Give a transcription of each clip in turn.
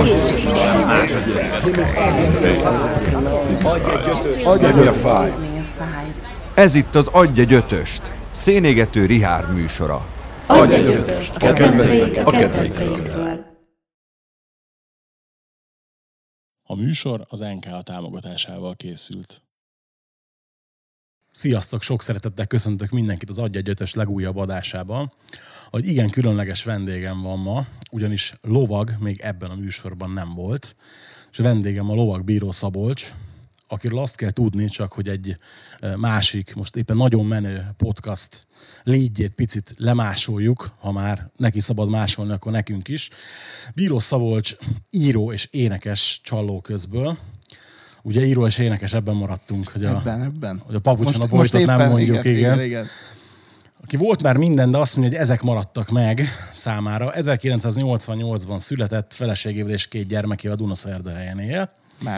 Ez itt az Adj egy ötöst, szénégető Richárd műsora. Adj egy ötöst, a kedvencekről. A műsor az NKA támogatásával készült. Sziasztok, sok szeretettel köszöntök mindenkit az Adj egy ötös legújabb adásában. Hogy igen különleges vendégem van ma, ugyanis lovag még ebben a műsorban nem volt. És a vendégem a lovag Bíró Szabolcs, akiről azt kell tudni csak, hogy egy másik, most éppen nagyon menő podcast légyét picit lemásoljuk, ha már neki szabad másolni, akkor nekünk is. Bíró Szabolcs író és énekes Csallóközből. Ugye író és énekes, ebben maradtunk, hogy hogy a papucson a bojtot nem mondjuk, igen. Aki volt már minden, de azt mondja, hogy ezek maradtak meg számára. 1988-ban született, feleségével és 2 gyermekével Dunaszerdahelyen él.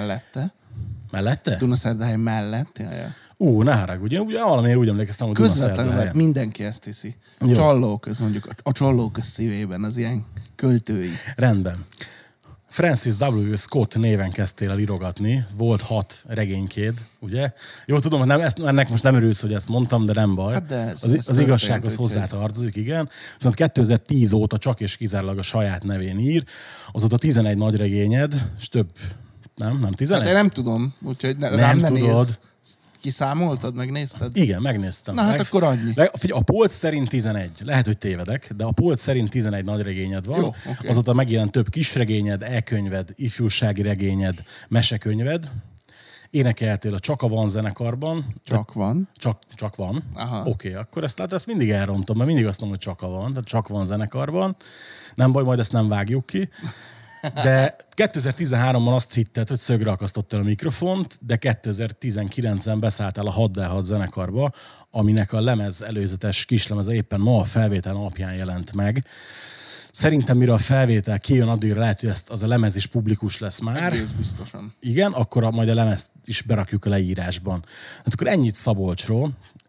Mellette? Dunaszerdahely mellett, jaj. Ne haragudj, ugye valamiért úgy emlékeztem, hogy Dunaszerdahelyen. Közvetlenül, mindenki ezt hiszi. Csallóköz, mondjuk a Csallóköz szívében, az ilyen költői. Rendben. Francis W. Scott néven kezdtél el írogatni, volt 6 regénykéd, ugye? Jól tudom, hogy ennek most nem örülsz, hogy ezt mondtam, de nem baj. Hát de az igazsághoz hozzátartozik, igen. Viszont 2010 óta csak és kizárólag a saját nevén ír, azóta 11 nagy regényed, és több, nem 11? Hát én nem tudom, úgyhogy nem tudod. Néz. Kiszámoltad, megnézted? Igen, megnéztem. Hát akkor annyi. A polc szerint 11. Lehet, hogy tévedek, de a polc szerint 11 nagy regényed van. Jó, okay. Azóta megjelent több kisregényed, e-könyved, ifjúsági regényed, mesekönyved. Énekeltél a Csak a Van zenekarban. Csak van. Csak van. Oké, akkor ezt mindig elrontom, mert mindig azt mondom, hogy Csak a Van, tehát Csak Van zenekarban. Nem baj, majd ezt nem vágjuk ki. De 2013-ban azt hitted, hogy szögre akasztottál a mikrofont, de 2019-ben beszálltál a 6x6 zenekarba, aminek a lemez előzetes kislemeze éppen ma a felvétel napján jelent meg. Szerintem mire a felvétel kijön, addigra lehet, hogy az a lemez is publikus lesz már. Egész biztosan. Igen, akkor majd a lemezt is berakjuk a leírásban. Hát akkor ennyit Szabolcsról.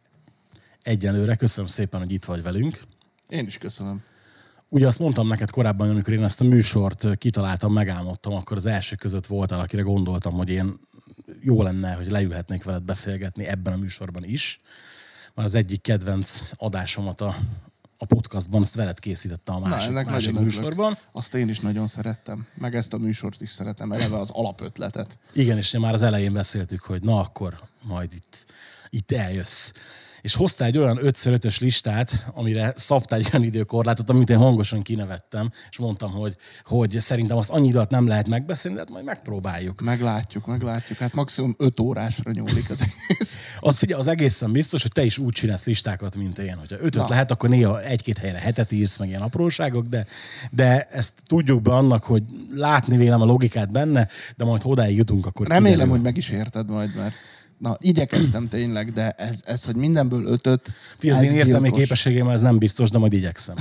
Egyelőre köszönöm szépen, hogy itt vagy velünk. Én is köszönöm. Ugye azt mondtam neked korábban, amikor én ezt a műsort kitaláltam, megálmodtam, akkor az első között voltál, akire gondoltam, hogy én jó lenne, hogy leülhetnék veled beszélgetni ebben a műsorban is. Már az egyik kedvenc adásomat a podcastban, ezt veled készítettem a másik műsorban. Azt én is nagyon szerettem, meg ezt a műsort is szeretem, eleve az alapötletet. Igen, és már az elején beszéltük, hogy na akkor majd itt eljössz. És hoztál egy olyan 5x5-ös listát, amire szabtál egy olyan időkorlátot, amit én hangosan kinevettem, és mondtam, hogy szerintem azt annyi időt nem lehet megbeszélni, de hát majd megpróbáljuk. Meglátjuk. Hát maximum 5 órásra nyúlik az egész. Az figyelj, az egészen biztos, hogy te is úgy csinálsz listákat, mint én. Hogyha 5-öt lehet, akkor néha 1-2 helyre hetet írsz, meg ilyen apróságok, de ezt tudjuk be annak, hogy látni vélem a logikát benne, de majd odáig jutunk, akkor remélem, kiderül. hogy meg is érted majd, mert igyekeztem tényleg, de ez hogy mindenből 5-öt... Az én értelmi képességemmel ez nem biztos, de majd igyekszem.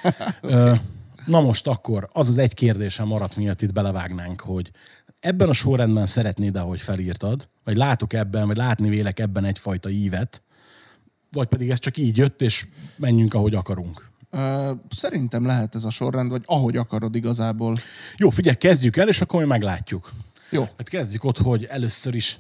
Na most akkor, az egy kérdésem maradt, miatt itt belevágnánk, hogy ebben a sorrendben szeretnéd, ahogy felírtad, vagy látok ebben, vagy látni vélek ebben egyfajta ívet, vagy pedig ez csak így jött, és menjünk, ahogy akarunk. Szerintem lehet ez a sorrend, vagy ahogy akarod igazából. Jó, figyelj, kezdjük el, és akkor mi meglátjuk. Jó. Hát kezdjük ott, hogy először is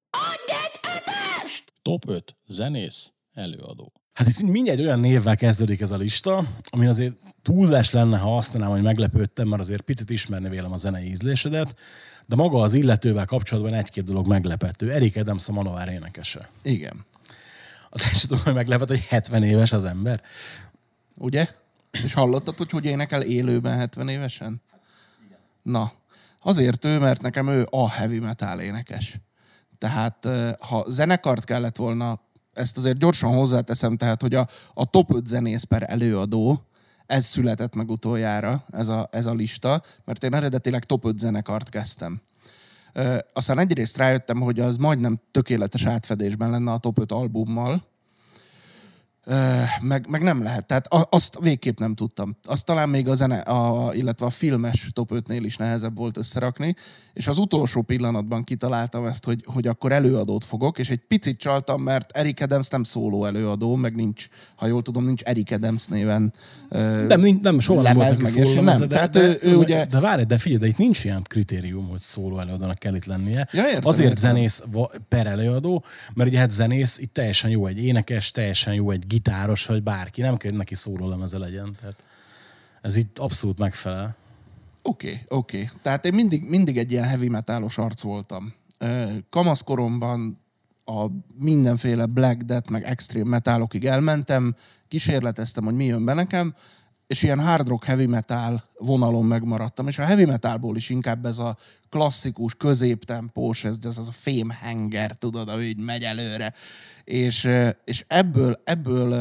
Top 5 zenész előadó. Hát itt mindjárt olyan névvel kezdődik ez a lista, ami azért túlzás lenne, ha azt mondanám, hogy meglepődtem, mert azért picit ismerni vélem a zenei ízlésedet, de maga az illetővel kapcsolatban 1-2 dolog meglepető. Eric Adams a Manowar énekese. Igen. Az első dolog, hogy meglepett, hogy 70 éves az ember. Ugye? És hallottad, hogy énekel élőben 70 évesen? Na, azért mert nekem ő a heavy metal énekes. Tehát ha zenekart kellett volna, ezt azért gyorsan hozzáteszem, tehát hogy a top 5 zenész per előadó, ez született meg utoljára, ez a lista, mert én eredetileg top 5 zenekart kezdtem. Aztán egyrészt rájöttem, hogy az majdnem tökéletes átfedésben lenne a top 5 albummal, Meg nem lehet. Tehát azt végképp nem tudtam. Azt talán még a zene, illetve a filmes top 5-nél is nehezebb volt összerakni, és az utolsó pillanatban kitaláltam ezt, hogy akkor előadót fogok, és egy picit csaltam, mert Eric Adams nem szóló előadó, meg nincs, ha jól tudom, nincs Eric Adams néven nem soha nem volt neki szóló lemeze, de várj, de figyelj, de itt nincs ilyen kritérium, hogy szóló előadónak kell itt lennie. Ja, értem, azért zenész per előadó, mert ugye hát zenész itt teljesen jó egy énekes, teljesen jó egy gitáros, vagy bárki, nem kell, hogy neki szóló lemeze legyen. Tehát ez itt abszolút megfelel. Oké. Tehát én mindig egy ilyen heavy metalos arc voltam. Kamaszkoromban a mindenféle black death, meg extreme metálokig elmentem, kísérleteztem, hogy mi jön be nekem, és ilyen hard rock, heavy metal vonalon megmaradtam, és a heavy metalból is inkább ez a klasszikus, középtempós, ez az a fame hanger, tudod, ahogy így megy előre. És ebből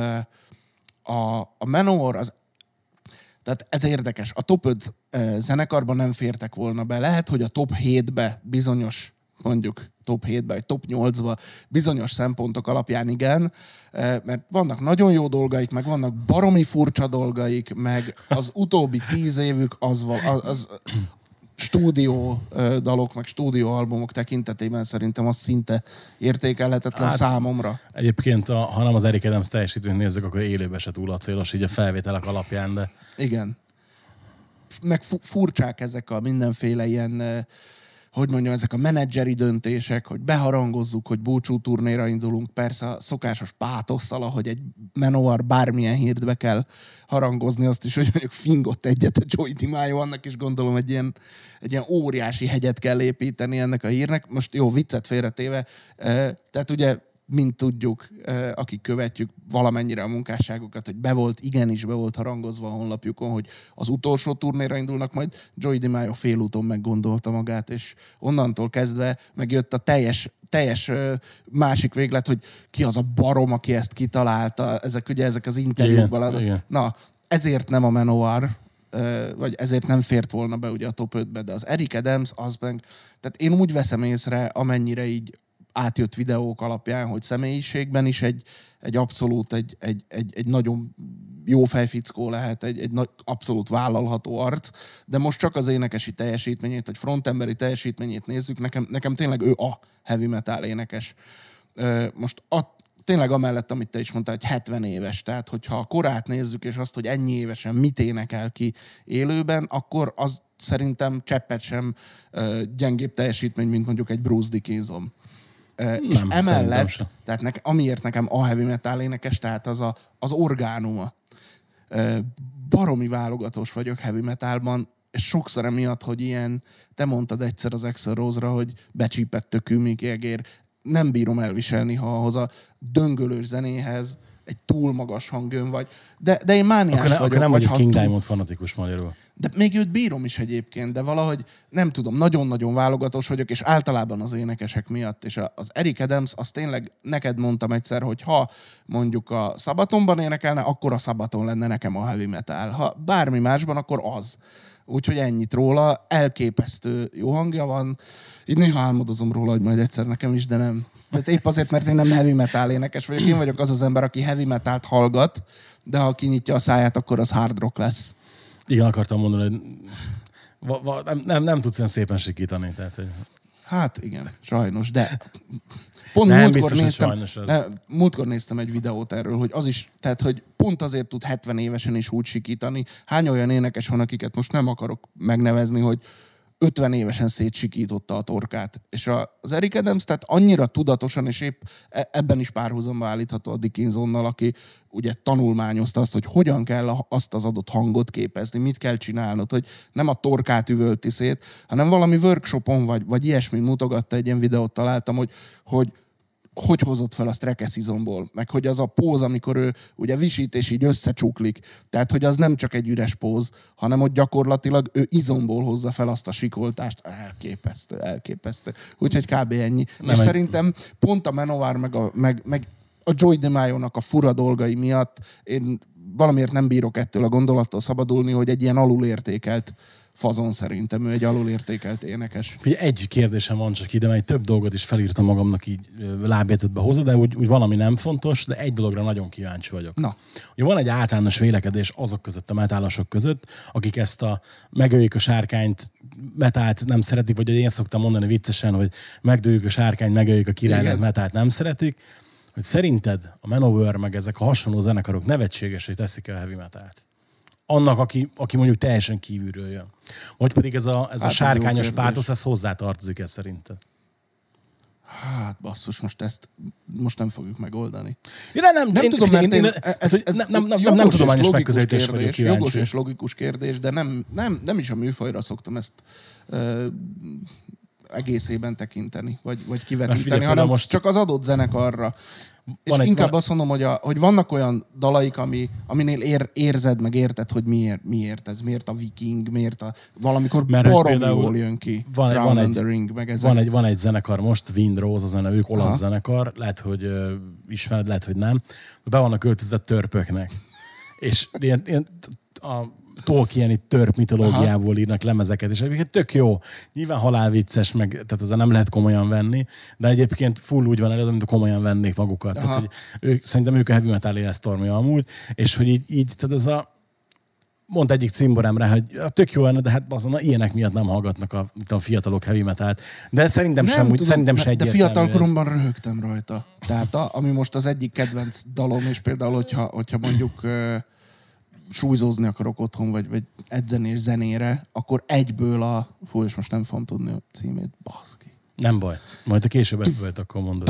a Manowar, tehát ez érdekes. A top 5 zenekarban nem fértek volna be. Lehet, hogy a top 7-be bizonyos, mondjuk top 7-be, vagy top 8-ba bizonyos szempontok alapján igen, mert vannak nagyon jó dolgaik, meg vannak baromi furcsa dolgaik, meg az utóbbi 10 évük az stúdió dalok, meg stúdió albumok tekintetében szerintem az szinte értékelhetetlen számomra. Egyébként, ha nem az Eric Adams teljesítményt nézzük, akkor élőben se túl acélos, így a felvételek alapján, de... Igen. Meg furcsák ezek a mindenféle ilyen, hogy mondjam, ezek a menedzseri döntések, hogy beharangozzuk, hogy búcsú turnéra indulunk, persze a szokásos pátosszal, ahogy egy Manowar bármilyen hírt be kell harangozni, azt is, hogy mondjuk fingott egyet a Joey DiMaggio, annak is gondolom egy ilyen óriási hegyet kell építeni ennek a hírnek. Most jó, viccet félretéve, tehát ugye mint tudjuk, akik követjük valamennyire a munkásságokat, hogy igenis be volt harangozva a honlapjukon, hogy az utolsó turnéra indulnak, majd Joey DiMaggio félúton meggondolta magát, és onnantól kezdve megjött a teljes másik véglet, hogy ki az a barom, aki ezt kitalálta, ezek az interjúkban. Igen. Na, ezért nem a Manowar, vagy ezért nem fért volna be ugye a top 5-be, de az Eric Adams, az meg, tehát én úgy veszem észre, amennyire így átjött videók alapján, hogy személyiségben is egy abszolút, egy nagyon jó fejfickó lehet, egy abszolút vállalható arc, de most csak az énekesi teljesítményét, vagy frontemberi teljesítményét nézzük, nekem tényleg ő a heavy metal énekes. Most tényleg amellett, amit te is mondtál, hogy 70 éves, tehát hogyha a korát nézzük, és azt, hogy ennyi évesen mit énekel ki élőben, akkor az szerintem cseppet sem gyengébb teljesítmény, mint mondjuk egy Bruce Dickinson. És emellett, tehát amiért nekem a heavy metal énekes, tehát az orgánuma. Baromi válogatós vagyok heavy metalban, és sokszor emiatt, hogy ilyen, te mondtad egyszer az Axl Rose-ra, hogy becsípett tökű Mick Jagger, nem bírom elviselni, ha ahhoz a döngölős zenéhez egy túl magas hangjön vagy. De én mániás vagyok. Akkor nem vagy King Diamond fanatikus magyarul. De még őt bírom is egyébként, de valahogy nem tudom, nagyon-nagyon válogatós vagyok, és általában az énekesek miatt. És az Eric Adams, azt tényleg neked mondtam egyszer, hogy ha mondjuk a Sabatonban énekelne, akkor a Sabaton lenne nekem a heavy metal. Ha bármi másban, akkor az. Úgyhogy ennyit róla. Elképesztő jó hangja van. Így néha álmodozom róla, hogy majd egyszer nekem is, de nem. Tehát épp azért, mert én nem heavy metal énekes vagyok. Én vagyok az ember, aki heavy metalt hallgat, de ha kinyitja a száját, akkor az hard rock lesz. Igen, akartam mondani, hogy nem tudsz ilyen szépen sikítani. Tehát, hogy... Hát igen, sajnos, de pont múltkor néztem egy videót erről, hogy az is, tehát hogy pont azért tud 70 évesen is úgy sikítani. Hány olyan énekes van, akiket most nem akarok megnevezni, hogy 50 évesen szétsikította a torkát. És az Eric Adams, tehát annyira tudatosan, és épp ebben is párhuzamba állítható a Dickinsonnal, aki ugye tanulmányozta azt, hogy hogyan kell azt az adott hangot képezni, mit kell csinálnod, hogy nem a torkát üvölti szét, hanem valami workshopon vagy ilyesmit mutogatta, egy ilyen videót találtam, hogy hozott fel a strekesz izomból, meg hogy az a póz, amikor ő ugye visít és így összecsuklik. Tehát, hogy az nem csak egy üres póz, hanem hogy gyakorlatilag ő izomból hozza fel azt a sikoltást. Elképesztő. Úgyhogy kb. Ennyi. És szerintem pont a Manowar meg a Joey DiMaggio-nak a fura dolgai miatt én valamiért nem bírok ettől a gondolattól szabadulni, hogy egy ilyen alulértékelt fazon szerintem. Ő egy alulértékelt énekes. Egy kérdésem van csak ide, mert több dolgot is felírtam magamnak így lábjegyzetbe hozzá, de úgy valami nem fontos, de egy dologra nagyon kíváncsi vagyok. Na. Ugye van egy általános vélekedés azok között, a metálosok között, akik ezt a megöljük a sárkányt, metált nem szeretik, vagy én szoktam mondani viccesen, hogy megdőljük a sárkányt, megöljük a királyt, metált nem szeretik, hogy szerinted a Manowar meg ezek a hasonló zenekarok nevetségesé teszik el a heavy metált? Annak, aki mondjuk teljesen kívülről jön. Vagy pedig ez a sárkányos pátosz, ez hozzátartozik-e szerinted? Hát basszus, most nem fogjuk megoldani. Nem tudom, mert nem tudományos megközelítés vagyok kíváncsi. Jogos és logikus kérdés, de nem is a műfajra szoktam ezt egészében tekinteni, vagy kivetíteni, hanem most csak az adott zenekarra. És inkább azt mondom, hogy vannak olyan dalaik, aminél érzed, meg érted, hogy miért ez, miért a Viking, miért valamikor baromi jól jön ki. Van egy zenekar most, Windrose, az a nevük, olasz zenekar, lehet, hogy ismered, lehet, hogy nem. Be vannak költözve törpöknek. És ilyen a Tolkieni törp mitológiából írnak lemezeket, és egyébként tök jó. Nyilván halálvicces, tehát ezzel nem lehet komolyan venni, de egyébként full úgy van előtt, mint komolyan vennék magukat. Tehát, hogy szerintem ők a heavy metal élesztormja amúgy, és hogy így tehát ez mondta egyik cimborámra, hogy tök jó lenne, de hát azon ilyenek miatt nem hallgatnak a fiatalok heavy metalt. De szerintem se egyértelmű. De fiatal koromban röhögtem rajta. Tehát ami most az egyik kedvenc dalom, és például, hogyha mondjuk súlyzózni akarok otthon, vagy edzeni és zenére, akkor egyből és most nem fogom tudni a címét, baszki. Nem baj. Majd a később ezt volt, akkor mondod.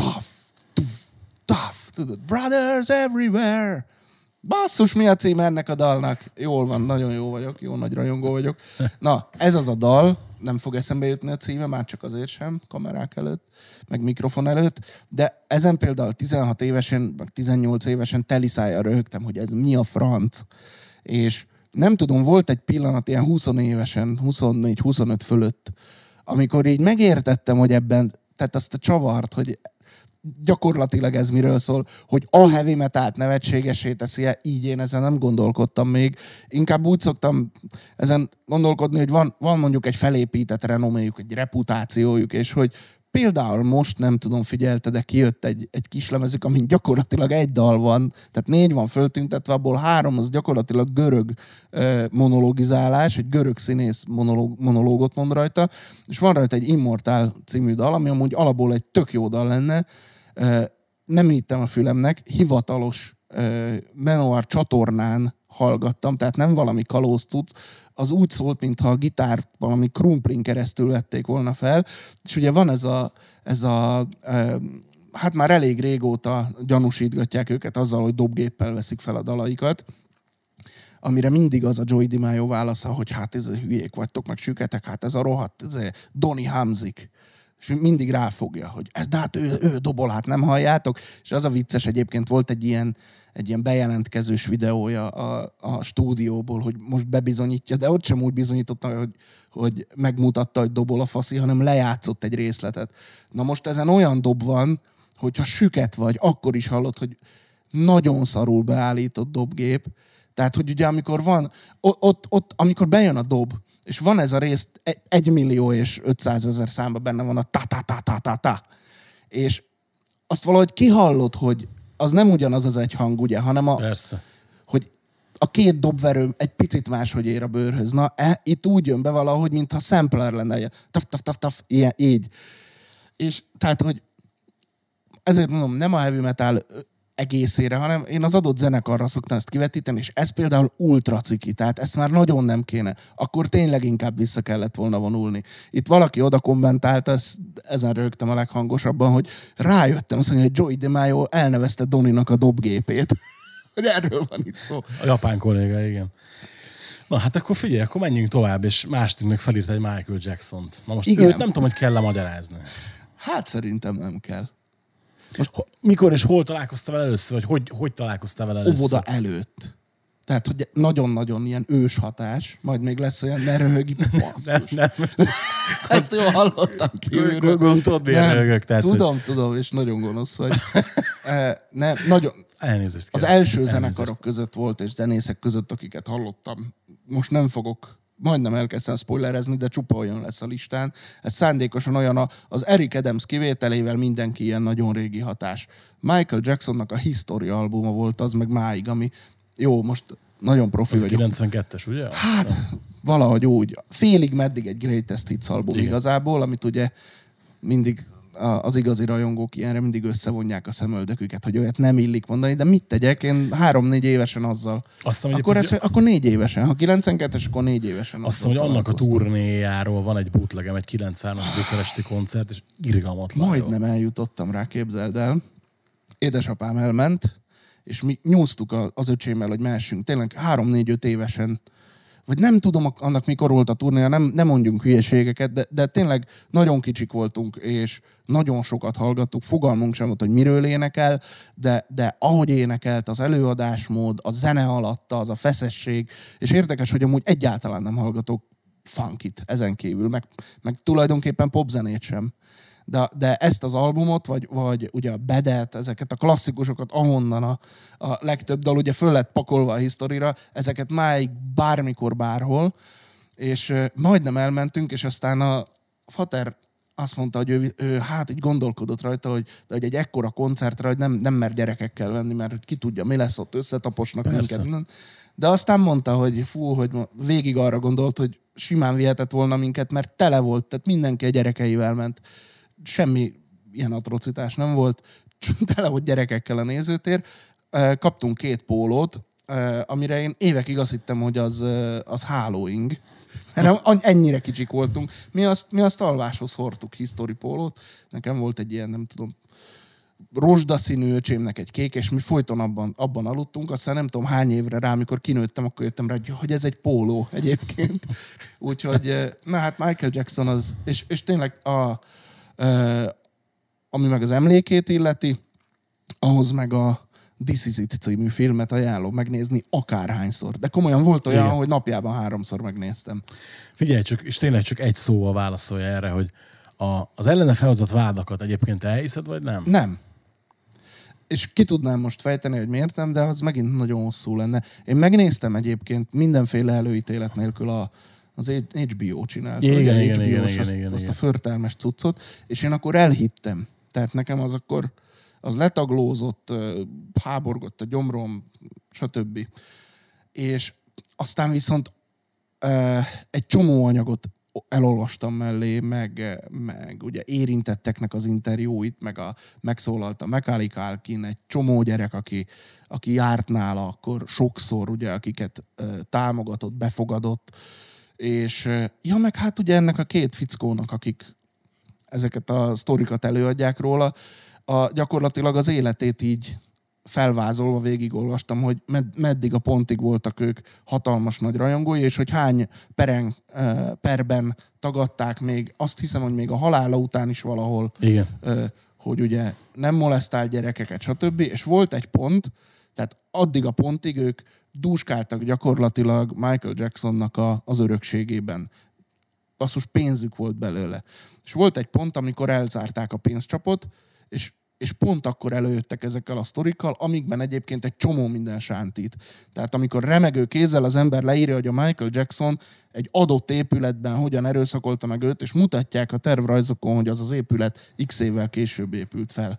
Tough, tudod, brothers everywhere. Basszus, mi a cím ennek a dalnak? Jól van, nagyon jó vagyok, jó nagy rajongó vagyok. Na, ez az a dal, nem fog eszembe jutni a címe, már csak azért sem, kamerák előtt, meg mikrofon előtt, de ezen például 16 évesen, meg 18 évesen teliszájjal röhögtem, hogy ez mi a franc. És nem tudom, volt egy pillanat ilyen 20 évesen, 24-25 fölött, amikor így megértettem, hogy ebben, tehát azt a csavart, hogy gyakorlatilag ez miről szól, hogy a heavy metalt nevetségesé teszi, így én ezen nem gondolkodtam még. Inkább úgy szoktam ezen gondolkodni, hogy van mondjuk egy felépített renoméjuk, egy reputációjuk, és hogy például most, nem tudom, figyelte, de kijött egy kislemezük, amin gyakorlatilag egy dal van, tehát 4 van föltüntetve, abból 3 az gyakorlatilag görög monologizálás, egy görög színész monológot mond rajta, és van rajta egy Immortal című dal, ami amúgy alapból egy tök jó dal lenne. Nem hittem a fülemnek, hivatalos Manowar csatornán hallgattam, tehát nem valami kalóz cucc, az úgy szólt, mintha a gitárt valami krumplin keresztül vették volna fel, és ugye van ez a hát már elég régóta gyanúsítgatják őket azzal, hogy dobgéppel veszik fel a dalaikat, amire mindig az a Joey DiMaggio válasza, hogy hát ez hülyék vagytok, meg süketek, hát ez a rohadt, ez Donny hamzik. És mindig ráfogja, hogy de hát ő dobol, hát nem halljátok? És az a vicces, egyébként volt egy ilyen bejelentkezős videója a stúdióból, hogy most bebizonyítja, de ott sem úgy bizonyította, hogy megmutatta, hogy dobol a faszi, hanem lejátszott egy részletet. Na most ezen olyan dob van, hogyha süket vagy, akkor is hallod, hogy nagyon szarul beállított dobgép. Tehát, hogy ugye amikor van, ott amikor bejön a dob, és van ez a rész, 1.500.000 számban benne van a ta-ta-ta-ta-ta-ta. És azt valahogy kihallod, hogy az nem ugyanaz az egy hang, ugye, hanem persze, hogy a 2 dobverő egy picit máshogy ér a bőrhöz. Na, itt úgy jön be valahogy, mintha sampler lenne. Taf, ilyen, így. És tehát, hogy ezért mondom, nem a heavy metal egészére, hanem én az adott zenekarra szoktam ezt kivetíteni, és ez például ultra ciki, tehát ezt már nagyon nem kéne. Akkor tényleg inkább vissza kellett volna vonulni. Itt valaki oda kommentálta, ezen rögtem a leghangosabban, hogy rájöttem azt mondja, hogy Joey DiMaggio elnevezte Donnynak a dobgépét. Hogy erről van itt szó. A japán kolléga, igen. Na hát akkor figyelj, akkor menjünk tovább, és másik meg felírt egy Michael Jackson-t. Na most őt nem tudom, hogy kell-e magyarázni. Hát szerintem nem kell. Most mikor és hol találkoztál vele először, vagy hogy találkoztál vele először? Óvoda előtt. Tehát, hogy nagyon-nagyon ilyen ős hatás, majd még lesz olyan, ne röhögj, nem. Ezt jól hallottam kívülről. Tudod, miért röhögök? Tudom, és nagyon gonosz vagy. Nem, nagyon... Elnézést. Az első zenekarok között volt, és zenészek között, akiket hallottam. Most nem fogok majdnem elkezdtem spoilerezni, de csupa olyan lesz a listán. Ez szándékosan olyan az Eric Adams kivételével mindenki ilyen nagyon régi hatás. Michael Jacksonnak a History albuma volt az, meg máig, ami jó, most nagyon profi az vagyok. 92-es, ugye? Hát, valahogy úgy. Félig meddig egy Greatest Hits album igazából, amit ugye mindig az igazi rajongók ilyenre mindig összevonják a szemöldöküket, hogy olyat nem illik mondani, de mit tegyek? Én 3-4 évesen azzal. Akkor 4 évesen. Ha 92-es, akkor 4 évesen. Azt mondom, hogy annak a turnéjáról van egy bootlegem, egy 93-as bukaresti koncert, és irgalmatlan. Majdnem eljutottam rá, képzeld el. Édesapám elment, és mi nyúztuk az öcsémmel, hogy mehessünk. Tényleg 3-4-5 évesen, vagy nem tudom annak mikor volt a turnéja, nem mondjunk hülyeségeket, de tényleg nagyon kicsik voltunk, és nagyon sokat hallgattuk, fogalmunk sem volt, hogy miről énekel, de ahogy énekelt, az előadásmód, a zene alatta, az a feszesség, és érdekes, hogy amúgy egyáltalán nem hallgatok funkit ezen kívül, meg tulajdonképpen popzenét sem. De ezt az albumot, vagy ugye a Bedet, ezeket a klasszikusokat, ahonnan a legtöbb dal ugye föl lett pakolva a Historyra, ezeket máig bármikor, bárhol, és majdnem elmentünk, és aztán a fater azt mondta, hogy ő hát így gondolkodott rajta, hogy egy ekkora koncertre, hogy nem mer gyerekekkel venni, mert ki tudja, mi lesz ott, összetaposnak minket. De aztán mondta, hogy hogy végig arra gondolt, hogy simán vihetett volna minket, mert tele volt, tehát mindenki a gyerekeivel ment. Semmi ilyen atrocitás nem volt, tele volt gyerekekkel a nézőtér. Kaptunk 2 pólót, amire én évekig azt hittem, hogy az hálóing. Ennyire kicsik voltunk. Mi azt alváshoz hordtuk, History pólót. Nekem volt egy ilyen, nem tudom, rozsdaszínű öcsémnek egy kék, és mi folyton abban aludtunk. Aztán nem tudom hány évre rá, amikor kinőttem, akkor jöttem rá, hogy ez egy póló egyébként. Úgyhogy, na hát Michael Jackson az, és tényleg ami meg az emlékét illeti, ahhoz meg a This Is It című filmet ajánlom megnézni akárhányszor. De komolyan volt olyan, hogy napjában 3-szor megnéztem. Figyelj csak, és tényleg csak egy szóval válaszolja erre, hogy az ellene felhozott vádakat egyébként elhiszed, vagy nem? Nem. És ki tudnám most fejteni, hogy miért nem, de az megint nagyon hosszú lenne. Én megnéztem egyébként mindenféle előítélet nélkül az HBO csinált. Igen, azt a förtelmes cuccot, és én akkor elhittem. Tehát nekem az akkor az letaglózott, háborgott a gyomrom, stb. És aztán viszont egy csomó anyagot elolvastam mellé, meg ugye érintetteknek az interjúit, megszólalt a Macaulay Culkin, egy csomó gyerek, aki járt nála akkor sokszor, ugye, akiket támogatott, befogadott, és meg hát ugye ennek a 2 fickónak, akik ezeket a sztorikat előadják róla, gyakorlatilag az életét így felvázolva végigolvastam, hogy meddig a pontig voltak ők hatalmas nagy rajongói, és hogy hány perben tagadták még, azt hiszem, hogy még a halála után is valahol, igen. Hogy ugye nem molesztál gyerekeket, stb. És volt egy pont, tehát addig a pontig ők dúskáltak gyakorlatilag Michael Jacksonnak az örökségében. Basszus, pénzük volt belőle. És volt egy pont, amikor elzárták a pénzcsapot, és pont akkor előjöttek ezekkel a sztorikkal, amikben egyébként egy csomó minden sántít. Tehát amikor remegő kézzel az ember leírja, hogy a Michael Jackson egy adott épületben hogyan erőszakolta meg őt, és mutatják a tervrajzokon, hogy az épület x évvel később épült fel.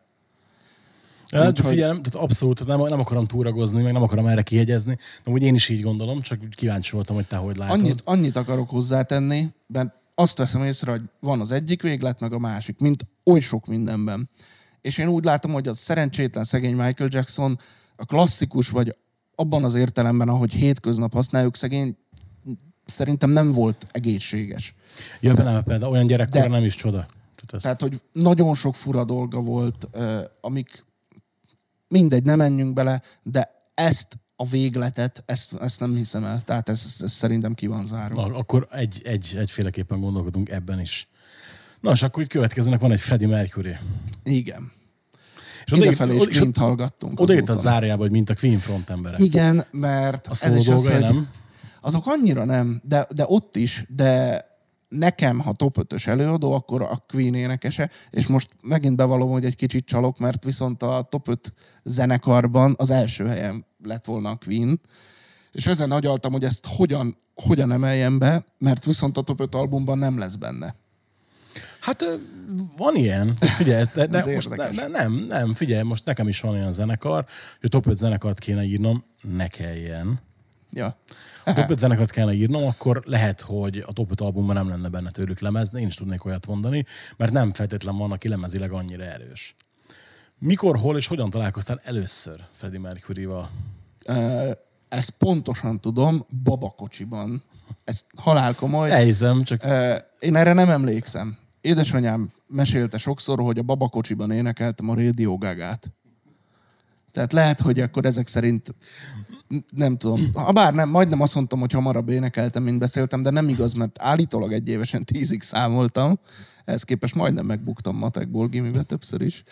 Figyelem, tehát abszolút nem akarom túragozni, meg nem akarom erre kihegyezni, de úgy én is így gondolom, csak kíváncsi voltam, hogy te hogy látod. Annyit akarok hozzátenni, mert azt veszem észre, hogy van az egyik véglet, meg a másik, mint oly sok mindenben. És én úgy látom, hogy az szerencsétlen szegény Michael Jackson a klasszikus, vagy abban az értelemben, ahogy hétköznap használjuk, szegény szerintem nem volt egészséges. Ja, például olyan gyerekkorra nem is csoda. Tehát, hogy nagyon sok fura dolga volt, amik mindegy, nem menjünk bele, de ezt a végletet, ezt nem hiszem el. Tehát ez szerintem ki van zárva. Na, akkor egyféleképpen gondolkodunk ebben is. Na, és akkor itt következőnek van egy Freddie Mercury. Igen. És idefelé is Queen-t hallgattunk. Odaírt a zárjába, hogy mint a Queen frontemberek. Igen, mert a ez is az, hogy nem? Azok annyira nem, de ott is, de nekem, ha top 5-ös előadó, akkor a Queen énekese, és most megint bevallom, hogy egy kicsit csalok, mert viszont a top 5 zenekarban az első helyen lett volna a Queen, És ezen agyaltam, hogy ezt hogyan emeljem be, mert viszont a top 5 albumban nem lesz benne. Hát van ilyen. Figyelj, Ez most érdekes. nem, figyelj, most nekem is van olyan zenekar, hogy a top 5 zenekart kéne írnom, ne kelljen. Ja. A top 5 zenekart kellene írnom, akkor lehet, hogy a top 5 albumban nem lenne benne tőlük lemez, én is tudnék olyat mondani, mert nem feltétlen van, aki lemezileg annyira erős. Mikor, hol és hogyan találkoztál először Freddie Mercury-val? Ezt pontosan tudom, babakocsiban. Ez halálkomoly. Elhiszem, csak... Én erre nem emlékszem. Édesanyám mesélte sokszor, hogy a babakocsiban énekeltem a Radio Gagát. Tehát lehet, hogy akkor ezek szerint nem tudom. Bár nem, majdnem azt mondtam, hogy hamarabb énekeltem, mint beszéltem, de nem igaz, mert állítólag 1 évesen 10-ig számoltam. Ehhez képest majdnem megbuktam matekból gimibe többször is.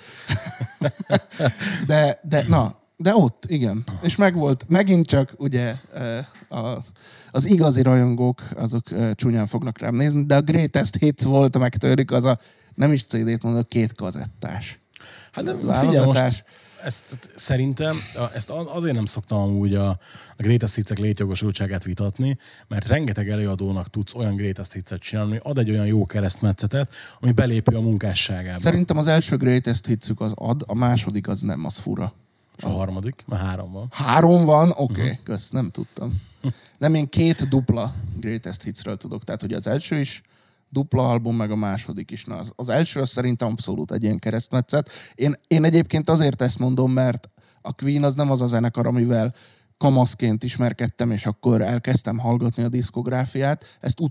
De ott, igen. És megvolt, megint csak ugye az igazi rajongók, azok csúnyán fognak rám nézni, de a Greatest Hits volt meg tőlük, az a, nem is CD-t mondok, 2 kazettás. Hát de figyelj, most ezt szerintem, ezt azért nem szoktam amúgy a Greatest Hits-ek létjogosultságát vitatni, mert rengeteg előadónak tudsz olyan Greatest Hits-et csinálni, hogy ad egy olyan jó keresztmetszetet, ami belépő a munkásságába. Szerintem az első Greatest Hits-ük az ad, a második az nem, az fura. És a harmadik? Már 3 van. 3 van? Oké, kösz, nem tudtam. Nem, én 2 dupla Greatest Hitsről tudok. Tehát, hogy az első is dupla album, meg a második is. Na, az első az szerintem abszolút egy ilyen keresztmetszet. Én egyébként azért ezt mondom, mert a Queen az nem az a zenekar, amivel kamaszként ismerkedtem, és akkor elkezdtem hallgatni a diszkográfiát. Ezt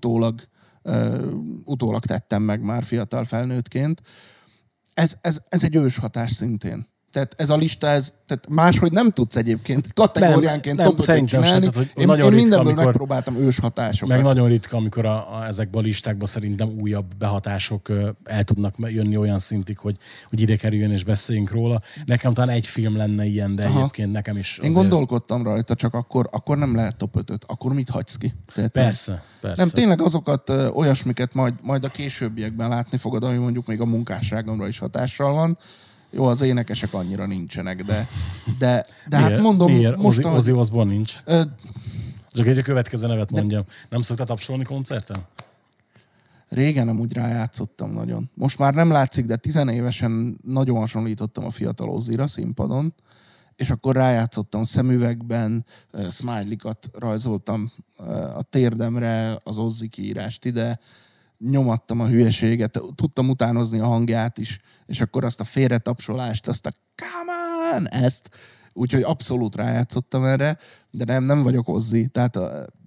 utólag tettem meg már fiatal felnőttként. Ez egy őshatás szintén. Tehát ez a lista, tehát máshogy nem tudsz egyébként kategóriánként top 5-öt csinálni. Én mindenből megpróbáltam őshatásokat. Meg nagyon ritka, amikor ezekben a listákban szerintem újabb behatások el tudnak jönni olyan szintig, hogy ide kerüljön és beszéljünk róla. Nekem talán egy film lenne ilyen, de egyébként nekem is azért... Én gondolkodtam rajta, csak akkor nem lehet top 5-öt. Akkor mit hagysz ki? Tehát persze. Nem, tényleg azokat, olyasmiket majd a későbbiekben látni fogod, ami mondjuk még a munkásságomra is hatással van. Jó, az énekesek annyira nincsenek, de hát mondom... Miért? Most Ozzy Osbourne nincs? Csak egy a következő nevet mondjam. Nem szoktál tapsolni koncerten? Régen amúgy rájátszottam nagyon. Most már nem látszik, de 10 évesen nagyon hasonlítottam a fiatal Ozzyra színpadon, és akkor rájátszottam szemüvegben, smiley-kat rajzoltam a térdemre, az Ozzy kiírást ide, nyomattam a hülyeséget, tudtam utánozni a hangját is, és akkor azt a félretapsolást, azt a come on, ezt. Úgyhogy abszolút rájátszottam erre, de nem vagyok Ozzy, tehát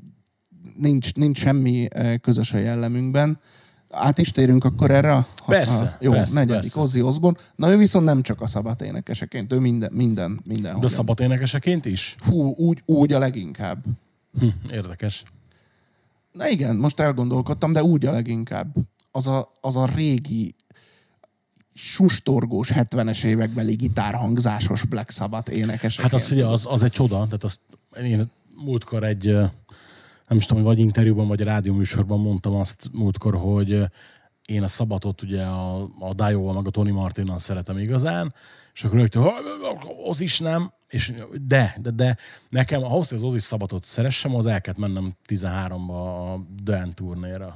nincs semmi közös a jellemünkben. Át is térünk akkor erre? Persze. Jó, persze, 4. persze. Ozzy Osbourne. Na ő viszont nem csak a szabad énekeseként, ő minden. De szabad énekeseként is? Fú, úgy a leginkább. Érdekes. Na igen, most elgondolkodtam, de úgy a leginkább. Az a régi sustorgós 70-es évekbeli gitárhangzásos Black Sabbath énekeseként. Hát az figyelj, az egy csoda. Tehát azt én múltkor egy, nem is tudom, vagy interjúban, vagy rádióműsorban mondtam azt múltkor, hogy én a Sabbathot ugye a Dio-val, meg a Tony Martinnal szeretem igazán, és akkor rögtön, az is nem, és de nekem ahhoz, hogy az Ozzy Sabbathot szeressem, az el kellett mennem 13-ba a The End turnéra.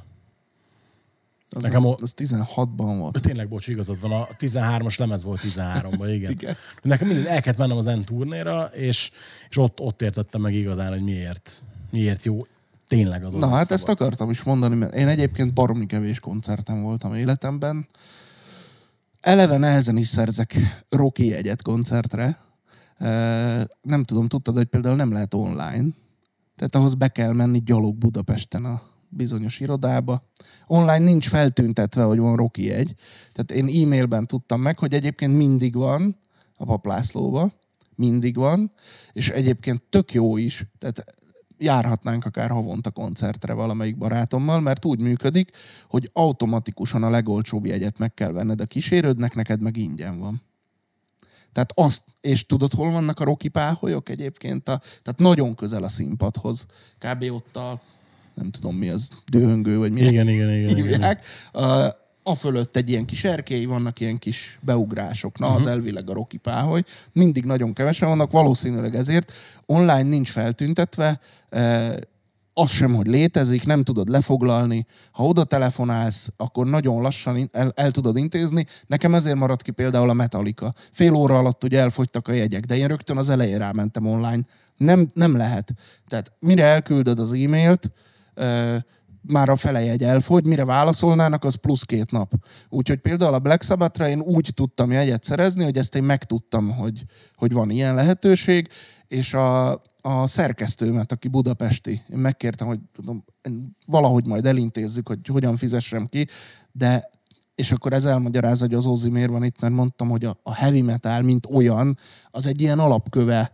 Az 16-ban volt. Tényleg, bocs, igazad van, a 13-as lemez volt 13-ban, igen. Igen. Nekem mindig el kellett mennem az End turnéra, és ott értettem meg igazán, hogy miért jó tényleg az Ozzy Na hát Sabbath. ezt akartam is mondani, mert én egyébként baromi kevés koncerten voltam életemben. Eleve nehezen is szerzek Rocky jegyet koncertre. Nem tudom, tudtad, hogy például nem lehet online. Tehát ahhoz be kell menni gyalog Budapesten a bizonyos irodába. Online nincs feltüntetve, hogy van Rocky jegy. Tehát én e-mailben tudtam meg, hogy egyébként mindig van a Paplászlóba. Mindig van. És egyébként tök jó is. Tehát járhatnánk akár havonta koncertre valamelyik barátommal, mert úgy működik, hogy automatikusan a legolcsóbb jegyet meg kell venned a kísérődnek, neked meg ingyen van. Tehát azt, és tudod, hol vannak a Rocky páholyok egyébként? Tehát nagyon közel a színpadhoz. Kb. Ott nem tudom mi az, dühöngő, vagy mi. Igen. a fölött egy ilyen kis erkély, vannak ilyen kis beugrások. Na, az elvileg a Rocky Páholy. Mindig nagyon kevesen vannak, valószínűleg ezért. Online nincs feltüntetve, az sem, hogy létezik, nem tudod lefoglalni. Ha oda telefonálsz, akkor nagyon lassan el tudod intézni. Nekem ezért maradt ki például a Metallica. Fél óra alatt ugye elfogytak a jegyek, de én rögtön az elején rámentem online. Nem lehet. Tehát mire elküldöd az e-mailt, már a fele jegy elfogy, mire válaszolnának, az plusz 2 nap. Úgyhogy például a Black Sabbathra én úgy tudtam jegyet szerezni, hogy ezt én megtudtam, hogy van ilyen lehetőség, és a szerkesztőmet, aki budapesti, én megkértem, hogy tudom, valahogy majd elintézzük, hogy hogyan fizessem ki, de és akkor ez elmagyarázza, hogy az Ozzy miért van itt, mert mondtam, hogy a heavy metal, mint olyan, az egy ilyen alapköve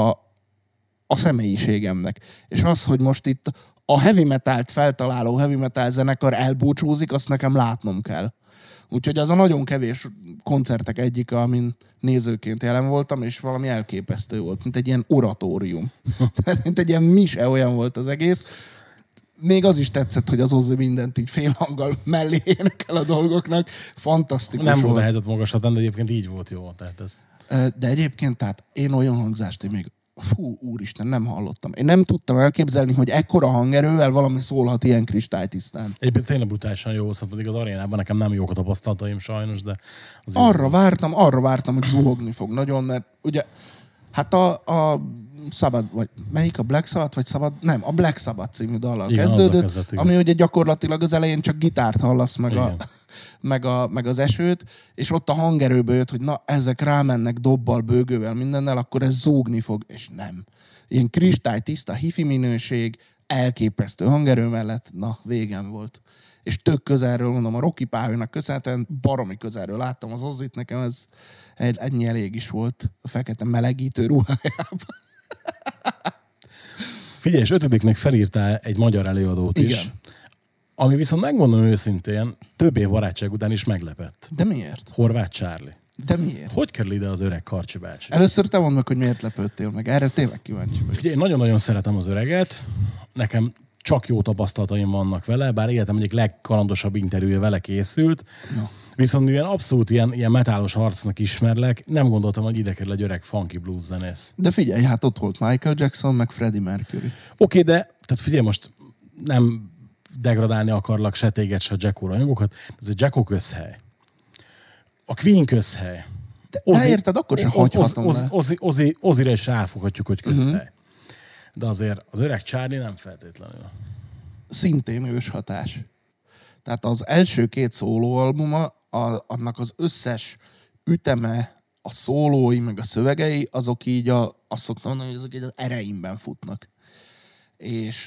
a személyiségemnek. És az, hogy most itt a heavy metalt feltaláló heavy metal zenekar elbúcsúzik, azt nekem látnom kell. Úgyhogy az a nagyon kevés koncertek egyik, amin nézőként jelen voltam, és valami elképesztő volt, mint egy ilyen oratórium. Mint egy ilyen mise, olyan volt az egész. Még az is tetszett, hogy az Ozzy mindent így félhanggal mellé énekel a dolgoknak. Fantasztikus Nem volt. volt a helyzet magasat, de egyébként így volt jó. Tehát ez... De egyébként, tehát én olyan hangzást, én még úristen, nem hallottam. Én nem tudtam elképzelni, hogy ekkora hangerővel valami szólhat ilyen kristálytisztán. Egyébként tényleg brutálisan jó, szóval pedig az arénában nekem nem jók a tapasztalataim sajnos, de... Arra vártam, hogy zuhogni fog nagyon, mert ugye, hát a Szabad, vagy melyik a Black Sabbath, vagy Szabad? Nem, a Black Sabbath című dallal kezdődött, ami ugye gyakorlatilag az elején csak gitárt hallasz, meg az esőt, és ott a hangerőből jött, hogy na, ezek rámennek dobbal, bőgővel, mindennel, akkor ez zúgni fog, és nem. Ilyen kristálytiszta, hifi minőség, elképesztő hangerő mellett, na, végem volt. És tök közelről, mondom, a Rocky Páholynak köszönhetően baromi közelről láttam az Ozzyt, nekem ez ennyi elég is volt a fekete melegítő ruhájában. Figyelj, és 5-nek felírtál egy magyar előadót is. Igen. Ami viszont megmondom őszintén, több év barátság után is meglepett. De miért? Horváth Charlie. De miért? Hogy kerül ide az öreg Karcsi bácsi? Először te mondd meg, hogy miért lepődtél meg. Erre tényleg kíváncsi vagyok. Ugye, én nagyon-nagyon szeretem az öreget. Nekem csak jó tapasztalataim vannak vele, bár életem egyik legkalandosabb interjúja vele készült. No. Viszont mivel abszolút ilyen metálos harcnak ismerlek, nem gondoltam, hogy ide kerül egy öreg funky blues zenész. De figyelj, hát ott volt Michael Jackson, meg Freddie Mercury. Oké, de tehát figyelj, most nem degradálni akarlak se téged, se a Jacko rajongokat, ez egy Jacko közhely. A Queen közhely. De érted, akkor se hagyhatom le. Ozzyra is elfogadjuk, hogy közhely. De azért az öreg Charlie nem feltétlenül. Szintén ős hatás. Tehát az első 2 szólóalbuma, annak az összes üteme, a szólói, meg a szövegei, azok így azt szoktam mondani, hogy azok így az ereimben futnak. És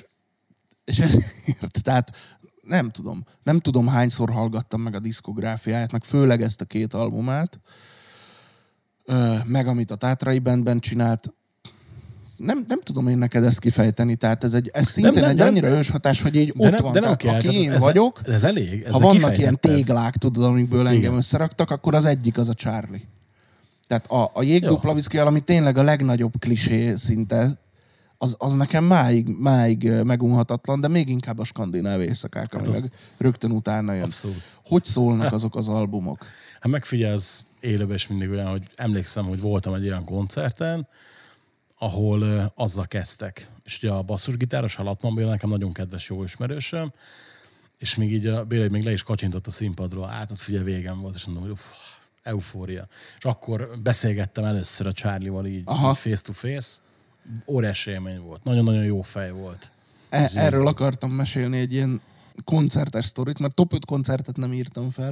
ezért, tehát nem tudom hányszor hallgattam meg a diszkográfiáját, meg főleg ezt a 2 albumát, meg amit a Tátrai Bandben csinált. Nem tudom én neked ezt kifejteni, tehát ez szintén egy annyira őshatás, hogy így ott van. Tehát, aki én vagyok, ez elég. ha vannak ilyen téglák, tudod, amikből engem összeraktak, akkor az egyik az a Charlie. Tehát a jégdupla viszki, ami tényleg a legnagyobb klisé szinte, az nekem máig megunhatatlan, de még inkább a skandináv éjszakák, ami meg rögtön utána jön. Abszolút. Hogy szólnak azok az albumok? Hát megfigyelsz élőben is mindig olyan, hogy emlékszem, hogy voltam egy olyan koncerten, ahol azzal kezdtek. És ugye a basszusgitáros, a Latman Béla, nekem nagyon kedves, jó ismerősöm, és még így a Béla még le is kacsintott a színpadról, ott figyelj, végem volt, és mondom, hogy eufória. És akkor beszélgettem először a Charlie-val így face to face. Óriási élmény volt. Nagyon-nagyon jó fej volt. Erről akartam mesélni egy ilyen koncertes sztorit, mert top 5 koncertet nem írtam fel.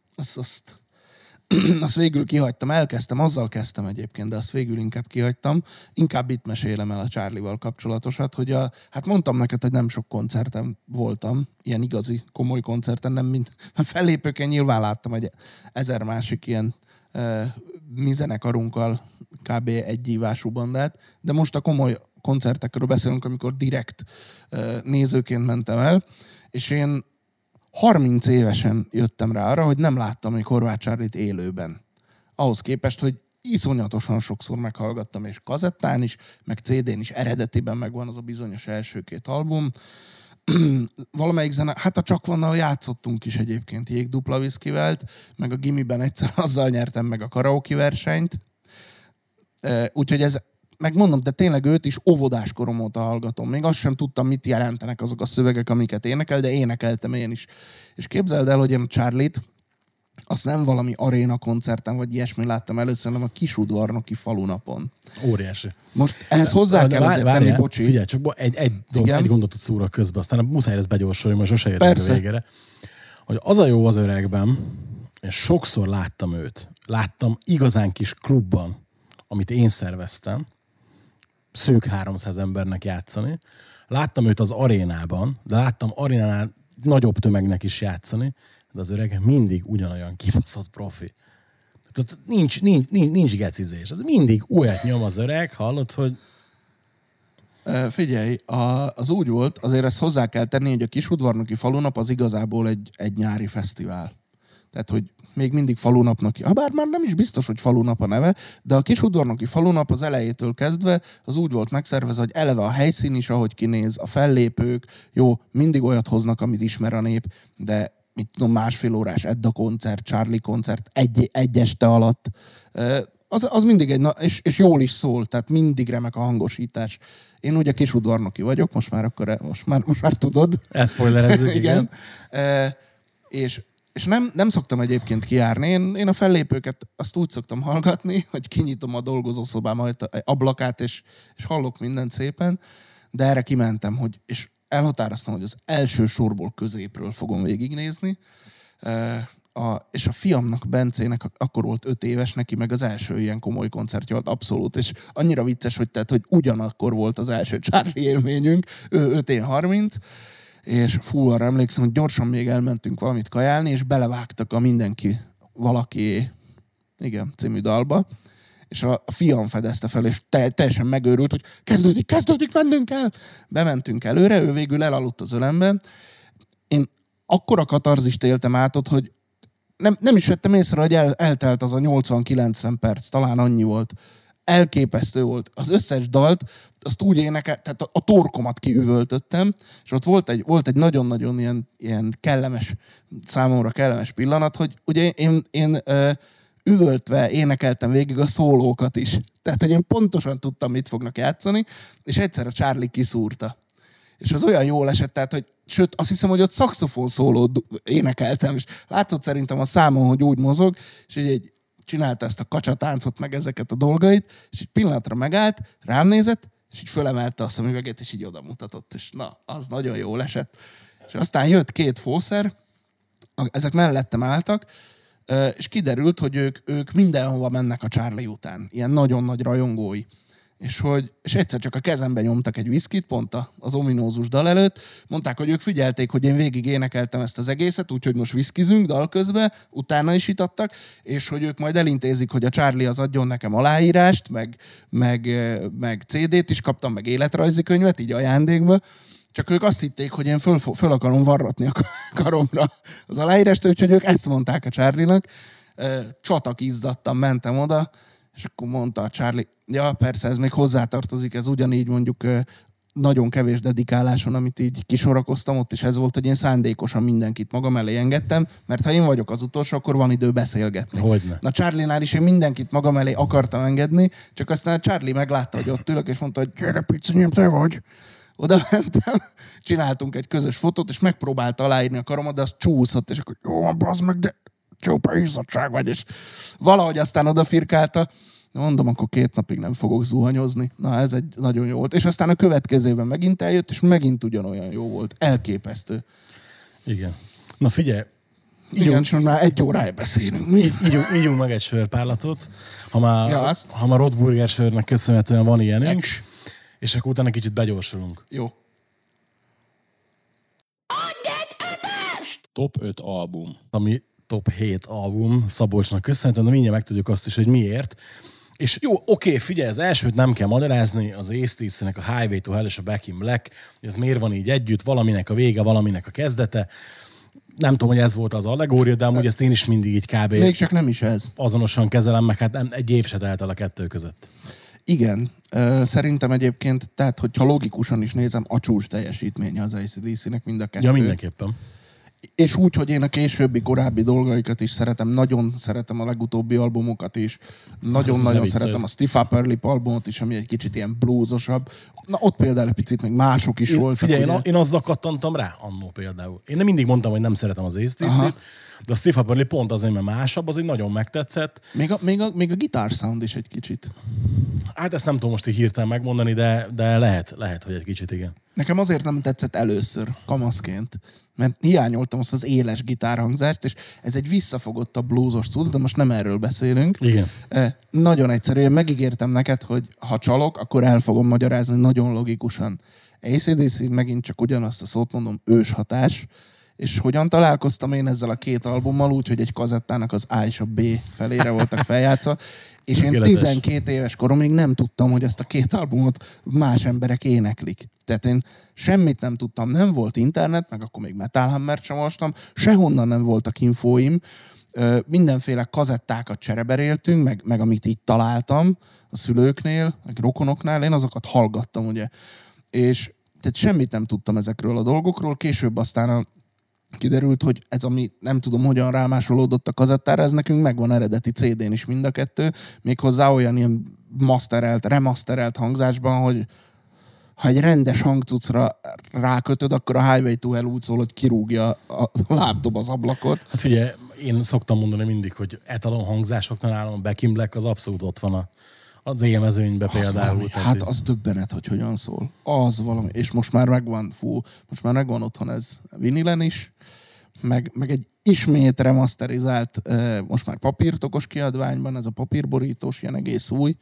Azt végül kihagytam. Azzal kezdtem egyébként, de azt végül inkább kihagytam. Inkább itt mesélem el a Charlie-val kapcsolatosat, hogy hát mondtam neked, hogy nem sok koncerten voltam, ilyen igazi, komoly koncerten, nem mint fellépőken nyilván láttam egy 1000 másik ilyen mi zenekarunkkal kb. Egy ívású bandát, de most a komoly koncertekről beszélünk, amikor direkt nézőként mentem el, és én 30 évesen jöttem rá arra, hogy nem láttam még Horváth Charlie-t élőben. Ahhoz képest, hogy iszonyatosan sokszor meghallgattam, és kazettán is, meg CD-n is eredetiben megvan az a bizonyos első 2 album. valamelyik zene, hát a Csak Vannal játszottunk is egyébként jégdupla viszkivel, meg a gimiben egyszer azzal nyertem meg a karaoke versenyt. Úgyhogy ez, megmondom, de tényleg őt is óvodás korom óta hallgatom. Még azt sem tudtam, mit jelentenek azok a szövegek, amiket énekel, de énekeltem én is. És képzeld el, hogy én Charlie-t azt nem valami aréna koncerten, vagy ilyesmi láttam először, hanem a Kisudvarnoki falunapon. Óriási. Most ehhez hozzá kell azért tenni, bocsi. Figyelj, csak egy gondotot szúrok közben, aztán muszáj lesz begyorsolni, mert sose érünk a végére. Hogy az a jó az öregben, én sokszor láttam őt. Láttam igazán kis klubban, amit én szerveztem, szűk 300 embernek játszani. Láttam őt az arénában, de láttam arénánál nagyobb tömegnek is játszani, de az öreg mindig ugyanolyan kibaszott profi. Tehát nincs gecizés. Ez mindig olyat nyom az öreg, hallod, hogy... Figyelj, az úgy volt, azért ezt hozzá kell tenni, hogy a Kisudvarnoki falunap az igazából egy nyári fesztivál. Tehát, hogy még mindig falunapnak, bár már nem is biztos, hogy falunap a neve, de a Kisudvarnoki falunap az elejétől kezdve az úgy volt megszervezve, hogy eleve a helyszín is, ahogy kinéz, a fellépők, jó, mindig olyat hoznak, amit ismer a nép, de mit tudom, másfél órás Edda koncert, Charlie koncert egy este alatt. Az mindig és jól is szól, tehát mindig remek a hangosítás. Én ugye Kisudvarnoki vagyok, most már tudod. Elszpoilerezzük, igen. És nem szoktam egyébként kijárni. Én a fellépőket azt úgy szoktam hallgatni, hogy kinyitom a dolgozószobám ablakát, és hallok mindent szépen, de erre kimentem, és elhatároztam, hogy az első sorból középről fogom végignézni. És a fiamnak, Bencének akkor volt 5 éves, neki meg az első ilyen komoly koncertje volt, abszolút. És annyira vicces, hogy ugyanakkor volt az első Charlie élményünk, ő 5, én 30, és arra emlékszem, hogy gyorsan még elmentünk valamit kajálni, és belevágtak a Mindenki Valaki című dalba, és a fiam fedezte fel, és teljesen megőrült, hogy kezdődik, mennünk kell. Bementünk előre, ő végül elaludt az ölemben. Én akkora katarzist éltem át ott, hogy nem is vettem észre, hogy eltelt az a 80-90 perc, talán annyi volt. Elképesztő volt. Az összes dalt, azt úgy énekel, tehát a torkomat kiüvöltöttem, és ott volt egy nagyon-nagyon ilyen kellemes, számomra kellemes pillanat, hogy ugye én üvöltve énekeltem végig a szólókat is. Tehát, hogy én pontosan tudtam, mit fognak játszani, és egyszer a Charlie kiszúrta. És az olyan jól esett, tehát, hogy sőt, azt hiszem, hogy ott szaxofon szólót énekeltem, és látszott szerintem a számon, hogy úgy mozog, és így csinálta ezt a kacsatáncot, meg ezeket a dolgait, és egy pillanatra megállt, rám nézett, és így fölemelte a szemüveget, és így oda mutatott, és na, az nagyon jól esett. És aztán jött 2 fószer, ezek mellettem álltak, és kiderült, hogy ők mindenhova mennek a Charlie után. Ilyen nagyon nagy rajongói. És egyszer csak a kezembe nyomtak egy viszkit, pont az ominózus dal előtt. Mondták, hogy ők figyelték, hogy én végig énekeltem ezt az egészet, úgyhogy most viszkizünk dal közben, utána is itattak, és hogy ők majd elintézik, hogy a Charlie az adjon nekem aláírást, meg CD-t is kaptam, meg életrajzi könyvet, így ajándékba. Csak ők azt hitték, hogy én föl akarom varratni a karomra az aláírást, úgyhogy ők ezt mondták a Charlie-nak. Csatak izzadtam, mentem oda, és akkor mondta a Charlie, ja, persze, ez még hozzátartozik, ez ugyanígy mondjuk nagyon kevés dedikáláson, amit így kisorakoztam, ott is ez volt, hogy én szándékosan mindenkit magam elé engedtem, mert ha én vagyok az utolsó, akkor van idő beszélgetni. Hogyne. Na Charlie-nál is én mindenkit magam elé akartam engedni, csak aztán a Charlie meglátta, hogy ott ülök, és mondta, hogy gyere, picanyém, te vagy. Oda mentem, csináltunk egy közös fotót, és megpróbálta aláírni a karomat, de az csúszott, és akkor jó, bazd meg, de csupa izzadság vagy, és valahogy aztán odafirkálta. Mondom, akkor 2 napig nem fogok zuhanyozni. Na, ez egy nagyon jó volt. És aztán a következőben megint eljött, és megint ugyanolyan jó volt. Elképesztő. Igen. Na figyelj. Igen, és már 1 órája beszélünk. Ígyunk meg egy sörpárlatot. Ha már Rottburger sörnek köszönhetően van ilyenünk. És akkor utána kicsit begyorsulunk. Jó. Top 5 album. Ami top 7 album Szabolcsnak köszönhetően, de mindjárt megtudjuk azt is, hogy miért. És jó, oké, figyelj, az elsőt nem kell magyarázni, az AC/DC-nek a Highway to Hell és a Back in Black, ez miért van így együtt, valaminek a vége, valaminek a kezdete. Nem tudom, hogy ez volt az allegória, de amúgy ezt én is mindig így kb. Még csak nem is ez. Azonosan kezelem, meg hát egy év se telt el a 2 között. Igen. Szerintem egyébként, tehát hogyha logikusan is nézem, a csúcs teljesítménye az AC/DC-nek mind a kettő. Ja, mindenképpen. És úgy, hogy én a későbbi, korábbi dolgaikat is szeretem, nagyon szeretem a legutóbbi albumokat is, nagyon-nagyon szeretem a Stiff Upper Lip albumot is, ami egy kicsit ilyen bluesosabb. Na ott például egy picit még mások is voltak. Figyelj, én azzal kattantam rá annó például. Én nem mindig mondtam, hogy nem szeretem az AC/DC-t, de a Stiff Upper Lip pont azért, mert másabb, az egy nagyon megtetszett. Még a guitar sound is egy kicsit. Hát ezt nem tudom most így hirtelen megmondani, de lehet, hogy egy kicsit igen. Nekem azért nem tetszett először, kamaszként, mert hiányoltam azt az éles gitárhangzást, és ez egy visszafogottabb bluesos cucc, de most nem erről beszélünk. Igen. Nagyon egyszerűen megígértem neked, hogy ha csalok, akkor el fogom magyarázni nagyon logikusan. AC/DC megint csak ugyanazt a szót mondom, őshatás, és hogyan találkoztam én ezzel a két albummal, úgy, hogy egy kazettának az A és a B felére voltak feljátszva, és én 12 éves koromig nem tudtam, hogy ezt a két albumot más emberek éneklik. Tehát én semmit nem tudtam, nem volt internet, meg akkor még Metal Hammert sem olvastam, sehonnan nem voltak infóim, mindenféle kazettákat csereberéltünk, meg amit így találtam a szülőknél, meg rokonoknál, én azokat hallgattam, ugye. És tehát semmit nem tudtam ezekről a dolgokról, később aztán kiderült, hogy ez, ami nem tudom, hogyan rámásolódott a kazettára, ez nekünk megvan eredeti CD-n is mind a kettő, méghozzá olyan ilyen remasterelt hangzásban, hogy ha egy rendes hangcucra rákötöd, akkor a Highway to Hell úgy szól, hogy kirúgja a lábdob az ablakot. Hát figyelj, én szoktam mondani mindig, hogy etalon hangzásoknál nálam a Back in Black az abszolút ott van az éjjelmezőnyben például. Hát az döbbenet, hogy hogyan szól. Az valami. És most már megvan otthon ez vinilen is, meg egy ismét remasterizált, most már papírtokos kiadványban, ez a papírborítós, ilyen egész új.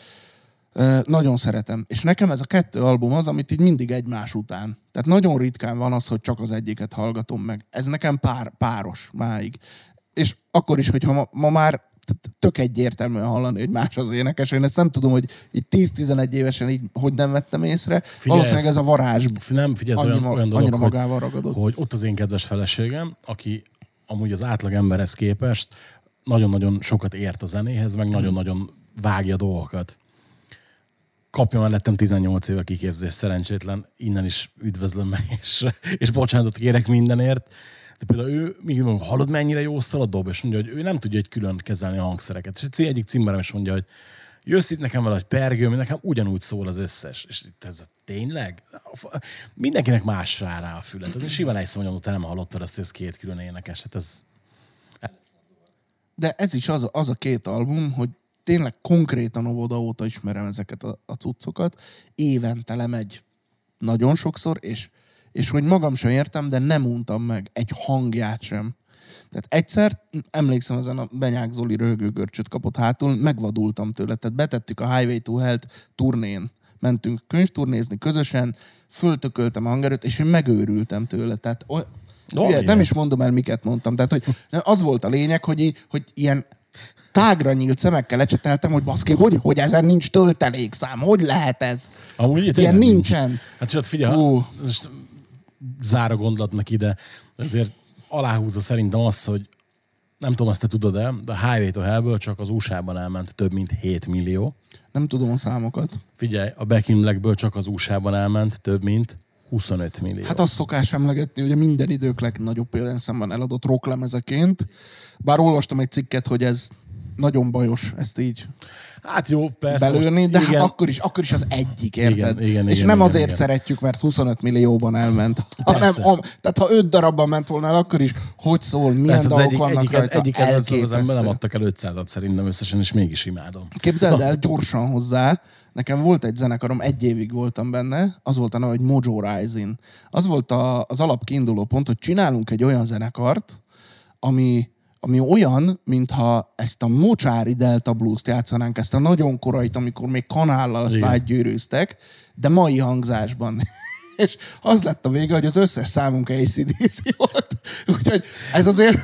Nagyon szeretem. És nekem ez a kettő album az, amit így mindig egymás után. Tehát nagyon ritkán van az, hogy csak az egyiket hallgatom meg. Ez nekem páros máig. És akkor is, hogyha ma már tök egyértelműen hallani, hogy más az énekes. Én ezt nem tudom, hogy így 10-11 évesen így hogy nem vettem észre. Valószínűleg ez a varázs olyan dolog, magával ragadott. Hogy ott az én kedves feleségem, aki amúgy az átlag emberhez képest nagyon-nagyon sokat ért a zenéhez, meg nagyon-nagyon vágja dolgokat. Kapja mellettem 18 éve kiképzés, szerencsétlen. Innen is üdvözlöm meg, és bocsánatot kérek mindenért. De például ő, még mondom, hallod, mennyire jó szól a dob, és mondja, hogy ő nem tudja egy külön kezelni a hangszereket. És egyik cimmerem is mondja, hogy jössz itt nekem vele, hogy pergő, nekem ugyanúgy szól az összes. És itt ez tényleg? Mindenkinek más rá a fület. És simán elhiszem, hogy te nem hallottad azt, hogy ez két külön énekes. Hát ez... De ez is az a két album, hogy tényleg konkrétan óvoda óta ismerem ezeket a cuccokat. Évente lemegy nagyon sokszor, és hogy magam sem értem, de nem untam meg egy hangját sem. Tehát egyszer, emlékszem, ezen a Benyák Zoli röhögőgörcsöt kapott hátul, megvadultam tőle. Tehát betettük a Highway to Hell-t turnén. Mentünk könyvturnézni közösen, föltököltem a hangerőt, és én megőrültem tőle. Tehát ugye, nem is mondom el, miket mondtam. Tehát hogy az volt a lényeg, hogy ilyen tágra nyílt szemekkel lecseteltem, hogy baszki, hogy ezen nincs töltelékszám, hogy lehet ez? Amúgy ilyen nincsen. Nincs. Hát csak figyelj, most záró gondolatnak ide, ezért aláhúzza szerintem azt, hogy nem tudom, ezt te tudod-e, de a Highway to Hell-ből csak az USA-ban elment több mint 7 millió. Nem tudom a számokat. Figyelj, a Back in Black-ből csak az USA-ban elment több mint 25 millió. Hát azt szokás emlegetni, hogy a minden idők legnagyobb példányszámban eladott rocklemezeként. Bár olvastam egy cikket, hogy ez nagyon bajos ezt így hát jó, persze, belőni, de igen. Hát akkor is az egyik, érted? Igen, és nem azért szeretjük, mert 25 millióban elment. Tehát ha 5 darabban ment volna el, akkor is hogy szól, milyen persze, dolgok vannak rajta, elképesztő. Az ember nem adtak el 500-at szerintem összesen, és mégis imádom. Képzeld el gyorsan hozzá, nekem volt egy zenekarom, 1 évig voltam benne, az volt a neve, hogy Mojo Rising. Az volt az alapkiinduló pont, hogy csinálunk egy olyan zenekart, ami olyan, mintha ezt a mocsári Delta Blues-t játszanánk, ezt a nagyon korait, amikor még kanállal azt átgyűrűztek, de mai hangzásban. És az lett a vége, hogy az összes számunk AC/DC volt. Úgyhogy ez azért...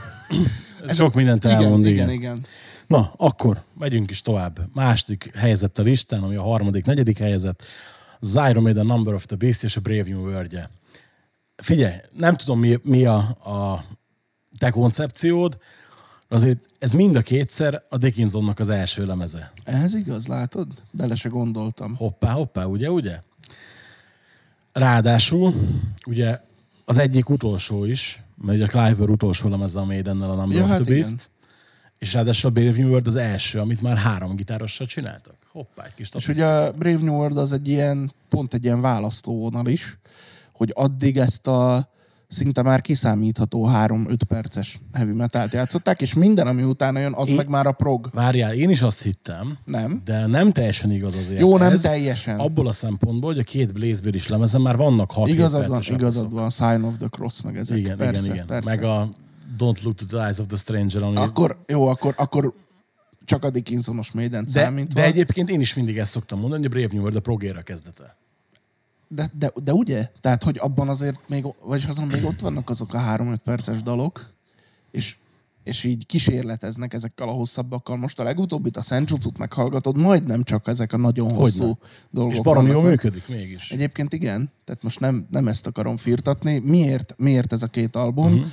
Ez sok mindent elmond, igen. Na, akkor megyünk is tovább. Második helyezett a listán, ami a harmadik, negyedik helyezett. Az Iron Maiden, Number of the Beast és a Brave New World-je. Figyelj, nem tudom mi a te koncepciód, Azért ez mind a kétszer a Dickinsonnak az első lemeze. Ez igaz, látod? Bele se gondoltam. Hoppá, ugye? Ráadásul, ugye az egyik utolsó is, mert ugye a Clive Burr utolsó lemeze a Maidennel, a Number of the Beast, igen. És ráadásul a Brave New World az első, amit már 3 gitárossal csináltak. Hoppá, egy kis tapasztalat. És ugye a Brave New World az pont egy ilyen választóvonal is, hogy addig ezt a szinte már kiszámítható 3-5 perces heavy metalt játszották, és minden, ami utána jön, az meg már a prog. Várjál, én is azt hittem, nem? De nem teljesen igaz azért. Jó, nem teljesen. Abból a szempontból, hogy a 2 Blaze Bear is lemezen már vannak 6-7 perces. Igazad van, Sign of the Cross, meg ezek. Igen, persze, igen. Persze. Meg a Don't Look to the Eyes of the Stranger. Ami... Akkor csak a Dickinsonos Maiden számítva. De egyébként én is mindig ezt szoktam mondani, hogy a Brave New World a progéra kezdete. De ugye? Tehát, hogy abban azért még, vagyis azon még ott vannak azok a 3-5 perces dalok, és így kísérleteznek ezekkel a hosszabbakkal. Most a legutóbbit, a Senjutsu-t meghallgatod, majdnem csak ezek a nagyon hosszú dolgok. És baromi jól működik mégis. Egyébként igen, tehát most nem ezt akarom firtatni. Miért ez a 2 album?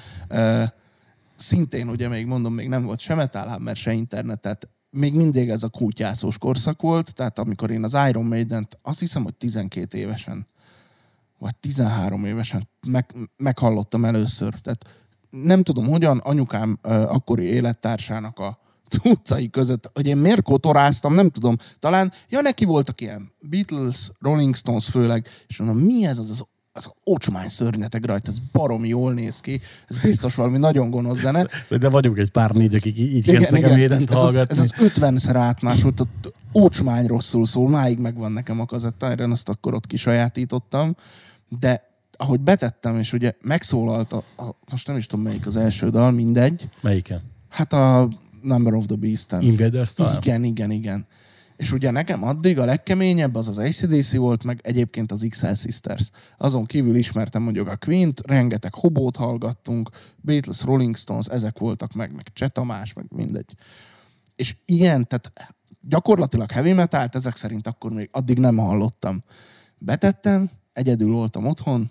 Szintén ugye még mondom, még nem volt se Metal Hammer, se internet, tehát még mindig ez a kutyászós korszak volt, tehát amikor én az Iron Maident azt hiszem, hogy 12 évesen, vagy 13 évesen meghallottam először. Tehát nem tudom, hogyan anyukám akkori élettársának a cuccai között, hogy én miért kotoráztam, nem tudom. Talán, neki voltak ilyen Beatles, Rolling Stones főleg, és mondom, mi ez az ocsmány szörnyeteg rajta, ez baromi jól néz ki, ez biztos valami nagyon gonosz zene. De vagyunk egy pár négy, akik így kezdtek a Maident hallgatni. Ez az 50-szer átmásult, ocsmány rosszul szól, máig megvan nekem a kazettáján, azt akkor ott kisajátítottam, de ahogy betettem, és ugye megszólalt, most nem is tudom melyik az első dal, mindegy. Melyiken? Hát a Number of the Beast-en. Invaders Style? Igen. És ugye nekem addig a legkeményebb az az AC/DC volt, meg egyébként az XL Sisters. Azon kívül ismertem mondjuk a Queen-t, rengeteg Hobót hallgattunk, Beatles, Rolling Stones, ezek voltak meg Cseh Tamás, meg mindegy. És ilyen, tehát gyakorlatilag heavy metalt ezek szerint akkor még addig nem hallottam. Betettem, egyedül voltam otthon,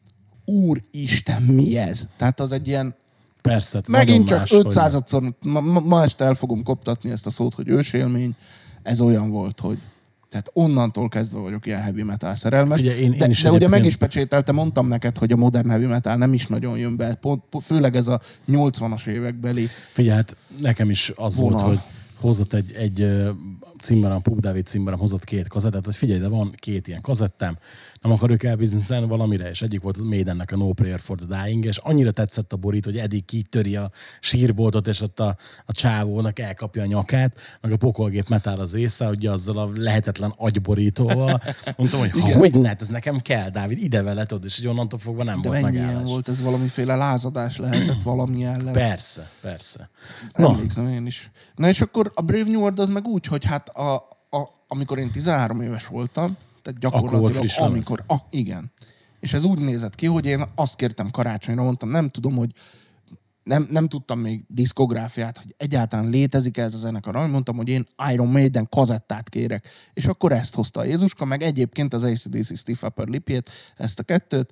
úristen, mi ez? Tehát az egy ilyen... Persze. Megint csak 500-szor, ma este el fogom koptatni ezt a szót, hogy ősélmény. Ez olyan volt, hogy tehát onnantól kezdve vagyok ilyen heavy metal szerelmes. Figyelj, de ugye meg is pecsételtem, mondtam neked, hogy a modern heavy metal nem is nagyon jön be. Főleg ez a 80-as évekbeli. Figyelj, hát nekem is az vonal. Volt, hogy hozott egy cimmerem, Puk Dávid cimmerem hozott 2 kazettát, hogy figyelj, de van 2 ilyen kazettám, nem akarjuk elbizniszelni valamire, és egyik volt Maidennek a No Prayer for the Dying, és annyira tetszett a borít, hogy Eddie kitöri a sírboltot, és ott a csávónak elkapja a nyakát, meg a pokolgép metál az észre, ugye azzal a lehetetlen agyborítóval. Mondtam, hogy hogy ne, ez nekem kell, Dávid, ide vele, tudod, és így onnantól fogva nem volt megállás. De volt, ez valamiféle lázadás lehetett valami ellen. Persze. Emlékszem én is. Na és akkor a Brave New World az meg úgy, hogy hát amikor én 13 éves voltam, tehát gyakorlatilag igen. És ez úgy nézett ki, hogy én azt kértem karácsonyra, mondtam, nem tudom, hogy nem tudtam még diszkográfiát, hogy egyáltalán létezik ez a zenekar. Mondtam, hogy én Iron Maiden kazettát kérek. És akkor ezt hozta a Jézuska, meg egyébként az AC/DC Stiff Upper Lipjét, ezt a 2-t,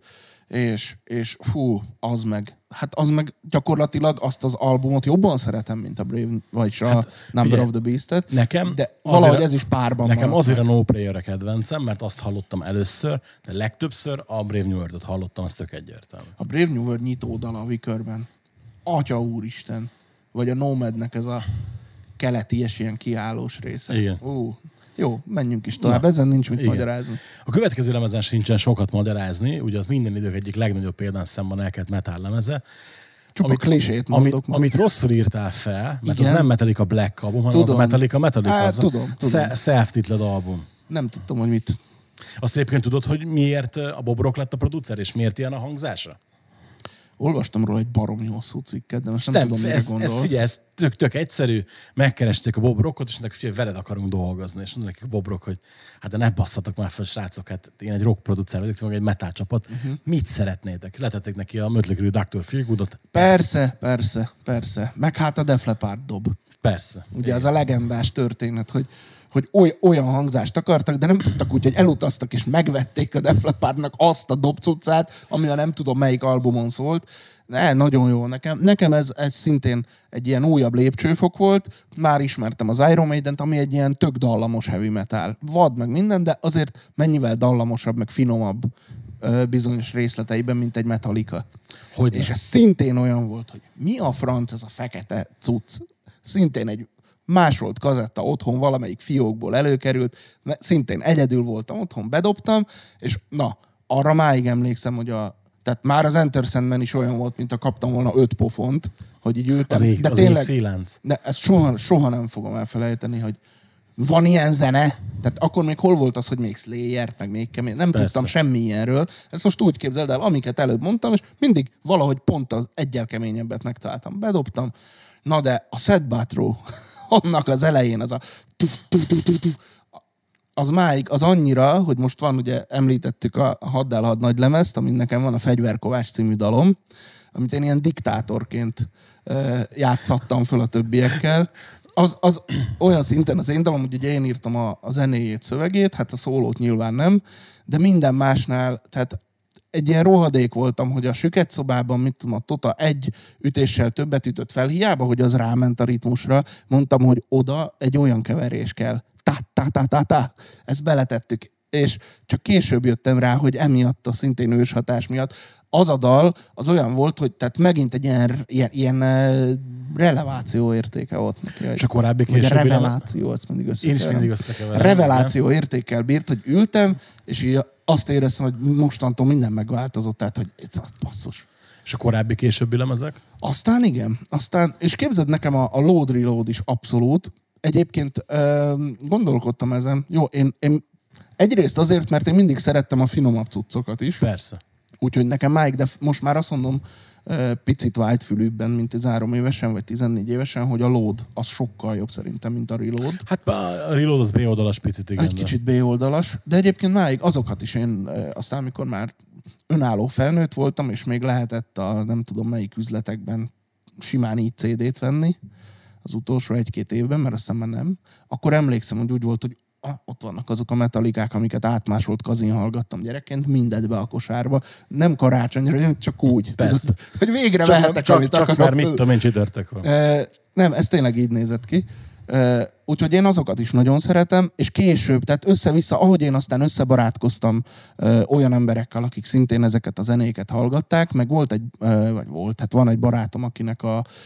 és hú, az meg gyakorlatilag azt az albumot jobban szeretem, mint a Brave, vagyis a Number of the Beast-et. Nekem de valahogy ez is párban nekem azért a No Prayer a kedvencem, mert azt hallottam először, de legtöbbször a Brave New World-ot hallottam, az tök egyértelmű. A Brave New World nyitódala a Wickerben. Atya úristen. Vagy a Nomadnek ez a keleti és ilyen kiállós része. Igen. Jó, menjünk is tovább. Ezen nincs mit magyarázni. A következő lemezen sincsen sokat magyarázni, ugye az minden idők egyik legnagyobb példán szemben elkelt metal lemeze. Csak a klisét mondok. Amit rosszul írtál fel, mert igen? Az nem Metallica Black album, hanem tudom. Az a Metallica az tudom. Self-titled album. Nem tudtam, hogy mit. Azt egyébként tudod, hogy miért a Bob Rock lett a producer, és miért ilyen a hangzása? Olvastam róla egy baromi hosszú cikket, de most nem tudom, mire gondolsz. Figyelj, ez tök egyszerű. Megkeresték a Bob Rockot, és mondták, hogy veled akarunk dolgozni. És mondták a Bob Rock, hogy hát de ne basszatok már fel, srácok, hát én egy rock producer vagyok, meg egy metal csapat. Mit szeretnétek? Letették neki a Mötley Crüe Dr. Feelgoodot. Persze. Meg hát a Def Leppard dob. Persze. Ugye az a legendás történet, hogy hogy olyan hangzást akartak, de nem tudtak úgy, hogy elutaztak és megvették a Def Leppardnak azt a dobcuccát, ami a nem tudom melyik albumon szólt. Nagyon jó nekem ez szintén egy ilyen újabb lépcsőfok volt. Már ismertem az Iron Maident, ami egy ilyen tök dallamos heavy metal. Vad meg minden, de azért mennyivel dallamosabb, meg finomabb bizonyos részleteiben, mint egy Metallica. És ez szintén olyan volt, hogy mi a franc ez a fekete cucc. Szintén egy másolt kazetta otthon valamelyik fiókból előkerült, szintén egyedül voltam otthon, bedobtam, és na, arra máig emlékszem, hogy tehát már az Enter Sandman is olyan volt, mint a kaptam volna 5 pofont, hogy így ültem. Az tényleg, szélánc. De ezt soha nem fogom elfelejteni, hogy van ilyen zene. Tehát akkor még hol volt az, hogy még Slayer-t, meg még kemény. Nem tudtam semmi ilyenről. Ezt most úgy képzeld el, amiket előbb mondtam, és mindig valahogy pont az egyel keményebbet megtaláltam. Bedobtam. Na de a Sad But True, annak az elején az a az máig, az annyira, hogy most van, ugye említettük a Hadd el nagy lemezt, amin nekem van a Fegyverkovács című dalom, amit én ilyen diktátorként játszattam föl a többiekkel. Az olyan szinten az én dalom, hogy ugye én írtam a zenéjét, szövegét, hát a szólót nyilván nem, de minden másnál, tehát egy ilyen rohadék voltam, hogy a süket szobában, mit tudom, a Tota egy ütéssel többet ütött fel, hiába, hogy az ráment a ritmusra, mondtam, hogy oda egy olyan keverés kell. Ta. Ezt beletettük. És csak később jöttem rá, hogy emiatt a szintén őshatás miatt az a dal az olyan volt, hogy tehát megint egy ilyen releváció értéke volt neki. És a korábbi későbbi... Reveláció, ezt mindig összekeverem. Én is mindig összekeverem. Reveláció értékkel bírt, hogy ültem, és így azt éreztem, hogy mostantól minden megváltozott, tehát, hogy basszus. És a korábbi későbbi lemezek? Aztán igen. És képzeld, nekem a Load Reload is abszolút. Egyébként gondolkodtam ezen. Jó, én egyrészt azért, mert én mindig szerettem a finomabb cuccokat is. Persze. Úgyhogy nekem máig, de most már azt mondom picit vágyfülűbben, mint 13 évesen, vagy 14 évesen, hogy a Load az sokkal jobb szerintem, mint a Reload. Hát a Reload az B-oldalas picit, igen. Egy kicsit B-oldalas, de egyébként máig azokat is én aztán, amikor már önálló felnőtt voltam, és még lehetett a nem tudom melyik üzletekben simán így CD-t venni, az utolsó 1-2 évben, mert azt hiszem már nem, akkor emlékszem, hogy úgy volt, hogy ott vannak azok a metalikák, amiket átmásolt kazin hallgattam gyerekként, mindet be a kosárba. Nem karácsonyra, csak úgy. Persze. Tudod, hogy végre vehetek, amit akarok. Csak már mit tudom én, csütörtök van. Nem, ez tényleg így nézett ki. Úgyhogy én azokat is nagyon szeretem, és később, tehát össze-vissza, ahogy én aztán összebarátkoztam olyan emberekkel, akik szintén ezeket a zenéket hallgatták, meg van egy barátom, akinek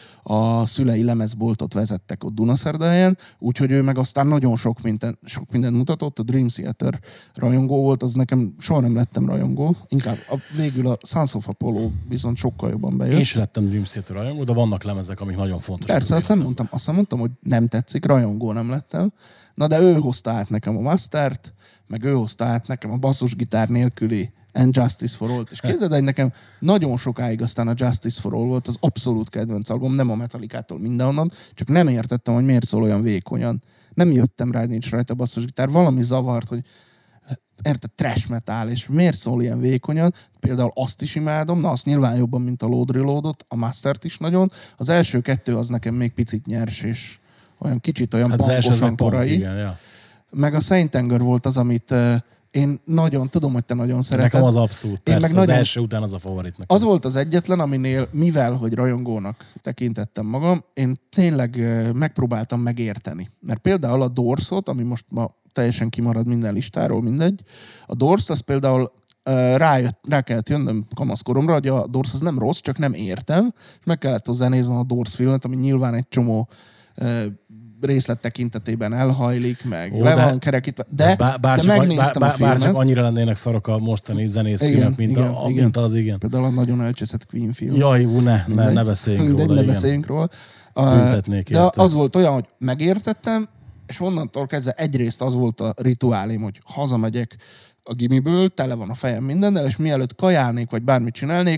a szülei lemezboltot vezettek ott Dunaszerdahelyen, úgyhogy ő meg aztán nagyon sok mindent mutatott, a Dream Theater rajongó volt, az nekem soha nem lettem rajongó, inkább végül a Sons of Apollo viszont sokkal jobban bejött. Én is lettem Dream Theater rajongó, de vannak lemezek, amik nagyon fontosak. Persze, azt nem mondtam, hogy nem tetszik, rajongó nem lettem. Na de ő hozta át nekem a Mastert, meg ő hozta át nekem a basszusgitár nélküli And Justice for All-t. És képzeld, hogy nekem nagyon sokáig aztán a Justice for All volt az abszolút kedvenc album, nem a Metallicától mindenhonnan, csak nem értettem, hogy miért szól olyan vékonyan. Nem jöttem rá, hogy nincs rajta basszusgitár. Valami zavart, hogy érted, trash metal, és miért szól ilyen vékonyan. Például azt is imádom, na azt nyilván jobban, mint a Load Reloadot, a Mastert is nagyon. Az első 2 az nekem még picit nyers, és olyan kicsit olyan hát punkosan korai. Igen, ja. Meg a Saint Anger volt az, amit én nagyon, tudom, hogy te nagyon szereted. Nekem az abszolút, persze, az első után az a favorit nekem. Az volt az egyetlen, aminél, mivel, hogy rajongónak tekintettem magam, én tényleg megpróbáltam megérteni. Mert például a Doors-ot, ami most ma teljesen kimarad minden listáról, mindegy, a Doors, az például rá kellett jönnöm kamaszkoromra, hogy a Doors az nem rossz, csak nem értem, és meg kellett hozzá nézni a Doors filmet, ami nyilván egy csomó részlet tekintetében elhajlik, meg le van kerekítve, de megnéztem a filmet. Bár csak annyira lennének szarok a mostani zenészfilmek, mint az, igen. Például a nagyon elcseszett Queen film. Jaj, ne beszéljünk róla. Ne beszéljünk róla. Büntetnék de az volt olyan, hogy megértettem, és onnantól kezdve egyrészt az volt a rituálém, hogy hazamegyek a gimiből, tele van a fejem mindennel, és mielőtt kajálnék, vagy bármit csinálnék,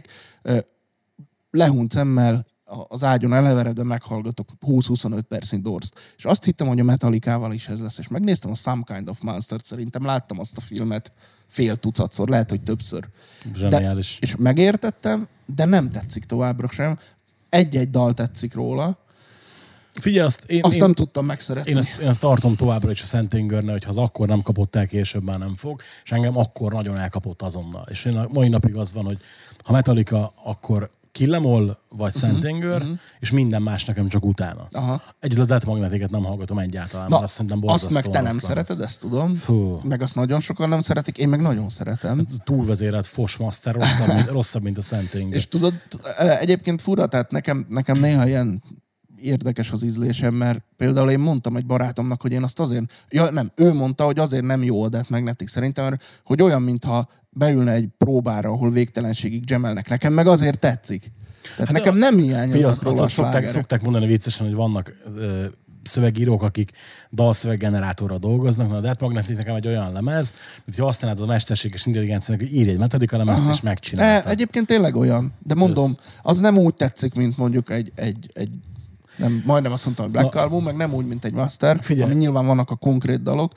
lehunyt szemmel az ágyon eleveredve meghallgatok 20-25 percnyi Doors-t. És azt hittem, hogy a Metallicával is ez lesz. És megnéztem a Some Kind of Monster-t, szerintem láttam azt a filmet fél tucatszor, lehet, hogy többször. Zseniális. És megértettem, de nem tetszik továbbra sem. Egy-egy dal tetszik róla. Figyelj, Azt nem tudtam megszeretni. Én ezt tartom továbbra is a Szent Ingörne, hogy ha az akkor nem kapott el, később már nem fog, és engem akkor nagyon elkapott azonnal. És én a mai napig az van, hogy ha Metallica, akkor Kill 'Em All vagy Szent Ingör, és minden más nekem csak utána. Egyedül a Death Magnetiket nem hallgatom egyáltalán, mert azt szerintem borzasztóan. Azt meg te nem szereted, ezt tudom. Fú. Meg azt nagyon sokan nem szeretik, én meg nagyon szeretem. Túlvezérelt Foshmaster rosszabb, mint a Szent Ingör. És tudod, egyébként fura, tehát nekem néha ilyen érdekes az ízlésem, mert például én mondtam egy barátomnak, hogy én azt azért... Ja, nem, ő mondta, hogy azért nem jó a Death Magnetic szerintem, mert hogy olyan, mintha beülne egy próbára, ahol végtelenségig gemelnek. Nekem meg azért tetszik. Tehát nekem nem hiányoznak róla a slágerek. Szokták mondani viccesen, hogy vannak szövegírók, akik dalszöveggenerátorral dolgoznak, a Death Magnetic nekem egy olyan lemez, hogyha használod a mesterséges intelligenciának, hogy írj egy Metallica lemezt, és megcsináltad. Egyébként tényleg olyan. De mondom, az nem úgy tetszik, mint mondjuk egy nem, majdnem azt mondtam, hogy Black Album, meg nem úgy, mint egy Master, ami nyilván vannak a konkrét dalok.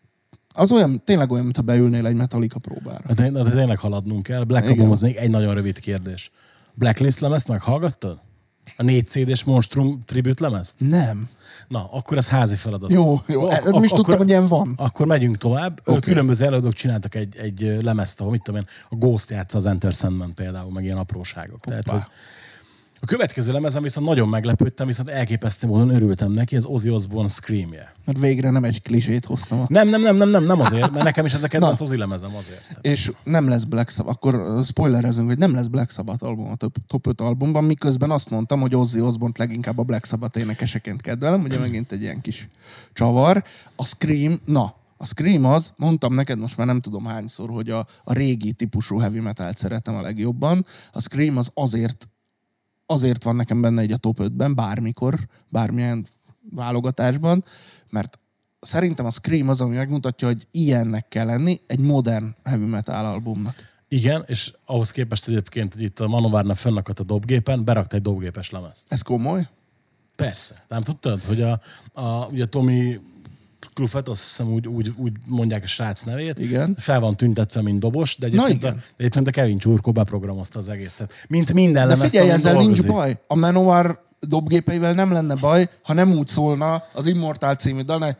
Az olyan, tényleg olyan, mintha beülnél egy Metallica próbára. De tényleg haladnunk kell. Black Album az még egy nagyon rövid kérdés. Blacklist lemezt meghallgattad? A 4 CD-s Monstrum tribute lemezt? Nem. Na, akkor ez házi feladat. Jó. Nem is tudtam, hogy ilyen van. Akkor megyünk tovább. Okay. Különböző előadók csináltak egy lemezt, ahol mit tudom én, a Ghost játsza az Enter Sandman például, meg ilyen apróságok. Tehát, hogy a következő lemezen viszont nagyon meglepődtem, viszont elképesztő módon örültem neki, ez Ozzy Osbourne Scream-je. Mert végre nem egy klisét hoztam. Nem azért, mert nekem is ez a kedvenc Ozzy lemezem azért. És nem lesz Black Sabbath, akkor spoilerezünk, hogy nem lesz Black Sabbath album a top 5 albumban, miközben azt mondtam, hogy Ozzy Osbourne-t leginkább a Black Sabbath énekeseként kedvelem, ugye megint egy ilyen kis csavar. A Scream az, mondtam neked most már nem tudom hányszor, hogy a régi típusú heavy metalt szeretem a legjobban. A Scream az azért van nekem benne egy a top 5-ben, bármikor, bármilyen válogatásban, mert szerintem a Scream az, ami megmutatja, hogy ilyennek kell lenni egy modern heavy metal albumnak. Igen, és ahhoz képest egyébként, hogy itt a Manovárnál fönnakadt a dobgépen, berakta egy dobgépes lemezt. Ez komoly? Persze. Nem tudtad, hogy ugye Tommy Cluffet, azt hiszem úgy mondják a srác nevét. Igen. Fel van tüntetve, mint dobos, de egyébként a Kevin Csurko beprogramozta az egészet. Mint minden lemezt, de figyelj, ezzel nincs baj. A Manowar dobgépeivel nem lenne baj, ha nem úgy szólna az Immortal című dal,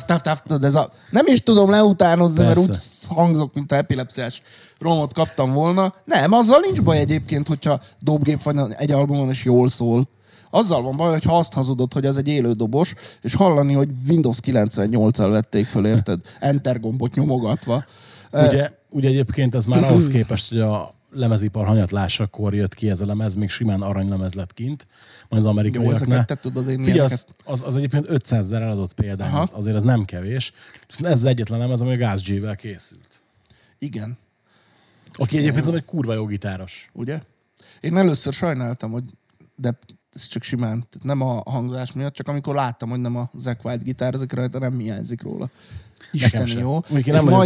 nem is tudom leutánozni, mert úgy hangzok, mint a epilepsziás romot kaptam volna. Nem, azzal nincs baj egyébként, hogyha dobgép van egy albumon, és jól szól. Azzal van baj, hogy ha azt hazudod, hogy ez egy élő dobos, és hallani, hogy Windows 98-al vették föl, érted? Enter gombot nyomogatva. Ugye egyébként ez már ahhoz képest, hogy a lemezipar hanyatlásakor jött ki ez a lemez, még simán aranylemez lett kint, majd az amerikaiaknál. Figyelj, az egyébként 500 000 eladott példány, azért ez nem kevés. Ez az egyetlen lemez, ami a Gas G-vel készült. Igen. Aki egyébként egy kurva jó gitáros. Ugye? Én először sajnáltam, hogy de ez csak simán, tehát nem a hangzás miatt, csak amikor láttam, hogy nem a Zakk Wylde gitározik rajta, nem hiányzik róla. Isteni jó. És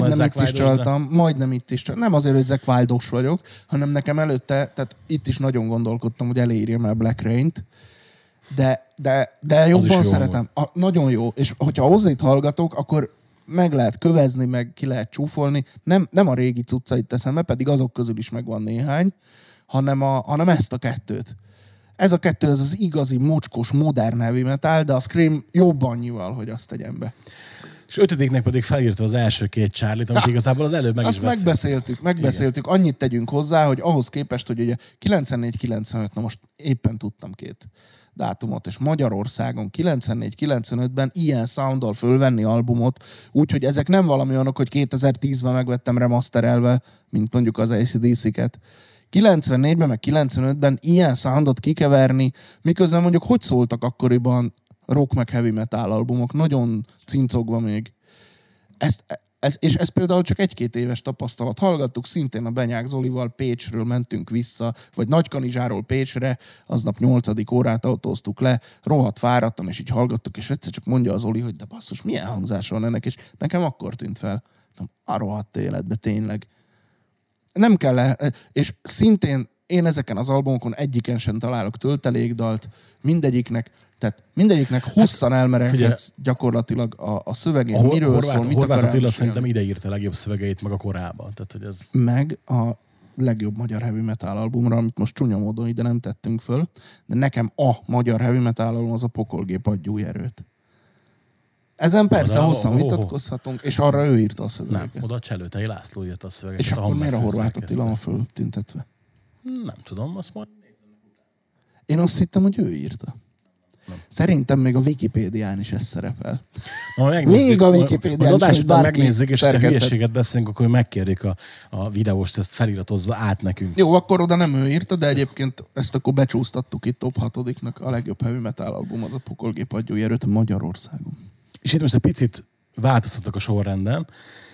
majdnem itt is csaltam. Nem azért, hogy Zakk Wylde-os vagyok, hanem nekem előtte, tehát itt is nagyon gondolkodtam, hogy elérjem el Black Rain-t, de jobban szeretem. Nagyon jó. És hogyha Ozzyt hallgatok, akkor meg lehet kövezni, meg ki lehet csúfolni. Nem a régi cuccait teszem be, pedig azok közül is megvan néhány, hanem ezt a kettőt. Ez a kettő az igazi, mocskos, modern heavy metal, de a Scream jobb annyival, hogy azt tegyem be. És 5-nek pedig felírta az első 2 Charlie-t, amit igazából az előbb meg is megbeszéltük. Annyit tegyünk hozzá, hogy ahhoz képest, hogy ugye 94-95, na most éppen tudtam 2 dátumot, és Magyarországon 94-95-ben ilyen sounddal fölvenni albumot, úgyhogy ezek nem valami olyanok, hogy 2010-ben megvettem remasterelve, mint mondjuk az AC/DC-ket. 94-ben, meg 95-ben ilyen soundot kikeverni, miközben mondjuk hogy szóltak akkoriban rock meg heavy metal albumok, nagyon cincogva még. És ez például csak 1-2 éves tapasztalat. Hallgattuk szintén a Benyák Zolival, Pécsről mentünk vissza, vagy Nagykanizsáról Pécsre, aznap 8. órát autóztuk le, rohadt fáradtan, és így hallgattuk, és egyszer csak mondja az Zoli, hogy de basszus, milyen hangzás van ennek, és nekem akkor tűnt fel. A rohadt életbe, tényleg. Nem kell és szintén én ezeken az albumokon egyiken sem találok töltelékdalt, mindegyiknek hosszan elmerekedsz gyakorlatilag a szövegén, miről szól, mit akar Attila szerintem ide írta a legjobb szövegeit meg a korában. Tehát, hogy ez... Meg legjobb magyar heavy metal albumra, amit most csúnya módon ide nem tettünk föl, de nekem a magyar heavy metal album az a Pokolgép Adj új erőt. Ezen persze hosszan vitatkozhatunk, és arra ő írta a szövegeket. Nem, oda Cselőtei László írta a szövegeket. És akkor miért a Horváth Attila van föltüntetve? Nem tudom, azt majd... Én azt hittem, hogy ő írta. Nem. Szerintem még a Wikipédián is ez szerepel. Még a Wikipédián is bárki megnézzük, és ha hülyeséget beszélünk, akkor megkérjék a videóst, ezt feliratozza át nekünk. Jó, akkor oda nem ő írta, de egyébként ezt akkor becsúsztattuk itt top 6-nak. A legjobb heavy metal album az a Pokolgép Adj új erőt Magyarországon. És itt most egy picit változtatok a sorrenden.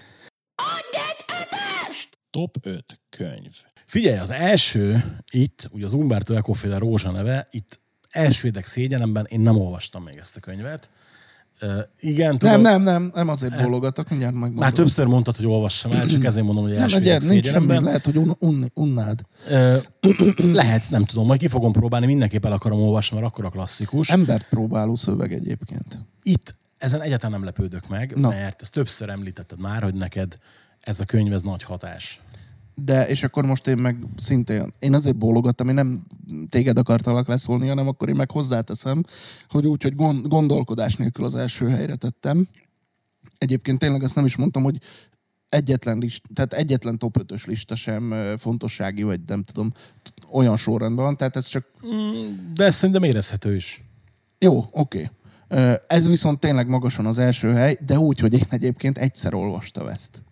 Top 5 könyv. Figyelj, az első itt, ugye az Umberto Eco-féle Rózsa neve, itt elsődleg szégyenemben én nem olvastam még ezt a könyvet. Igen, tudom, nem azért bólogatok, mindjárt megmondom. már többször mondtad, hogy olvassam el, csak ezért mondom, hogy elsődleg nincs szégyenemben. semmi, lehet, hogy unnád. Lehet, nem tudom, majd ki fogom próbálni, mindenképp el akarom olvasni, mert akkor a klasszikus. Embert próbáló szöveg egyébként. Itt ezen egyáltalán nem lepődök meg, mert ezt többször említetted már, hogy neked ez a könyv, ez nagy hatás. De, és akkor most én meg szintén, én azért bólogattam, én nem téged akartalak leszólni, hanem akkor én meg hozzáteszem, hogy úgy, hogy gondolkodás nélkül az első helyre tettem. Egyébként tényleg azt nem is mondtam, hogy egyetlen top 5-ös lista sem fontossági, vagy nem tudom, olyan sorrendben van, tehát ez csak... De ez szerintem érezhető is. Jó, oké. Ez viszont tényleg magasan az első hely, de úgy, hogy én egyébként egyszer olvastam ezt.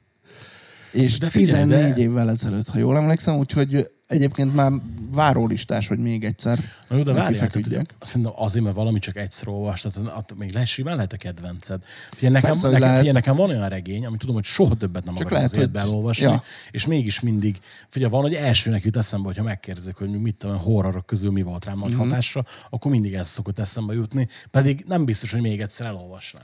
És de 14 évvel ezelőtt, ha jól emlékszem, úgyhogy egyébként már várólistás, hogy még egyszer. Na jó, de várjál, szerintem azért, mert valami csak egyszer olvastad, még simán lehet a kedvenced. Nekem van olyan regény, amit tudom, hogy soha többet nem akarok az életben elolvasni, és mégis mindig, figyelj, van, hogy elsőnek jut eszembe, hogyha megkérdezik, hogy mit tudom, horrorok közül mi volt rám nagy hatásra, akkor mindig ez szokott eszembe jutni, pedig nem biztos, hogy még egyszer elolvasnám.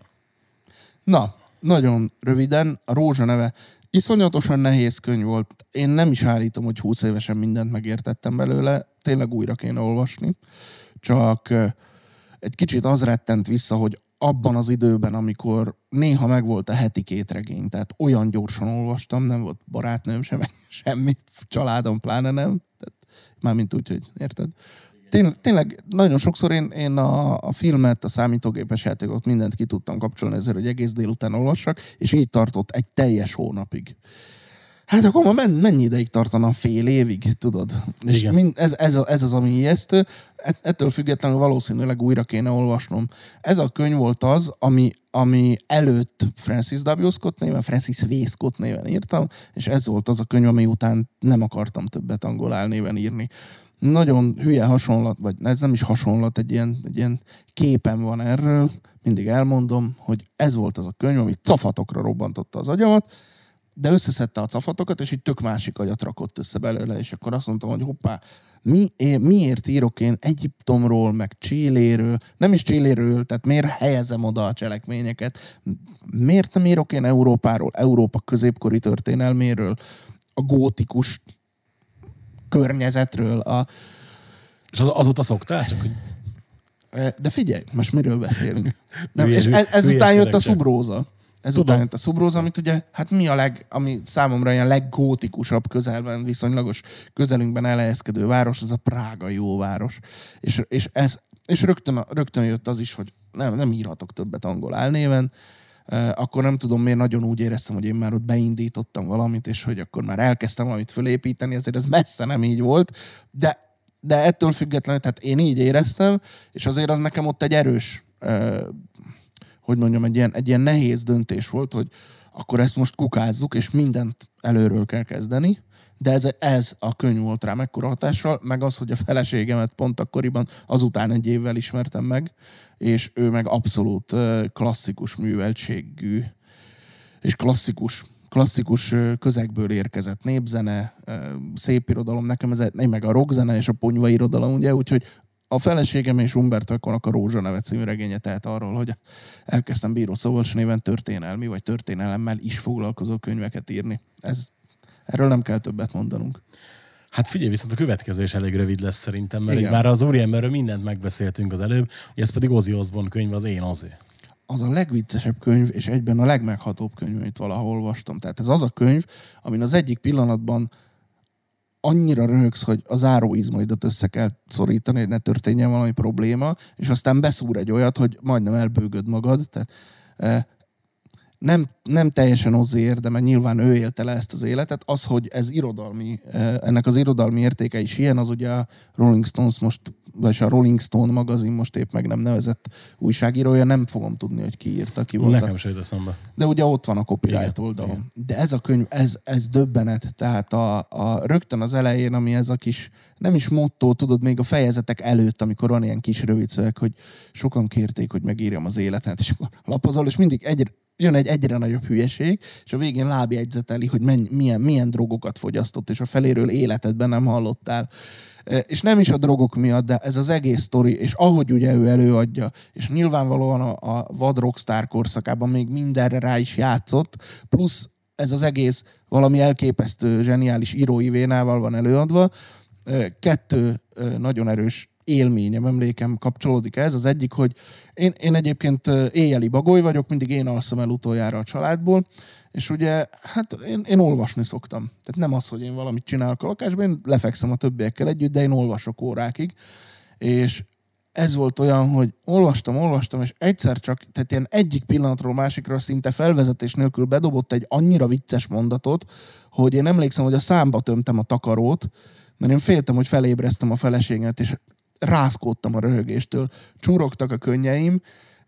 Na, nagyon röviden, a Rózsa neve iszonyatosan nehéz könyv volt. Én nem is állítom, hogy 20 évesen mindent megértettem belőle. Tényleg újra kéne olvasni. Csak egy kicsit az rettent vissza, hogy abban az időben, amikor néha megvolt a heti 2 regény, tehát olyan gyorsan olvastam, nem volt barátnőm sem, semmit, családom pláne nem. Tehát, mármint úgy, hogy érted? Tényleg nagyon sokszor én a filmet, a számítógépes játékot mindent ki tudtam kapcsolni ezért, hogy egész délután olvassak, és így tartott egy teljes hónapig. Hát akkor mennyi ideig tartana? Fél évig, tudod? Igen. És ez az, ami ijesztő. Ettől függetlenül valószínűleg újra kéne olvasnom. Ez a könyv volt az, ami előtt Francis W. Scott néven írtam, és ez volt az a könyv, ami után nem akartam többet angol álnéven írni. Nagyon hülye hasonlat, vagy ez nem is hasonlat, egy ilyen képem van erről, mindig elmondom, hogy ez volt az a könyv, ami cafatokra robbantotta az agyamat, de összeszedte a cafatokat, és így tök másik agyat rakott össze belőle, és akkor azt mondtam, hogy hoppá, miért írok én Egyiptomról, meg Chiléről, nem is Chiléről, tehát miért helyezem oda a cselekményeket, miért nem írok én Európáról, Európa középkori történelméről, a gótikus környezetről. És azóta szoktál? Csak, hogy... De figyelj, most miről beszélünk? Nem, és ezután jött a Szubróza. Ezután jött a Szubróza, amit ugye, hát ami számomra ilyen leggótikusabb közelben, viszonylagos közelünkben elhelyezkedő város, az a prágai óváros. És rögtön jött az is, hogy nem írhatok többet angol álnéven, akkor nem tudom, miért nagyon úgy éreztem, hogy én már ott beindítottam valamit, és hogy akkor már elkezdtem valamit fölépíteni, ezért ez messze nem így volt, de ettől függetlenül, tehát én így éreztem, és azért az nekem ott egy erős, hogy mondjam, egy ilyen nehéz döntés volt, hogy akkor ezt most kukázzuk, és mindent előről kell kezdeni, de ez a könyv volt rám ekkora hatással, meg az, hogy a feleségemet pont akkoriban azután egy évvel ismertem meg, és ő meg abszolút klasszikus műveltségű, és klasszikus közegből érkezett népzene, szépirodalom, nekem ez meg a rockzene és a ponyvairodalom, ugye, úgyhogy a feleségem és Umberto Eco-nak a Rózsa neve című regénye tehet arról, hogy elkezdtem Bíró Szabolcs néven történelmi vagy történelemmel is foglalkozó könyveket írni. Erről nem kell többet mondanunk. Hát figyelj, viszont a következő is elég rövid lesz szerintem, mert már az úriemberről mindent megbeszéltünk az előbb, ez pedig Ozzy Osbourne könyv, az Én Ozzy. Az a legviccesebb könyv, és egyben a legmeghatóbb könyv, amit valahol olvastam. Tehát ez az a könyv, amin az egyik pillanatban annyira röhögsz, hogy a záróizmoidat össze kell szorítani, hogy ne történjen valami probléma, és aztán beszúr egy olyat, hogy majdnem elbőgöd magad. Tehát nem teljesen Ozzy érdeme, nyilván ő élte le ezt az életet. Az, hogy ez ennek az irodalmi értéke is ilyen, az ugye a Rolling Stones most, vagy a Rolling Stone magazin most épp meg nem nevezett újságírója, nem fogom tudni, hogy ki írta, ki volt. Nekem se jut eszembe. De ugye ott van a copyright Igen, oldalon. igen. De ez a könyv, ez döbbenet. Tehát rögtön az elején, ami ez a kis, nem is motto, tudod, még a fejezetek előtt, amikor van ilyen kis rövid szöveg, hogy sokan kérték, hogy megírjam az életet, és akkor lapozol, és mindig jön egy egyre nagyobb hülyeség, és a végén lábjegyzeteli, hogy milyen drogokat fogyasztott, és a feléről életedben nem hallottál. És nem is a drogok miatt, de ez az egész sztori, és ahogy ugye ő előadja, és nyilvánvalóan a vad rockstar korszakában még mindenre rá is játszott, plusz ez az egész valami elképesztő, zseniális írói vénával van előadva. 2 nagyon erős élményem, emlékem kapcsolódik ez. Az egyik, hogy én egyébként éjjeli bagoly vagyok, mindig én alszom el utoljára a családból, és ugye, hát én olvasni szoktam. Tehát nem az, hogy én valamit csinálok a lakásban, én lefekszem a többiekkel együtt, de én olvasok órákig. És ez volt olyan, hogy olvastam, és egyszer csak, tehát ilyen egyik pillanatról másikra szinte felvezetés nélkül bedobott egy annyira vicces mondatot, hogy én emlékszem, hogy a számba tömtem a takarót, mert én féltem, hogy felébreztem a feleségemet, és rázkódtam a röhögéstől. Csúrogtak a könnyeim,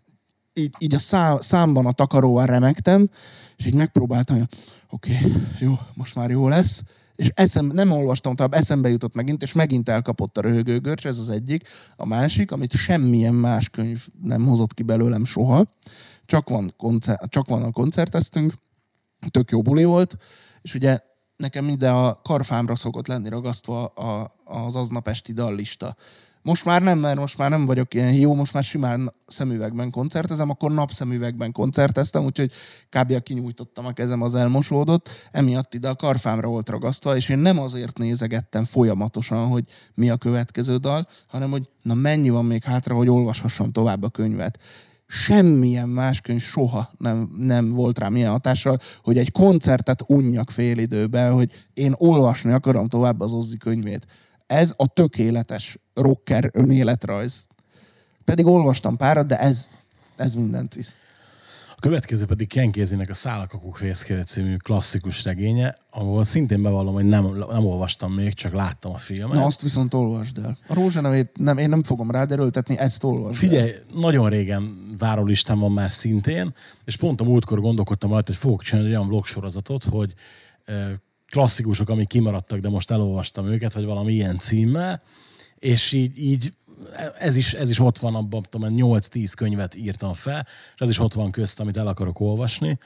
így a számban a takaróval remegtem, és így megpróbáltam, hogy oké, jó, most már jó lesz. És nem olvastam tovább, eszembe jutott megint, és megint elkapott a röhögőgörcs, ez az egyik. A másik, amit semmilyen más könyv nem hozott ki belőlem soha, csak van a koncerteztünk, tök jó buli volt, és ugye nekem ide a karfámra szokott lenni ragasztva az aznap esti dallista. Most már nem, mert most már nem vagyok ilyen hiú, most már simán szemüvegben koncertezem, akkor napszemüvegben koncerteztem, úgyhogy kb. Kinyújtottam a kezem, az elmosódott, emiatt ide a karfámra volt ragasztva, és én nem azért nézegettem folyamatosan, hogy mi a következő dal, hanem hogy na mennyi van még hátra, hogy olvashassam tovább a könyvet. Semmilyen más könyv soha nem volt rám ilyen hatással, hogy egy koncertet unjak fél időben, hogy én olvasni akarom tovább az Ozzy könyvét. Ez a tökéletes rocker önéletrajz. Pedig olvastam párat, de ez mindent visz. A következő pedig Ken Keseynek a Szálakakuk fészkére című klasszikus regénye, ahol szintén bevallom, hogy nem olvastam még, csak láttam a filmet. Na, azt viszont olvasd el. A Rózsanevét én nem fogom rád erőltetni, ezt olvasd Figyelj, el. nagyon régen várólistán van már szintén, és pont a múltkor gondolkodtam rajta, hogy fogok csinálni egy olyan vlogsorozatot, hogy klasszikusok, amik kimaradtak, de most elolvastam őket, vagy valami ilyen címmel, és így ez is ott van abban, 8-10 könyvet írtam fel, és ez is ott van közt, amit el akarok olvasni.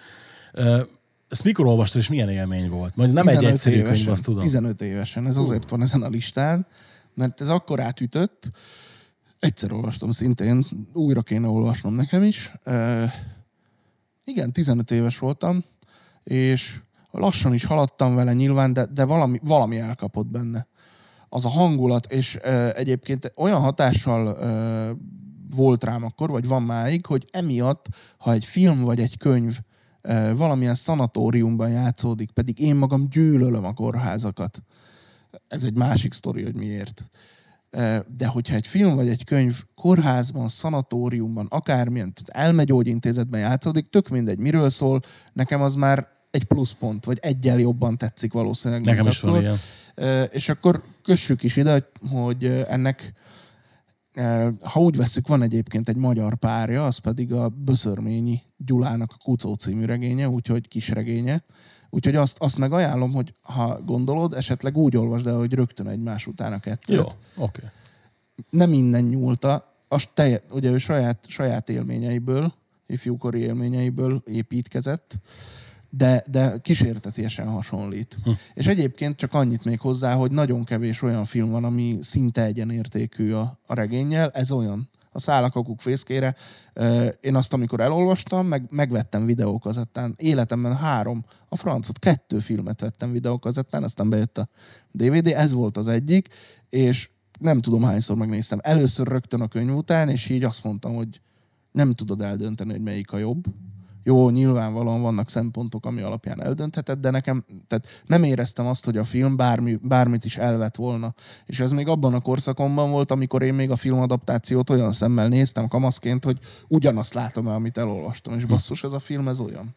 Ezt mikor olvastad, és milyen élmény volt? Majd nem egy egyszerű évesen, könyv, azt tudom. 15 évesen, ez azért van ezen a listán, mert ez akkor átütött. Egyszer olvastam szintén, újra kéne olvasnom nekem is. Igen, 15 éves voltam, és lassan is haladtam vele nyilván, de valami elkapott benne. Az a hangulat, és egyébként olyan hatással volt rám akkor, vagy van máig, hogy emiatt, ha egy film vagy egy könyv valamilyen szanatóriumban játszódik, pedig én magam gyűlölöm a kórházakat. Ez egy másik sztori, hogy miért. De hogyha egy film vagy egy könyv kórházban, szanatóriumban, akármilyen, tehát elmegyógyintézetben játszódik, tök mindegy, miről szól, nekem az már egy pluszpont, vagy egyel jobban tetszik valószínűleg. Nekem is van ilyen. És akkor kössük is ide, hogy ennek, ha úgy vesszük, van egyébként egy magyar párja, az pedig a Böszörményi Gyulának a Kucó című regénye, úgyhogy kisregénye. Úgyhogy azt meg ajánlom, hogy ha gondolod, esetleg úgy olvasd el, hogy rögtön egymás után a kettőt. Jó, oké. Nem innen nyúlta, ugye ő saját élményeiből, ifjúkori élményeiből építkezett, de kísértetiesen hasonlít. És egyébként csak annyit még hozzá, hogy nagyon kevés olyan film van, ami szinte egyenértékű a regénnyel. Ez olyan. A Szálakakuk fészkére. Én azt, amikor elolvastam, megvettem videókazettán. Életemben 2 filmet vettem videókazettán, aztán bejött a DVD. Ez volt az egyik, és nem tudom hányszor megnéztem. Először rögtön a könyv után, és így azt mondtam, hogy nem tudod eldönteni, hogy melyik a jobb. Jó, nyilvánvalóan vannak szempontok, ami alapján eldöntheted, de nekem tehát nem éreztem azt, hogy a film bármit is elvett volna. És ez még abban a korszakomban volt, amikor én még a filmadaptációt olyan szemmel néztem kamaszként, hogy ugyanazt látom el, amit elolvastam. És basszus, ez a film, ez olyan.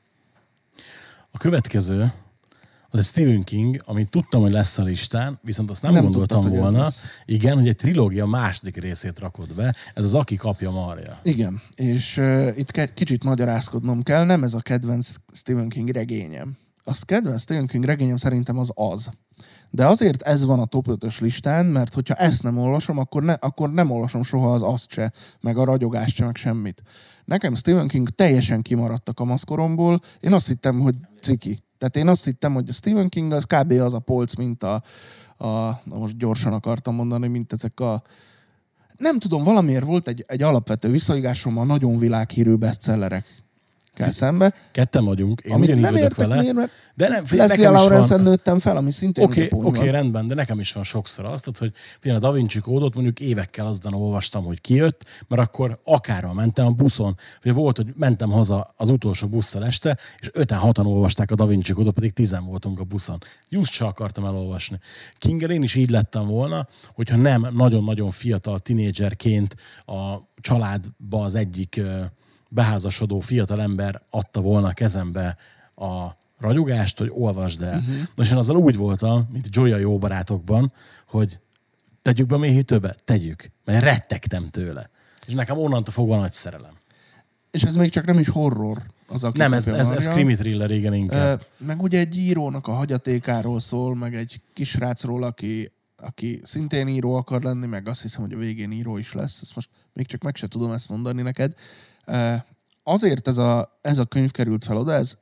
A következő, az egy Stephen King, amit tudtam, hogy lesz a listán, viszont azt nem gondoltam tudtad, volna. Igen, hogy egy trilógia második részét rakod be. Ez az Aki kapja marja. Igen, és itt kicsit magyarázkodnom kell, nem ez a kedvenc Stephen King regényem. A kedvenc Stephen King regényem szerintem az. De azért ez van a top 5-ös listán, mert hogyha ezt nem olvasom, akkor nem olvasom soha az azt se, meg a ragyogást se, meg semmit. Nekem Stephen King teljesen kimaradt a kamaszkoromból. Én azt hittem, hogy ciki. Tehát én azt hittem, hogy a Stephen King az kb. Az a polc, mint na most gyorsan akartam mondani, mint ezek a... Nem tudom, valamiért volt egy alapvető visszaigásom a nagyon világhírű bestsellerek kell szembe. Ketten vagyunk, én ugyanígy vagyok vele. Miért, de nem, Leslie Lawrence-en nőttem fel, ami szintén Oké, rendben, de nekem is van sokszor azt, hogy például a Da Vinci Kódot mondjuk évekkel aztán olvastam, hogy kijött, mert akkor akárhol mentem a buszon, vagy volt, hogy mentem haza az utolsó busszal este, és 5-6-an olvasták a Da Vinci Kódot, pedig 10 voltunk a buszon. Just se akartam elolvasni. Kinggel én is így lettem volna, hogyha nem nagyon-nagyon fiatal tinédzserként a családba az egyik beházasodó fiatalember adta volna a kezembe a ragyogást, hogy olvasd el. Most én azzal úgy voltam, mint Joey a Jó barátokban, hogy tegyük be a mélyhűtőbe? Tegyük. Mert rettegtem tőle. És nekem onnantól fogva nagy szerelem. És ez még csak nem is horror. Nem, ez krimi thriller, igen, inkább. Meg ugye egy írónak a hagyatékáról szól, meg egy kisrácról, aki szintén író akar lenni, meg azt hiszem, hogy a végén író is lesz. Ezt most még csak meg se tudom ezt mondani neked. Azért ez a könyv került fel oda, ez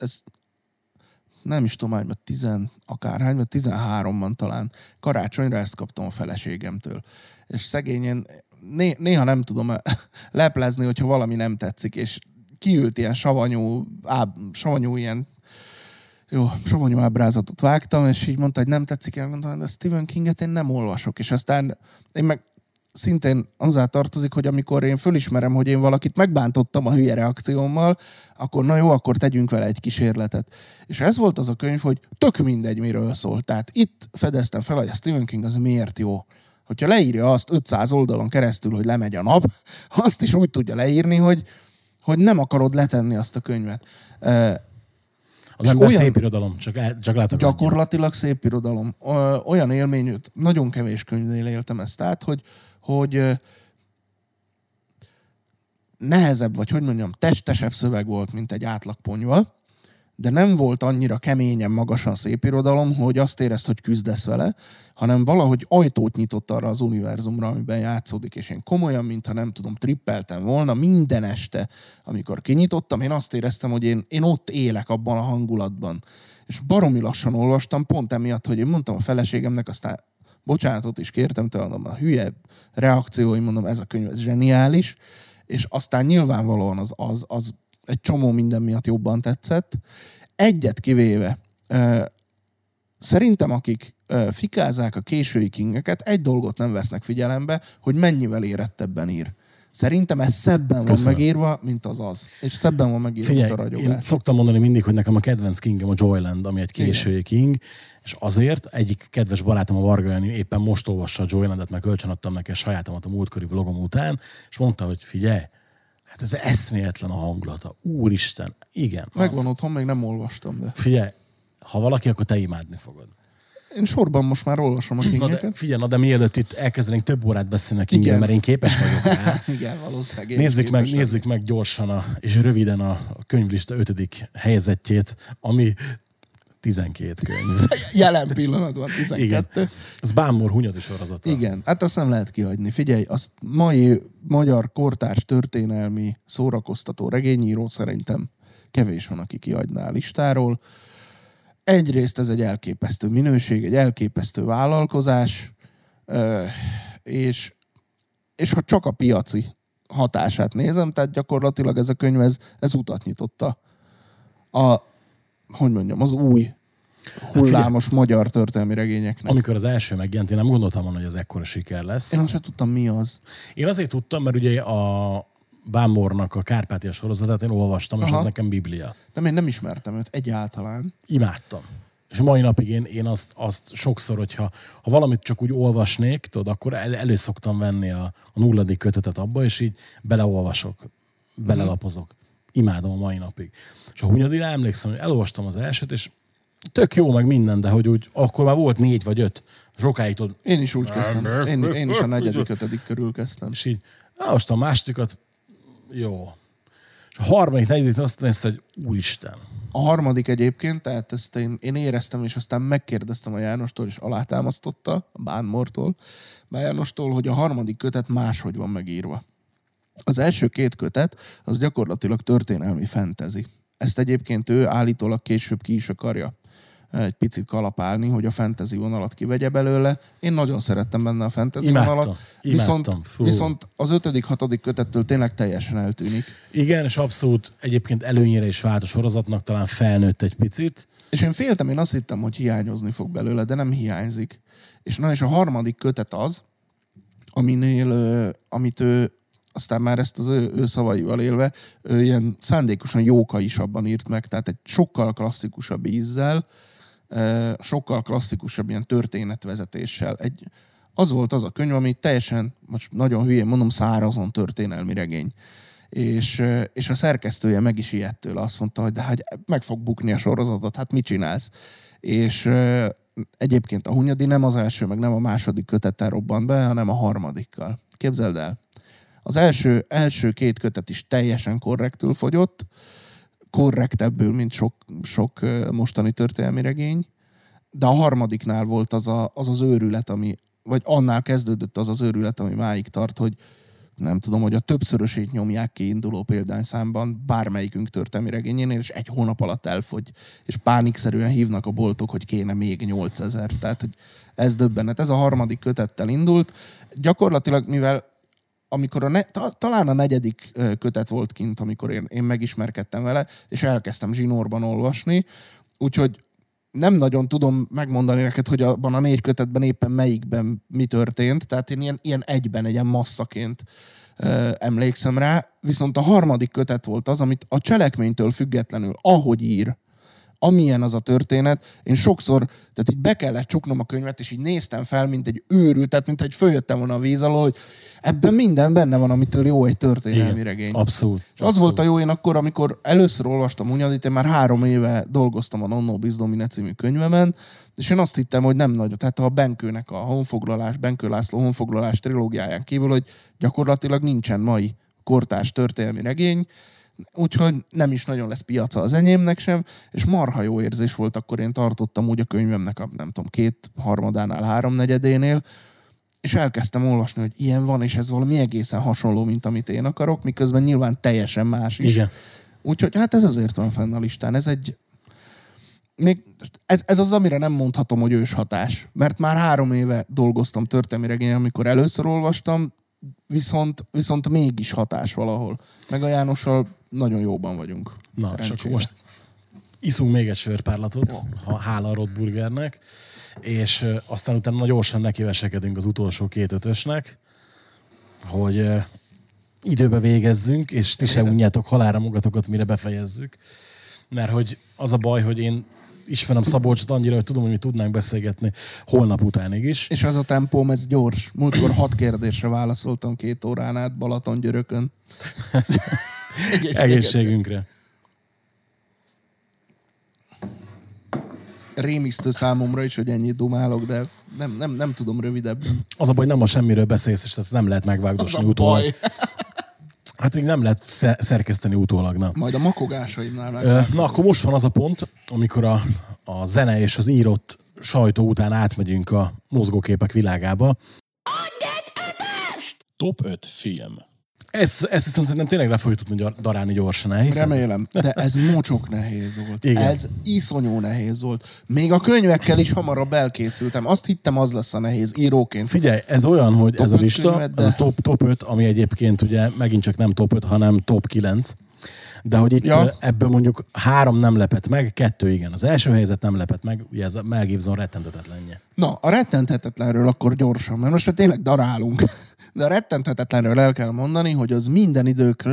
nem is tudom, mert 13-ban talán karácsonyra ezt kaptam a feleségemtől. És szegényen néha nem tudom leplezni, hogyha valami nem tetszik, és kiült ilyen savanyú ilyen savanyú ábrázatot vágtam, és így mondta, hogy nem tetszik, én mondtam, de Stephen Kinget én nem olvasok. És aztán én meg szintén azzal tartozik, hogy amikor én fölismerem, hogy én valakit megbántottam a hülye reakciómmal, akkor na jó, akkor tegyünk vele egy kísérletet. És ez volt az a könyv, hogy tök mindegy, miről szól. Tehát itt fedeztem fel, hogy a Stephen King az miért jó. Hogyha leírja azt 500 oldalon keresztül, hogy lemegy a nap, azt is úgy tudja leírni, hogy nem akarod letenni azt a könyvet. Az ember szép irodalom, csak látok. Gyakorlatilag szép irodalom. Olyan élményt, nagyon kevés könyvnél éltem ezt át, hogy nehezebb, vagy hogy mondjam, testesebb szöveg volt, mint egy átlag ponyva, de nem volt annyira keményen, magasan szép irodalom, hogy azt érezd, hogy küzdesz vele, hanem valahogy ajtót nyitott arra az univerzumra, amiben játszódik, és én komolyan, mintha nem tudom, trippeltem volna minden este, amikor kinyitottam, én azt éreztem, hogy én ott élek abban a hangulatban. És baromi lassan olvastam, pont emiatt, hogy én mondtam a feleségemnek, aztán bocsánatot is kértem tőle, mondom, a hülye reakcióim, mondom, ez a könyv ez zseniális, és aztán nyilvánvalóan az egy csomó minden miatt jobban tetszett. Egyet kivéve, szerintem akik fikázzák a késői Kingeket, egy dolgot nem vesznek figyelembe, hogy mennyivel érettebben ír. Szerintem ez szebben van megírva, mint az. És szebben van megírva, mint a ragyogás. Én szoktam mondani mindig, hogy nekem a kedvenc Kingem a Joyland, ami egy késői King, és azért egyik kedves barátom, a Varga Jani éppen most olvassa a Joylandet, mert kölcsönadtam neki a sajátomat a múltkori vlogom után, és mondta, hogy figyelj, hát ez eszméletlen a hangulata. Úristen, igen. Megvan otthon, még nem olvastam, de... Figyelj, ha valaki, akkor te imádni fogod. Én sorban most már olvasom a Kingeket. Figyelj, de mielőtt itt elkezdenénk több órát beszélni a Kingel, mert én képes vagyok rá. Igen, valószínűleg. Nézzük meg gyorsan és röviden a könyvlista 5. helyezettjét, ami 12 könyv. Jelen pillanatban 12. Igen. Az Bámor Hunyadi sorozata. Igen, hát azt nem lehet kihagyni. Figyelj, azt mai magyar kortárs történelmi szórakoztató regényíró szerintem kevés van, aki kihagyná a listáról. Egyrészt ez egy elképesztő minőség, egy elképesztő vállalkozás, és ha csak a piaci hatását nézem, tehát gyakorlatilag ez a könyv, ez utat nyitotta az új hullámos magyar történelmi regényeknek. Amikor az első megjelent, én nem gondoltam volna, hogy ez ekkora siker lesz. Én azt sem tudtam, mi az. Én azért tudtam, mert ugye Bámornak a Kárpátia sorozatát én olvastam, és az nekem biblia. Nem, én nem ismertem őt egyáltalán. Imádtam. És a mai napig én azt sokszor, hogyha valamit csak úgy olvasnék, tudod, akkor elő szoktam venni a 0. kötetet abba, és így beleolvasok, belelapozok. Imádom a mai napig. És a Hunyadira emlékszem, hogy elolvastam az elsőt, és tök jó meg minden, de hogy úgy akkor már volt 4 vagy 5. Sokáig tudod. Én is úgy kezdtem. Én is a 4., 5. körül kezdtem. És így elolvastam a másodikat, jó. És a 3., 4. azt nézte, hogy úristen. A 3. egyébként, tehát ezt én éreztem, és aztán megkérdeztem a Jánostól, és alátámasztotta, a Bánmortól, Jánostól, hogy a 3. kötet máshogy van megírva. Az első 2 kötet, az gyakorlatilag történelmi fantasy. Ezt egyébként ő állítólag később ki is akarja egy picit kalapálni, hogy a fantasy vonalat kivegye belőle. Én nagyon szerettem benne a fantasy vonalat. Viszont az 5., 6. kötettől tényleg teljesen eltűnik. Igen, és abszolút egyébként előnyére is vált a sorozatnak, talán felnőtt egy picit. És én féltem, én azt hittem, hogy hiányozni fog belőle, de nem hiányzik. És a 3. kötet az, amit ő aztán már ezt az ő szavaival élve ilyen szándékosan jókaisabban írt meg, tehát egy sokkal klasszikusabb ízzel, sokkal klasszikusabb ilyen történetvezetéssel. Az volt az a könyv, ami teljesen, most nagyon hülyén mondom, szárazon történelmi regény. És a szerkesztője meg is ijedt tőle, azt mondta, hogy de hát meg fog bukni a sorozatot, hát mit csinálsz? És egyébként a Hunyadi nem az első, meg nem a 2. kötettel robbant be, hanem a 3. Képzeld el. Az első 2 kötet is teljesen korrektül fogyott, korrektebbül, mint sok mostani történelmi regény, de a 3. volt az őrület, vagy annál kezdődött az őrület, ami máig tart, hogy nem tudom, hogy a többszörösét nyomják ki induló példányszámban bármelyikünk történelmi regényénél, és 1 hónap alatt elfogy, és pánikszerűen hívnak a boltok, hogy kéne még 8000. Tehát, hogy ez döbbenet. Ez a 3. kötettel indult. Gyakorlatilag, mivel amikor talán a 4. kötet volt kint, amikor én megismerkedtem vele, és elkezdtem zsinórban olvasni, úgyhogy nem nagyon tudom megmondani neked, hogy abban a 4 kötetben éppen melyikben mi történt, tehát én ilyen egyben, egy ilyen masszaként emlékszem rá, viszont a 3. kötet volt az, amit a cselekménytől függetlenül, ahogy ír, amilyen az a történet, én sokszor, tehát így be kellett csuknom a könyvet, és így néztem fel, mint egy őrült, tehát mint egy följöttem volna a víz alól, hogy ebben minden benne van, amitől jó egy történelmi regény. Abszolút. És az volt a jó, én akkor, amikor először olvastam Hunyadit, én már 3 éve dolgoztam a Nonno Bis Domine című könyvemen, és én azt hittem, hogy nem nagy, tehát a Benkőnek a honfoglalás, Benkő László honfoglalás trilógiáján kívül, hogy gyakorlatilag nincsen mai kortárs történelmi regény, úgyhogy nem is nagyon lesz piaca az enyémnek sem, és marha jó érzés volt, akkor én tartottam úgy a könyvemnek a, nem tudom, 2/3-ánál, 3/4-énél, és elkezdtem olvasni, hogy ilyen van, és ez valami egészen hasonló, mint amit én akarok, miközben nyilván teljesen más is. Igen. Úgyhogy hát ez azért van fenn a listán. Ez az, amire nem mondhatom, hogy őshatás. Mert már 3 éve dolgoztam történelmi regényen, amikor először olvastam, viszont mégis hatás valahol. Meg a Jánossal nagyon jóban vagyunk. Na, és akkor most iszunk még egy sörpárlatot, hála a Rotburgernek, és aztán utána gyorsan nekivesekedünk az utolsó 2 ötösnek, hogy időbe végezzünk, és ti se unjátok halálra magatokat, mire befejezzük. Mert hogy az a baj, hogy én ismerem Szabolcsot annyira, hogy tudom, hogy mi tudnánk beszélgetni holnap utánig is. És az a tempóm, ez gyors. Múltkor 6 kérdésre válaszoltam 2 órán át Balatongyörökön. Egészségünkre. Rémisztő számomra is, hogy ennyit dumálok, de nem tudom rövidebben. Az a baj, nem a semmiről beszélsz, és tehát nem lehet megvágdosni utólag. Hát még nem lehet szerkeszteni utólag, na. Majd a makogásaimnál meg. Na, akkor most van az a pont, amikor a zene és az írott sajtó után átmegyünk a mozgóképek világába. Top 5 film. Ezt viszont szerintem tényleg le fogjuk tudni darálni gyorsan, elhiszem? Remélem, de ez mocsok nehéz volt. Igen. Ez iszonyú nehéz volt. Még a könyvekkel is hamarabb elkészültem. Azt hittem, az lesz a nehéz íróként. Figyelj, ez olyan, hogy top ez a lista, könyved, ez a top 5, ami egyébként ugye megint csak nem top 5, hanem top 9. De hogy itt ebből mondjuk 3 nem lepett meg, 2 igen. Az első helyzet nem lepett meg, ugye ez a Mel Gibson rettenthetetlenje. Na, a rettenthetetlenről akkor gyorsan, mert most már tényleg darálunk. De a rettenthetetlenről el kell mondani, hogy az minden idők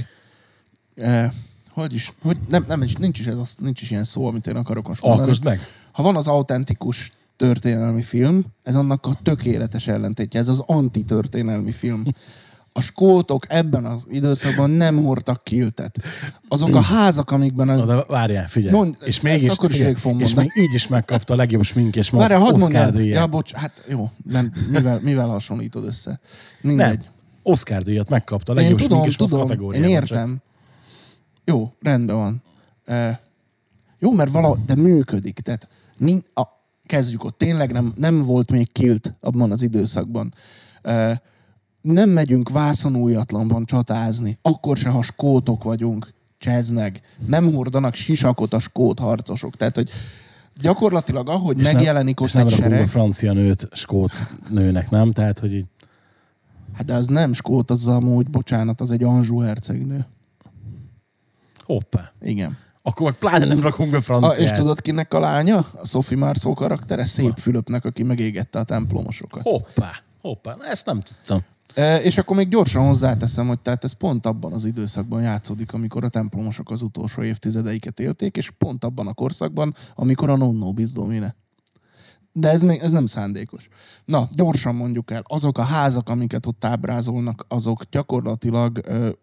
nincs is ilyen szó, amit én akarok most mondani. Alkosd meg! Ha van az autentikus történelmi film, ez annak a tökéletes ellentétje, ez az antitörténelmi film. A skótok ebben az időszakban nem hordtak kiltet. Azok a házak, amikben... Na de várjál, figyelj. És mégis, és még így is megkapta a legjobb smink és Oscar-díjat. Ja, bocs, hát jó, nem, mivel hasonlítod össze? Mindegy. Nem, Oscar-díjat megkapta a legjobb smink és mosz kategóriában. Én értem. Jó, rendben van. Jó, mert de működik. Tehát kezdjük ott. Tényleg nem volt még kilt abban az időszakban. Nem megyünk vászonújatlanban csatázni. Akkor se, ha skótok vagyunk. Csezd meg. Nem hordanak sisakot a skót harcosok. Tehát, hogy gyakorlatilag ahogy megjelenik ott egy sereg... a francia nőt skót nőnek, nem? Tehát, hogy így... Hát de az nem skót, az amúgy, bocsánat, az egy Anjou hercegnő. Hoppá. Igen. Akkor meg pláne nem rakunk be franciát. És tudod kinek a lánya? A Sophie Marceau karaktere? Szép Fülöpnek, aki megégette a templomosokat. Hoppá. Na, ezt nem tudtam. És akkor még gyorsan hozzáteszem, hogy tehát ez pont abban az időszakban játszódik, amikor a templomosok az utolsó évtizedeiket élték, és pont abban a korszakban, amikor a nonno bis domine. De ez nem szándékos. Na, gyorsan mondjuk el, azok a házak, amiket ott ábrázolnak, azok gyakorlatilag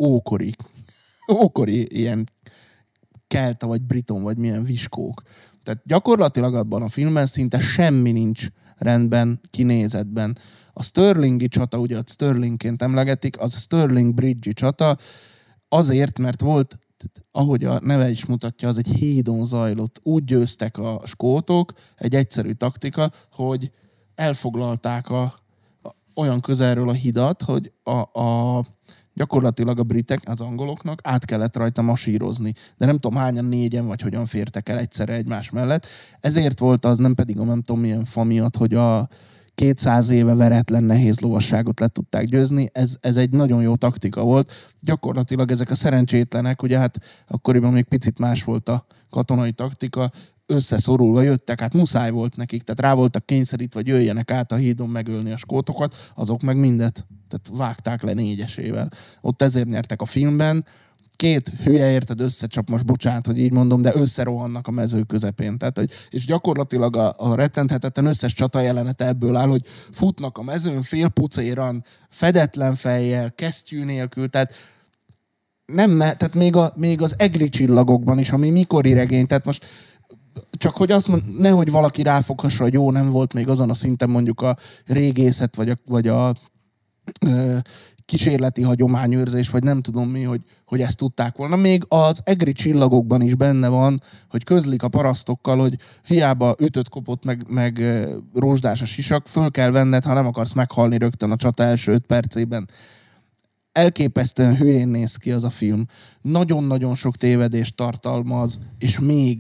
ókori ilyen kelta, vagy briton, vagy milyen viskók. Tehát gyakorlatilag abban a filmben szinte semmi nincs rendben, kinézetben. A Stirlingi csata, ugye a Stirlingként emlegetik, az a Stirling Bridge-i csata azért, mert volt, ahogy a neve is mutatja, az egy hídon zajlott. Úgy győztek a skótok, egy egyszerű taktika, hogy elfoglalták olyan közelről a hidat, hogy gyakorlatilag a britek, az angoloknak át kellett rajta masírozni. De nem tudom hányan, 4-en vagy hogyan fértek el egyszerre egymás mellett. Ezért volt az, nem pedig a nem tudom milyen fa miatt, hogy a 200 éve veretlen nehéz lovasságot le tudták győzni. Ez egy nagyon jó taktika volt. Gyakorlatilag ezek a szerencsétlenek, ugye hát akkoriban még picit más volt a katonai taktika, összeszorulva jöttek, hát muszáj volt nekik, tehát rá voltak kényszerítve, hogy jöjjenek át a hídon megölni a skótokat, azok meg mindet, tehát vágták le 4-esével. Ott ezért nyertek a filmben. 2 hülye érted összecsap, most bocsánat, hogy így mondom, de összerohannak a mező közepén. Tehát, és gyakorlatilag a rettenthetetlen összes csata jelenete ebből áll, hogy futnak a mezőn félpucéran, fedetlen fejjel, kesztyű nélkül, tehát tehát még az egri csillagokban is, ami mikori regény, tehát most csak hogy azt mond, nehogy valaki ráfoghassa, hogy jó, nem volt még azon a szinten mondjuk a régészet, vagy a kísérleti hagyományőrzés, vagy nem tudom mi, hogy ezt tudták volna. Még az egri csillagokban is benne van, hogy közlik a parasztokkal, hogy hiába ütött, kopott, meg rózsdás a sisak, föl kell venned, ha nem akarsz meghalni rögtön a csata első 5 percében. Elképesztően hülyén néz ki az a film. Nagyon-nagyon sok tévedést tartalmaz, és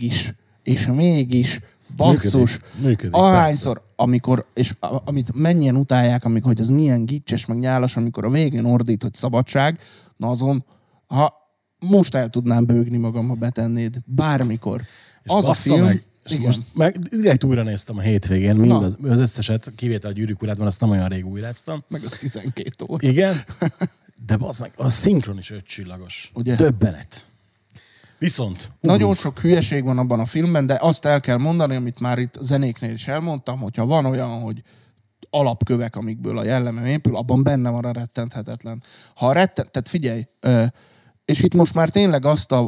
mégis basszus, működik ahányszor, amikor, és amit mennyien utálják, amikor, hogy ez milyen gicses, meg nyálas, amikor a végén ordít, hogy szabadság, na azon, ha most el tudnám bőgni magam, ha betennéd, bármikor. És az a film, meg, és most meg direkt újra néztem a hétvégén, az összeset, kivétel a Gyűrűk urát, azt nem olyan rég újráztam. Meg az 12 óra. Igen, de bassznak, a szinkron is 5 csillagos. Ugye? Döbbenet. Viszont... Nagyon sok hülyeség van abban a filmben, de azt el kell mondani, amit már itt zenéknél is elmondtam, hogyha van olyan, hogy alapkövek, amikből a jellemem épül, abban benne van a rettenthetetlen. Tehát figyelj, és itt most már tényleg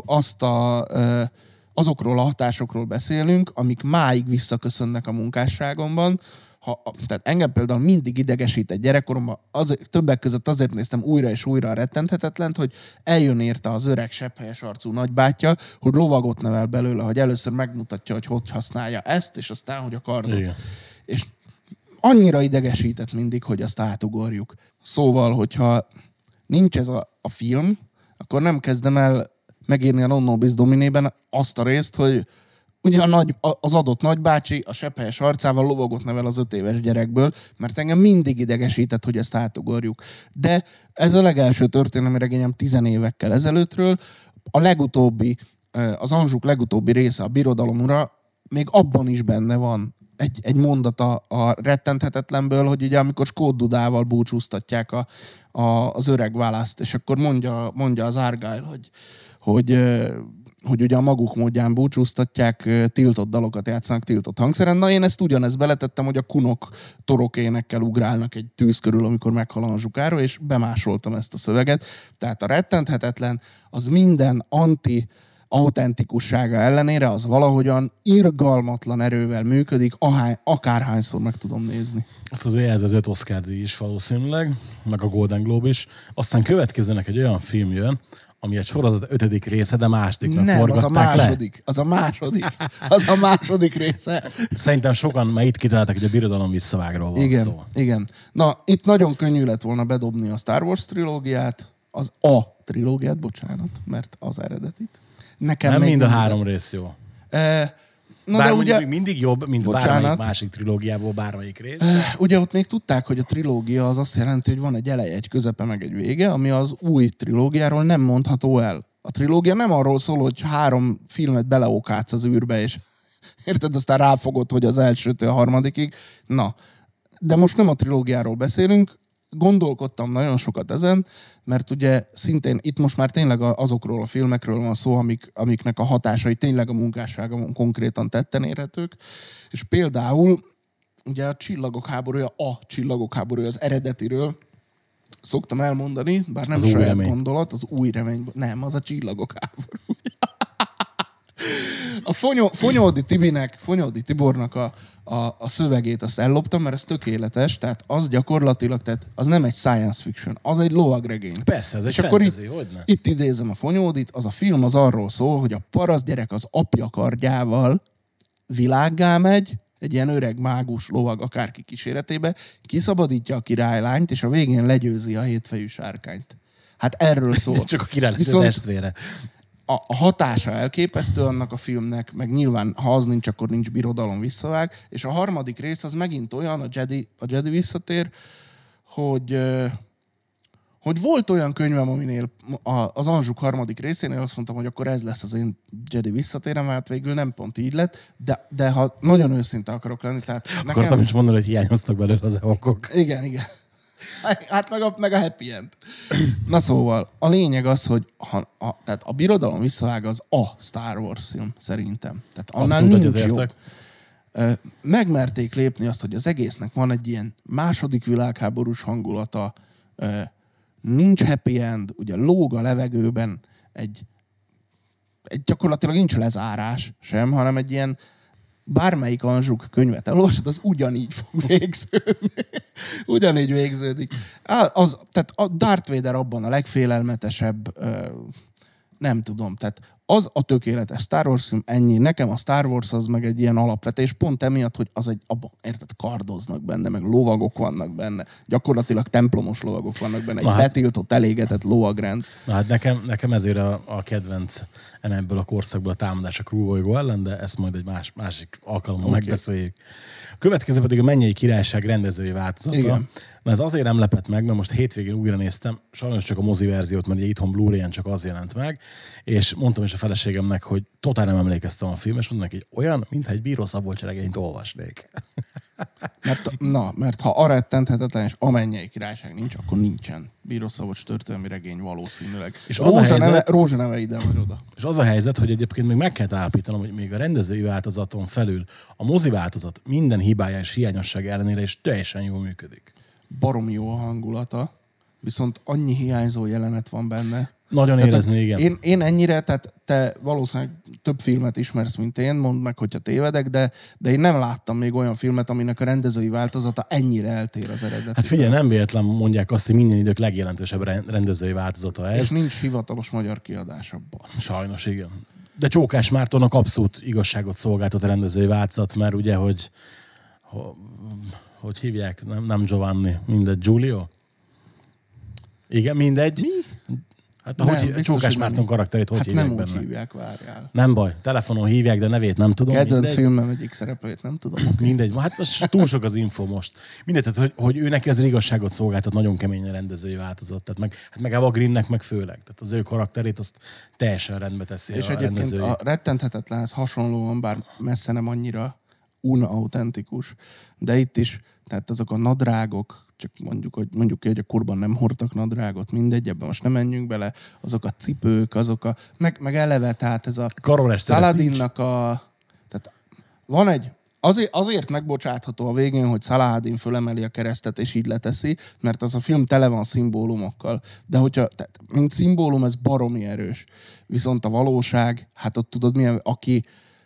azokról a hatásokról beszélünk, amik máig visszaköszönnek a munkásságomban. Tehát engem például mindig idegesít egy gyerekkoromban, többek között azért néztem újra és újra a rettenthetetlent, hogy eljön érte az öreg sepphelyes arcú nagybátyja, hogy lovagot nevel belőle, hogy először megmutatja, hogy használja ezt, és aztán, hogy a kardot. Igen. És annyira idegesített mindig, hogy azt átugorjuk. Szóval, hogyha nincs ez a film, akkor nem kezdem el megírni a Nonno bis Dominében azt a részt, hogy ugye az adott nagybácsi a sepphelyes arcával lovagot nevel az 5 éves gyerekből, mert engem mindig idegesített, hogy ezt átugorjuk. De ez a legelső történelmi regényem 10 évekkel ezelőttről. A legutóbbi, az Anjouk legutóbbi része, a Birodalom ura, még abban is benne van egy mondat a rettenthetetlenből, hogy ugye amikor Scott Dudával búcsúztatják az öreg Wallace-t, és akkor mondja az Argyle, hogy ugye a maguk módján búcsúztatják, tiltott dalokat játszanak tiltott hangszeren. Na én ezt ugyanezt beletettem, hogy a kunok torokénekkel ugrálnak egy tűz körül, amikor meghal a zsukáról, és bemásoltam ezt a szöveget. Tehát a rettenthetetlen az minden autentikussága ellenére az valahogyan irgalmatlan erővel működik, akárhányszor meg tudom nézni. Azt azért ez az 5 Oscar-díj is valószínűleg, meg a Golden Globe is. Aztán következőnek egy olyan film jön, ami egy sorozat 5. része, de másodiknak forgatták le. Az a második része. Szerintem sokan már itt kitalálták, hogy a Birodalom visszavágról van szó. Igen. Na, itt nagyon könnyű lett volna bedobni a Star Wars trilógiát, trilógiát, bocsánat, mert az eredetit. Nekem nem mind a 3 rész jó. Bár de ugye mindig jobb, mint bármelyik másik trilógiából bármelyik rész. Ugye ott még tudták, hogy a trilógia az azt jelenti, hogy van egy eleje, egy közepe, meg egy vége, ami az új trilógiáról nem mondható el. A trilógia nem arról szól, hogy 3 filmet beleokátsz az űrbe, és érted, aztán ráfogod, hogy az elsőtől a harmadikig. Na, de most nem a trilógiáról beszélünk, gondolkodtam nagyon sokat ezen, mert ugye szintén itt most már tényleg azokról a filmekről van szó, amiknek a hatásai tényleg a munkásságon konkrétan tetten érhetők. És például ugye a Csillagok háborúja az eredetiről szoktam elmondani, bár nem az saját gondolat, az új remény. Nem, az a Csillagok háborúja. A Fonyódi Tibornak a szövegét azt elloptam, mert ez tökéletes, tehát az gyakorlatilag, tehát az nem egy science fiction, az egy lovagregény. Persze, ez egy fantasy, hogyne? Itt idézem a Fonyódit, az a film az arról szól, hogy a paraszt gyerek az apja kardjával világgá megy, egy ilyen öreg mágus lovag akárki kíséretébe, kiszabadítja a királylányt, és a végén legyőzi a hétfejű sárkányt. Hát erről szól. Csak a király testvére. A hatása elképesztő annak a filmnek, meg nyilván, ha az nincs, akkor nincs Birodalom visszavág, és a harmadik rész az megint olyan, a Jedi visszatér, hogy volt olyan könyvem, aminél az Anzsuk harmadik részénél azt mondtam, hogy akkor ez lesz az én Jedi visszatérem, hát végül nem pont így lett, de ha nagyon őszinte akarok lenni, tehát akartam is mondani, hogy hiányoztak belőle az evokok. Igen. Hát meg a happy end. Na szóval, a lényeg az, hogy tehát a Birodalom visszavág az a Star Wars film, szerintem. Tehát annál nincs jobb. Megmerték lépni azt, hogy az egésznek van egy ilyen második világháborús hangulata, nincs happy end, ugye lóg a levegőben egy gyakorlatilag nincs lezárás sem, hanem egy ilyen bármelyik Anzsuk könyvet elolvasod, az ugyanígy fog végződni. Ugyanígy végződik. Tehát a Darth Vader abban a legfélelmetesebb, nem tudom, tehát az a tökéletes Star Wars film, ennyi. Nekem a Star Wars az meg egy ilyen alapvetés, pont emiatt, hogy az érted, kardoznak benne, meg lovagok vannak benne. Gyakorlatilag templomos lovagok vannak benne. Egy betiltott, elégetett lovagrend. Na hát nekem ezért a kedvenc ebből a korszakból a Támadás a Krúbolygó ellen, de ezt majd egy másik alkalommal megbeszéljük. A következő pedig a Mennyei Királyság rendezői változata. Igen. Na ez azért nem lepett meg, mert most hétvégén újra néztam, sajnos csak a mozi verziót, mert ugye itthon Blu-ray-en csak az jelent meg, és mondtam is a feleségemnek, hogy totál nem emlékeztem a film, és mondom neki, hogy olyan, mintha egy Bíró Szabolcs regényt olvasnék. Mert ha a rettenthetetlen és a Mennyei Királyság nincs, akkor nincsen Bíró Szabolcs történelmi regény valószínűleg. És Rózsa neve ide vagy oda. És az a helyzet, hogy egyébként még meg kell állapítanom, hogy még a rendezői változaton felül a mozi változat minden hibája és hiányosság ellenére is teljesen jól működik. Baromi jó a hangulata, viszont annyi hiányzó jelenet van benne. Nagyon érezni, igen. Én ennyire, tehát te valószínűleg több filmet ismersz, mint én, mondd meg, hogyha tévedek, de én nem láttam még olyan filmet, aminek a rendezői változata ennyire eltér az eredetitől. Hát figyelj, nem véletlen mondják azt, hogy minden idők legjelentősebb rendezői változata ez. És nincs hivatalos magyar kiadás abban. Sajnos, igen. De Csókás Mártonnak abszolút igazságot szolgáltat a rendezői változat, mert ugye, hogy hívják, nem Giovanni, mindegy, Giulio? Igen, mindegy. Mi? Hát ahogy Csókás Márton karakterét hogy hívják benne? Hát nem úgy hívják, várjál. Nem baj, telefonon hívják, de nevét nem tudom. Kedvenc filmem egyik szereplőjét nem tudom. Okay. Mindegy, hát most túl sok az info most. Mindegy, tehát hogy ő neki az igazságot szolgáltat, nagyon kemény a rendezői változat. Tehát meg Eva Greennek meg főleg. Tehát az ő karakterét azt teljesen rendbe teszi és a rendezői. És egyébként a rettenthetetlenhez hasonlóan, bár messze nem annyira, unautentikus. De itt is, tehát azok a nadrágok, csak mondjuk ki, hogy a korban nem hordtak nadrágot, mindegy, ebben most nem menjünk bele, azok a cipők, meg eleve, tehát ez a Saladinnak tehát van egy, azért megbocsátható a végén, hogy Saladin fölemeli a keresztet, és így leteszi, mert az a film tele van szimbólumokkal. De tehát, mint szimbólum, ez baromi erős. Viszont a valóság, hát ott tudod milyen, aki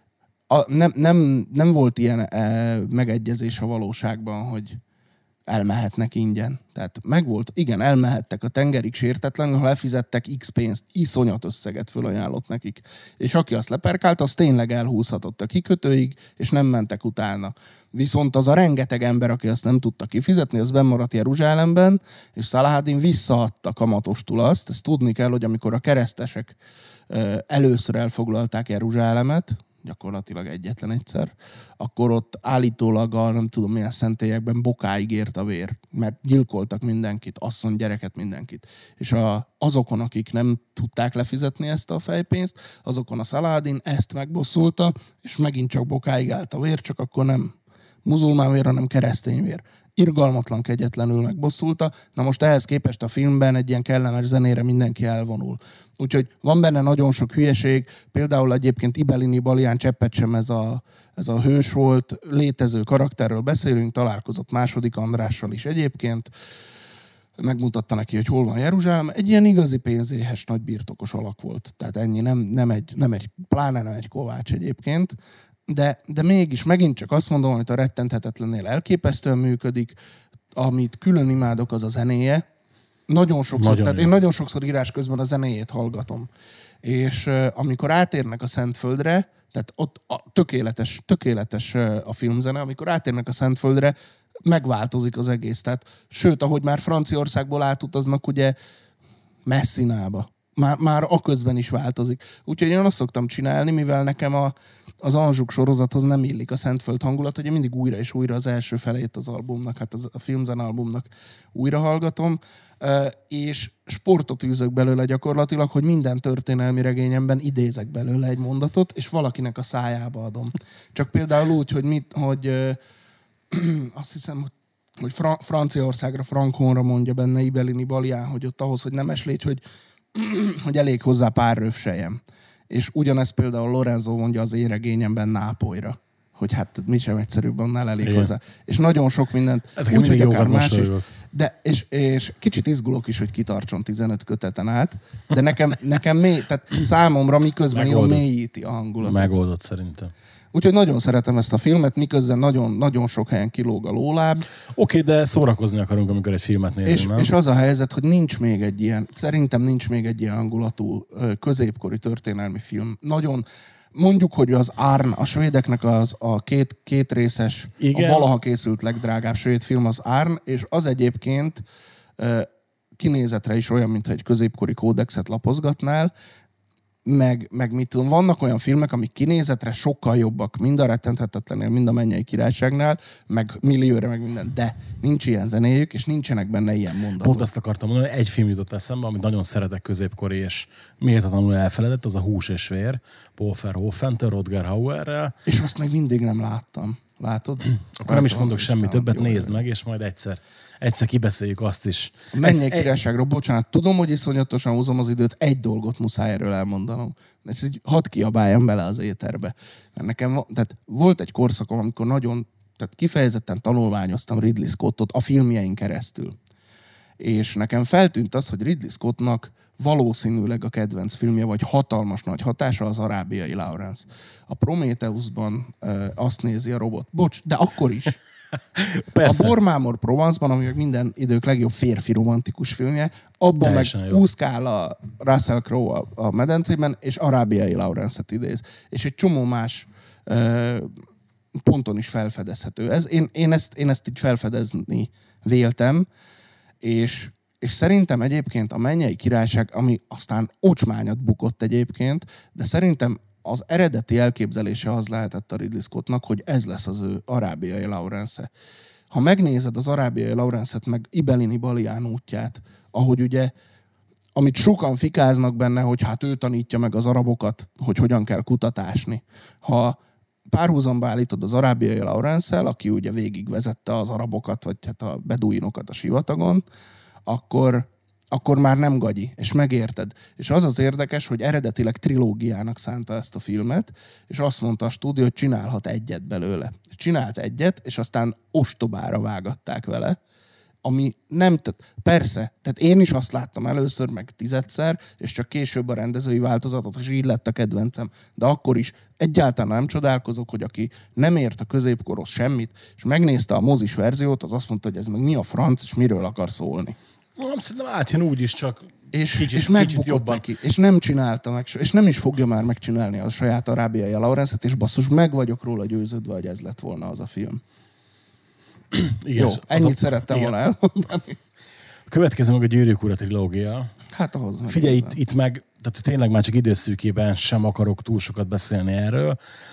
nem volt ilyen megegyezés a valóságban, hogy elmehetnek ingyen. Tehát megvolt, igen, elmehettek a tengerig sértetlenül, ha lefizettek X pénzt, iszonyat összeget fölajánlott nekik. És aki azt leperkált, az tényleg elhúzhatott a kikötőig, és nem mentek utána. Viszont az a rengeteg ember, aki azt nem tudta kifizetni, az bennmaradt Jeruzsálemben, és Saladin visszaadta kamatostul azt. Ezt tudni kell, hogy amikor a keresztesek először elfoglalták Jeruzsálemet, gyakorlatilag egyetlen egyszer, akkor ott állítólag nem tudom milyen szentélyekben bokáig ért a vér, mert gyilkoltak mindenkit, asszony, gyereket, mindenkit. És azokon, akik nem tudták lefizetni ezt a fejpénzt, azokon a Saladin ezt megbosszulta, és megint csak bokáig állt a vér, csak akkor nem muzulmán vér, hanem keresztény vér. Irgalmatlan, kegyetlenül megbosszulta. Na most ehhez képest a filmben egy ilyen kellemes zenére mindenki elvonul. Úgyhogy van benne nagyon sok hülyeség, például egyébként Ibelini Balián cseppet sem ez a hős volt, létező karakterről beszélünk, találkozott második Andrással is egyébként, megmutatta neki, hogy hol van Jeruzsálem, egy ilyen igazi pénzéhes, nagy birtokos alak volt. Tehát ennyi, pláne nem egy Kovács egyébként, de mégis megint csak azt mondom, hogy a rettenthetetlennél elképesztően működik, amit külön imádok, az a zenéje. Én nagyon sokszor írás közben a zenéjét hallgatom. És amikor átérnek a Szentföldre, tehát ott tökéletes a filmzene, amikor átérnek a Szentföldre, megváltozik az egész. Tehát, sőt, ahogy már Franciaországból átutaznak, ugye Messinába. Már aközben is változik. Úgyhogy én azt szoktam csinálni, mivel nekem az Anzsuk sorozathoz nem illik a Szentföld hangulat, hogy én mindig újra és újra az első felét az albumnak, hát a filmzene albumnak újra hallgatom, és sportot űzök belőle gyakorlatilag, hogy minden történelmi regényemben idézek belőle egy mondatot, és valakinek a szájába adom. Csak például úgy, hogy azt hiszem, hogy Franciaországra, Franconra mondja benne Ibelini Balián, hogy ott ahhoz, hogy nemes légy, hogy elég hozzá pár rövsejem. És ugyanezt például Lorenzo mondja az én regényemben Nápolyra, hogy hát mi sem egyszerűbb, annál elég hozzá. És nagyon sok mindent. Ezek mindig jókat mosolygok. De és kicsit izgulok is, hogy kitartson 15 köteten át, de nekem tehát számomra miközben írom mélyíti a hangulatot. Megoldott szerintem. Úgyhogy nagyon szeretem ezt a filmet, miközben nagyon, nagyon sok helyen kilóg a lóláb. Oké, de szórakozni akarunk, amikor egy filmet nézünk, nem? És az a helyzet, hogy szerintem nincs még egy ilyen hangulatú középkori történelmi film. Nagyon, mondjuk, hogy az Arn, a svédeknek a két részes, igen, a valaha készült legdrágább svéd film az Arn, és az egyébként kinézetre is olyan, mintha egy középkori kódexet lapozgatnál, meg mit tudom, vannak olyan filmek, amik kinézetre sokkal jobbak, mind a Rettenthetetlennél, mind a Mennyei Királyságnál, meg Millióra, meg minden, de nincs ilyen zenéjük, és nincsenek benne ilyen mondatok. Pont azt akartam mondani, egy film jutott eszembe, amit nagyon szeretek középkori, és méltatlanul elfeledett, az a Hús és vér, Paul Verhoeven-től, Rutger Hauerrel. És azt még mindig nem láttam. Látod? Akkor nem is mondok semmi többet, nézd meg, és majd egyszer kibeszéljük azt is. A Mennyei Királyságról, bocsánat, tudom, hogy iszonyatosan húzom az időt, egy dolgot muszáj erről elmondanom. Ezt így hadd kiabáljam bele az éterbe. Mert nekem tehát volt egy korszakom, amikor tehát kifejezetten tanulmányoztam Ridley Scottot a filmjein keresztül. És nekem feltűnt az, hogy Ridley Scottnak valószínűleg a kedvenc filmje, vagy hatalmas nagy hatása az Arábiai Lawrence. A Prometheusban azt nézi a robot. Bocs, de akkor is. Persze. A Bormámor Provence-ban, ami minden idők legjobb férfi romantikus filmje, abban teljesen meg úszkál a Russell Crowe a medencében, és Arábiai Lawrence-et idéz. És egy csomó más ponton is felfedezhető. Én ezt így felfedezni véltem, és szerintem egyébként a Mennyei Királyság, ami aztán ocsmányat bukott egyébként, de szerintem az eredeti elképzelése az lehetett a Ridley Scottnak, hogy ez lesz az ő Arábiai Lawrence-e. Ha megnézed az Arábiai Lawrence-et, meg Ibelini Balián útját, ahogy ugye, amit sokan fikáznak benne, hogy hát ő tanítja meg az arabokat, hogy hogyan kell kutatásni. Ha párhuzamba állítod az arábiai Lawrence-el, aki ugye végigvezette az arabokat, vagy hát a beduinokat a sivatagon, akkor már nem gagyi, és megérted. És az az érdekes, hogy eredetileg trilógiának szánta ezt a filmet, és azt mondta a stúdió, hogy csinálhat egyet belőle. Csinált egyet, és aztán ostobára vágatták vele, ami nem, persze, tehát én is azt láttam először, meg 10-szer, és csak később a rendezői változatot, és így lett a kedvencem. De akkor is egyáltalán nem csodálkozok, hogy aki nem ért a középkorhoz semmit, és megnézte a mozis verziót, az azt mondta, hogy ez meg mi a franc, és miről akar szólni. Nem, szerintem átjön úgy is, csak és megbukott neki, és nem csinálta meg, és nem is fogja már megcsinálni a saját arábiai Lawrence-et, és basszus, meg vagyok róla győződve, hogy ez lett volna az a film. Igen, jó, ennyit szerettem volna elmondani. A következő meg a Gyűrűk Ura trilógia. Hát ahhoz meg. Figyelj, itt meg, tehát tényleg már csak időszűkében sem akarok túl sokat beszélni erről.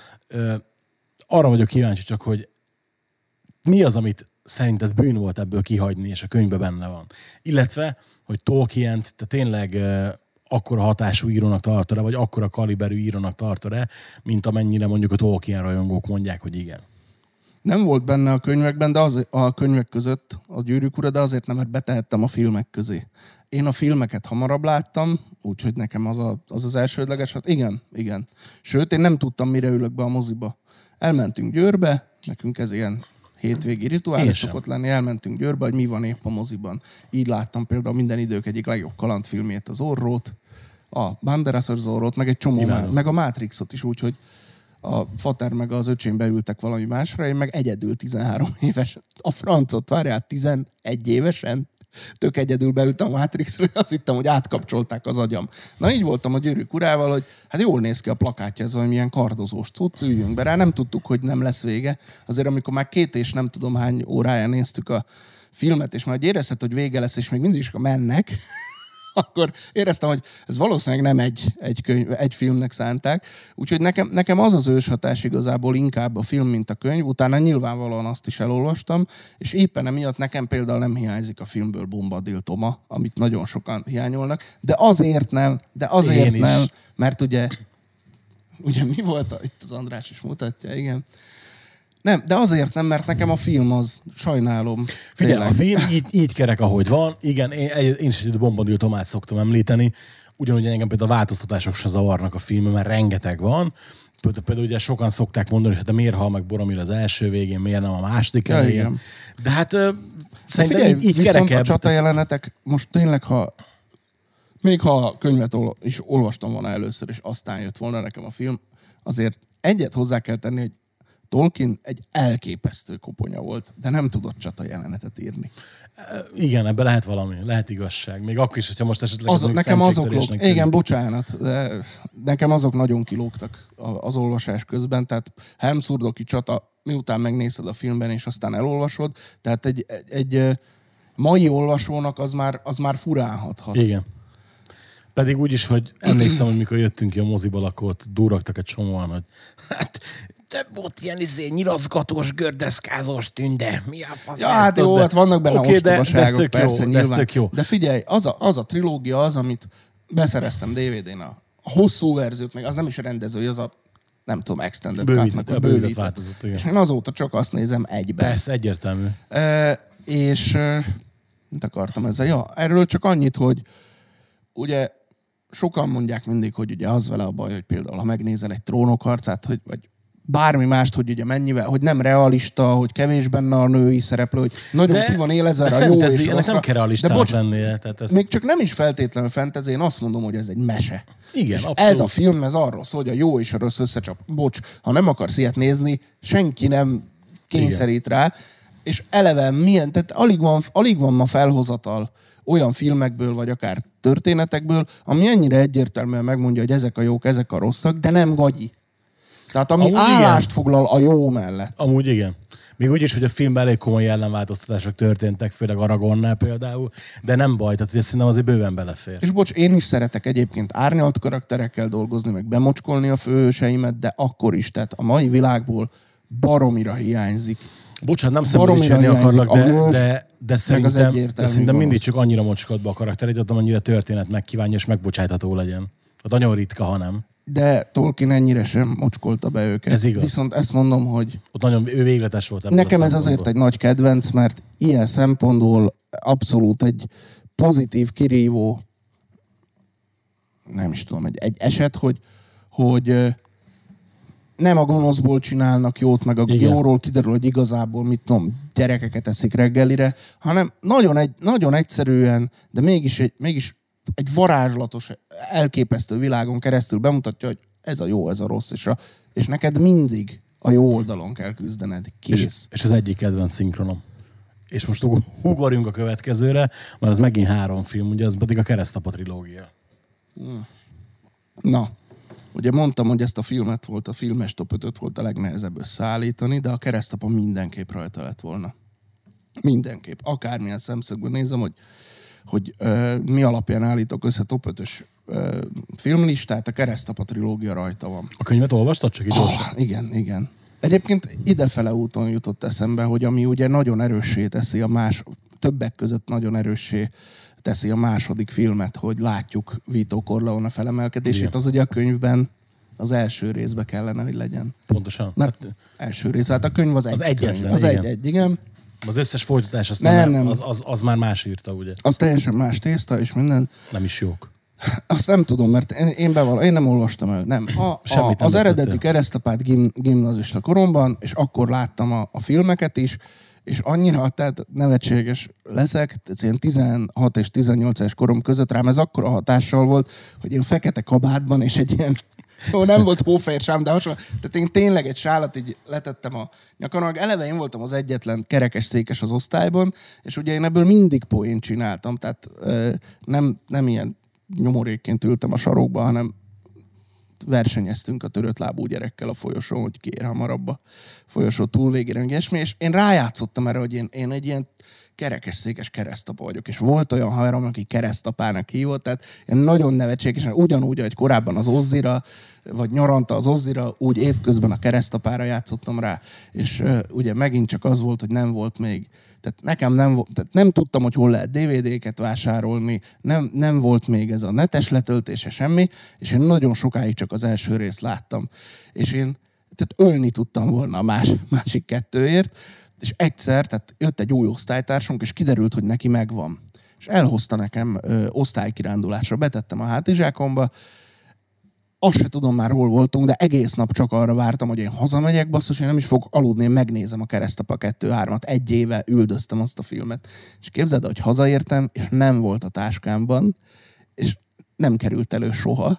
Arra vagyok kíváncsi csak, hogy mi az, amit szerinted bűn volt ebből kihagyni, és a könyvben benne van. Illetve, hogy Tolkient te tényleg akkora hatású írónak tartod-e, vagy akkora kaliberű írónak tartod-e, mint amennyire mondjuk a Tolkien rajongók mondják, hogy igen. Nem volt benne a könyvekben, de a könyvek között a Gyűrűk Ura, de azért nem, mert betehettem a filmek közé. Én a filmeket hamarabb láttam, úgyhogy nekem az elsődleges. Hát igen. Sőt, én nem tudtam, mire ülök be a moziba. Elmentünk Győrbe, nekünk ez ilyen hétvégi rituál szokott lenni, elmentünk Győrbe, hogy mi van épp a moziban. Így láttam például minden idők egyik legjobb kalandfilmjét, az Zorrót, a Banderas-os Zorrót, meg egy csomó, meg a Matrixot is, úgyhogy a fater meg az öcsém beültek valami másra, én meg egyedül 13 éves. A francot, várjál, 11 évesen? Tök egyedül beültem a Matrixra, azt hittem, hogy átkapcsolták az agyam. Na így voltam a Gyűrűk Urával, hogy hát jól néz ki a plakátja, ez valamilyen kardozós cucc, üljünk be rá. Nem tudtuk, hogy nem lesz vége. Azért amikor már 2 és nem tudom hány órája néztük a filmet, és már érezted, hogy vége lesz, és még mindig is mennek, akkor éreztem, hogy ez valószínűleg nem egy filmnek szánták. Úgyhogy nekem az az őshatás igazából inkább a film, mint a könyv. Utána nyilvánvalóan azt is elolvastam, és éppen emiatt nekem például nem hiányzik a filmből Bombadil Toma, amit nagyon sokan hiányolnak. De azért nem, mert ugye mi volt? Itt az András is mutatja, igen. Nem, de azért nem, mert nekem a film az, sajnálom. Figyelj, a film így kerek, ahogy van. Igen, én is egy Bombadil Tomát szoktam említeni. Ugyanúgy engem például a változtatások se zavarnak a filmben, mert rengeteg van. Például ugye sokan szokták mondani, hogy de miért hal meg Boromir az első végén, miért nem a második elején. De hát szerintem figyelj, így kerekebb. A csata jelenetek, most tényleg, még ha a könyvet is olvastam volna először, és aztán jött volna nekem a film, azért egyet hozzá kell tenni, hogy Tolkien egy elképesztő koponya volt, de nem tudott csata jelenetet írni. Igen, ebben lehet valami, lehet igazság. Még akkor is, hogyha most esetleg nekem azok igen, bocsánat, de nekem azok nagyon kilógtak az olvasás közben, tehát Helmszurdoki csata, miután megnézed a filmben, és aztán elolvasod, tehát egy mai olvasónak az már furán hathat. Igen. Pedig úgy is, hogy emlékszem, hogy mikor jöttünk ki a moziból, akkor ott durrogtak egy csomóan, hogy hát te volt ilyen nyilaszgatós, gördeszkázós tünde. Mi a fasz? Ja, hát jó, hát vannak benne ostobaságok, persze, nyilván. Jó. De figyelj, az a trilógia az, amit beszereztem DVD-n, a hosszú verziót, meg az nem is rendező, az a nem tudom, extended cut-nak, bővített változat. Igen. És én azóta csak azt nézem egyben. Persze, egyértelmű. És mit akartam ezzel? Ja, erről csak annyit, hogy ugye sokan mondják mindig, hogy ugye az vele a baj, hogy például ha megnézel egy Trónok harcát, vagy bármi mást, hogy ugye mennyivel, hogy nem realista, hogy kevés benne a női szereplő, hogy nagyon ki van élezve a jó és rosszra. Ennek nem kell realistának lennie. Még csak nem is feltétlenül fantasy, én azt mondom, hogy ez egy mese. Igen, és abszolút. Ez a film, ez arról szól, hogy a jó és a rossz összecsap. Bocs, ha nem akarsz ilyet nézni, senki nem kényszerít rá, és eleve milyen, tehát alig van ma felhozatal olyan filmekből, vagy akár történetekből, ami ennyire egyértelműen megmondja, hogy ezek a jók, ezek a rosszak, de nem gagyi. Tehát ami amúgy állást igen. foglal a jó mellett. Amúgy igen. Még úgy is, hogy a filmben elég komoly ellenváltoztatások történtek, főleg Aragornnál például, de nem baj, tehát szerintem azért bőven belefér. És bocs, én is szeretek egyébként árnyalt karakterekkel dolgozni, meg bemocskolni a főhőseimet, de akkor is, tehát a mai világból baromira hiányzik. Bocsánat, nem szemlélíteni akarlak, de szerintem mindig csak annyira mocskod be a karakterit, hogy annyira történet megkívánja, és megbocsátható legyen. Hát nagyon ritka, ha nem. de Tolkien ennyire sem mocskolta be őket. Ez igaz. Viszont ezt mondom, hogy Ott nagyon ő végletes volt ebből nekem a ez azért egy nagy kedvenc, mert ilyen szempontból abszolút egy pozitív, kirívó, nem is tudom, egy eset, hogy nem a gonoszból csinálnak jót, meg a jóról kiderül, hogy igazából, mit tudom, gyerekeket eszik reggelire, hanem nagyon egyszerűen, de mégis egy varázslatos, elképesztő világon keresztül bemutatja, hogy ez a jó, ez a rossz, és neked mindig a jó oldalon kell küzdened. Kész. És az egyik kedvenc szinkronom. És most ugorjunk a következőre, mert az megint 3 film, ugye az pedig a Keresztapa trilógia. Na, ugye mondtam, hogy ezt a filmet volt, a filmes top 5-öt volt a legnehezebb összeállítani, de a Keresztapa mindenképp rajta lett volna. Mindenképp. Akármilyen szemszögből nézem, hogy mi alapján állítok össze top 5-ös filmlistát, a Keresztapa trilógia rajta van. A könyvet olvastad? Csak így gyorsan? Igen. Egyébként idefele úton jutott eszembe, hogy ami ugye nagyon erőssé teszi többek között nagyon erőssé teszi a második filmet, hogy látjuk Vito Corleone felemelkedését, igen. Az ugye a könyvben az első részbe kellene, hogy legyen. Pontosan. Mert első rész, hát a könyv az egyetlen. Könyv. Az egy, igen. Az összes folytatás, azt nem. Az már más írta, ugye? Az teljesen más tészta, és minden. Nem is jók. Azt nem tudom, mert én nem olvastam el. Nem. Az eredeti Keresztapát gimnazista koromban, és akkor láttam a filmeket is, és annyira tehát nevetséges leszek, ilyen 16 és 18 éves korom között rám ez akkora hatással volt, hogy én fekete kabátban, és egy ilyen, nem volt hófehér sám, de hasonló, tehát én tényleg egy sálat így letettem a nyakamon. Eleve én voltam az egyetlen kerekes székes az osztályban, és ugye én ebből mindig poént csináltam, tehát nem ilyen nyomorékként ültem a sarokba, hanem versenyeztünk a törött lábú gyerekkel a folyosón, hogy ki ér hamarabb a folyosó túlvégére, és én rájátszottam erre, hogy én egy ilyen kerekesszékes keresztapa vagyok, és volt olyan haverom, aki keresztapának hívott, tehát én nagyon nevetségesen, ugyanúgy, ahogy korábban az Ozzira, vagy nyaranta az Ozzira, úgy évközben a keresztapára játszottam rá, és ugye megint csak az volt, hogy nem volt még, tehát nekem tehát nem tudtam, hogy hol lehet DVD-ket vásárolni, nem volt még ez a netes letöltése, semmi, és én nagyon sokáig csak az első részt láttam. És én tehát ölni tudtam volna a másik kettőért, és egyszer, tehát jött egy új osztálytársunk, és kiderült, hogy neki megvan. És elhozta nekem osztálykirándulásra, betettem a hátizsákomba, azt se tudom már, hol voltunk, de egész nap csak arra vártam, hogy én hazamegyek, basszus, én nem is fogok aludni, én megnézem a Keresztapa 2-3-at. 1 éve üldöztem azt a filmet. És képzeld, hogy hazaértem, és nem volt a táskámban, és nem került elő soha.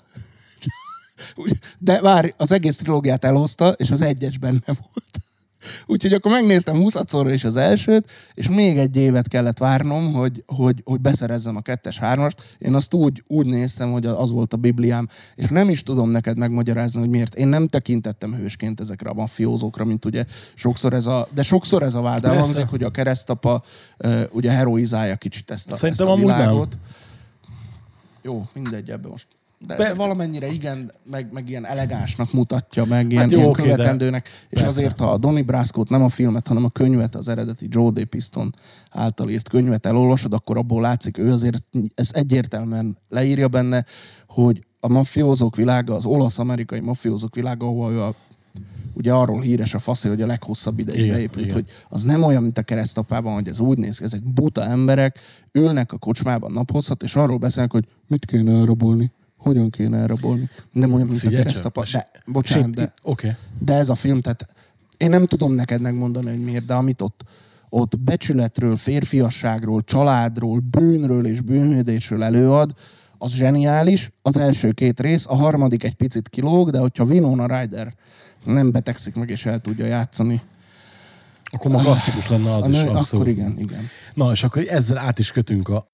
De várj, az egész trilógiát elhozta, és az 1-es benne volt. Úgyhogy akkor megnéztem 20-szorra is az elsőt, és még 1 évet kellett várnom, hogy beszerezzem a 2-es, 3-ast. Én azt úgy néztem, hogy az volt a Bibliám, és nem is tudom neked megmagyarázni, hogy miért. Én nem tekintettem hősként ezekre a mafiózókra, mint ugye sokszor ez a vád elhangzik, hogy a keresztapa ugye heroizálja kicsit ezt a világot. Jó, mindegy, ebben most. De valamennyire igen, meg ilyen elegánsnak mutatja, meg ilyen követendőnek. És persze. Azért, ha a Donnie Brasco-t, nem a filmet, hanem a könyvet, az eredeti Joe D. Piston által írt könyvet elolvasod, akkor abból látszik, ő azért ezt egyértelműen leírja benne, hogy a mafiózók világa, az olasz-amerikai mafiózók világa, ahol ő ugye arról híres a faszé, hogy a leghosszabb ideig beépült, hogy az nem olyan, mint a Keresztapában, hogy ez úgy néz ki, ezek buta emberek, ülnek a kocsmában naphosszat, és arról beszélnek, hogy mit kéne elrabolni. Hogyan kéne elrabolni? Nem olyan, mint a Keresztapa. Bocsánat, de ez a film, tehát én nem tudom neked megmondani, hogy miért, de amit ott becsületről, férfiasságról, családról, bűnről és bűnhődésről előad, az zseniális. Az első 2 rész, a harmadik egy picit kilóg, de hogyha Winona Ryder nem betegszik meg és el tudja játszani, akkor ma klasszikus lenne az is abszolút. Akkor igen. Na, és akkor ezzel át is kötünk a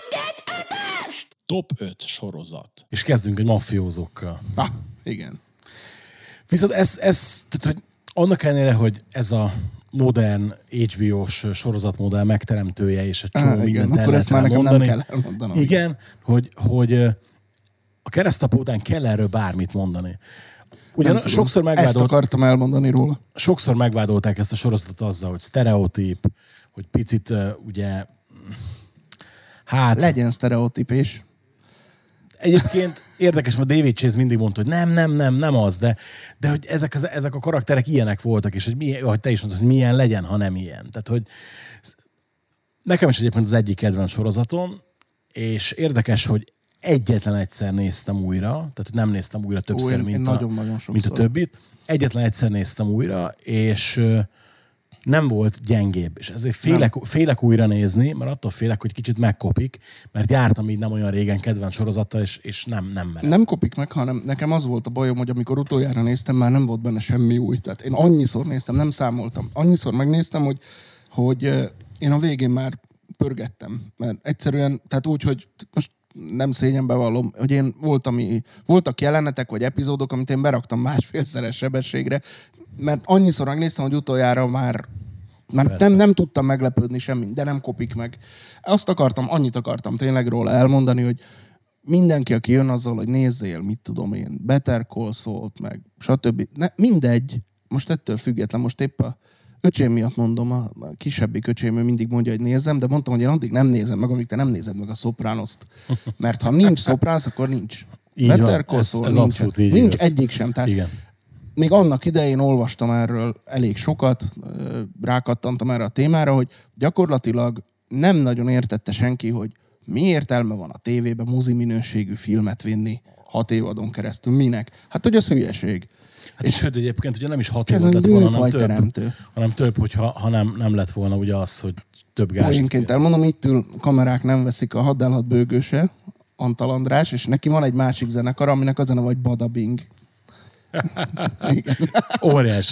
Top 5 sorozat. És kezdünk egy mafiózókkal. Igen. Viszont ez tehát, hogy annak ellenére, hogy ez a modern HBO-s sorozatmodell megteremtője, és egy csomó mindent el lehet rá mondani. Nem kell elmondanom. Igen, hogy a Keresztapa után kell erről bármit mondani. Ugyan sokszor ezt akartam elmondani róla. Sokszor megvádolták ezt a sorozatot azzal, hogy sztereotíp, hogy picit ugye legyen sztereotíp is. Egyébként érdekes, mert David Chase mindig mondta, hogy nem az, de hogy ezek a karakterek ilyenek voltak, és hogy te is mondtad, hogy milyen legyen, ha nem ilyen. Tehát, hogy nekem is egyébként az egyik kedvenc sorozatom, és érdekes, hogy egyetlen egyszer néztem újra, tehát nem néztem újra többször, mint a többit. Egyetlen egyszer néztem újra, és nem volt gyengébb. És ezért félek újra nézni, mert attól félek, hogy kicsit megkopik, mert jártam így nem olyan régen kedvenc sorozattal, és nem merem. Nem kopik meg, hanem nekem az volt a bajom, hogy amikor utoljára néztem, már nem volt benne semmi új. Tehát én annyiszor néztem, nem számoltam. Annyiszor megnéztem, hogy én a végén már pörgettem. Mert egyszerűen, tehát úgy, hogy most nem szégyenbe vallom, hogy én voltak jelenetek vagy epizódok, amit én beraktam másfélszeres sebességre, mert annyiszor megnéztem, hogy utoljára már nem tudtam meglepődni semmi, de nem kopik meg. Annyit akartam tényleg róla elmondani, hogy mindenki, aki jön azzal, hogy nézzél, mit tudom én, Better Call Saul-t, meg stb. Mindegy, most ettől független, most épp a öcsém miatt mondom, a kisebbik öcsém mindig mondja, hogy nézzem, de mondtam, hogy én addig nem nézem meg, amíg te nem nézed meg a Sopranost. Mert ha nincs Sopranos, akkor nincs. Better Call Saul, ez abszolút így nincs igaz. egyik sem. Tehát igen. Még annak idején olvastam erről elég sokat, rákattantam erre a témára, hogy gyakorlatilag nem nagyon értette senki, hogy mi értelme van a tévébe mozi minőségű filmet vinni 6 évadon keresztül. Minek? Hát, hogy az hülyeség. Hát és sőt, egyébként ugye nem is 6 évad lett volna, hanem több, hogyha nem lett volna ugye az, hogy több gáz. Poénként elmondom, itt ül, kamerák nem veszik, a Hadd elhat bőgőse, Antal András, és neki van egy másik zenekar, aminek a zene vagy Badabing. Óriási.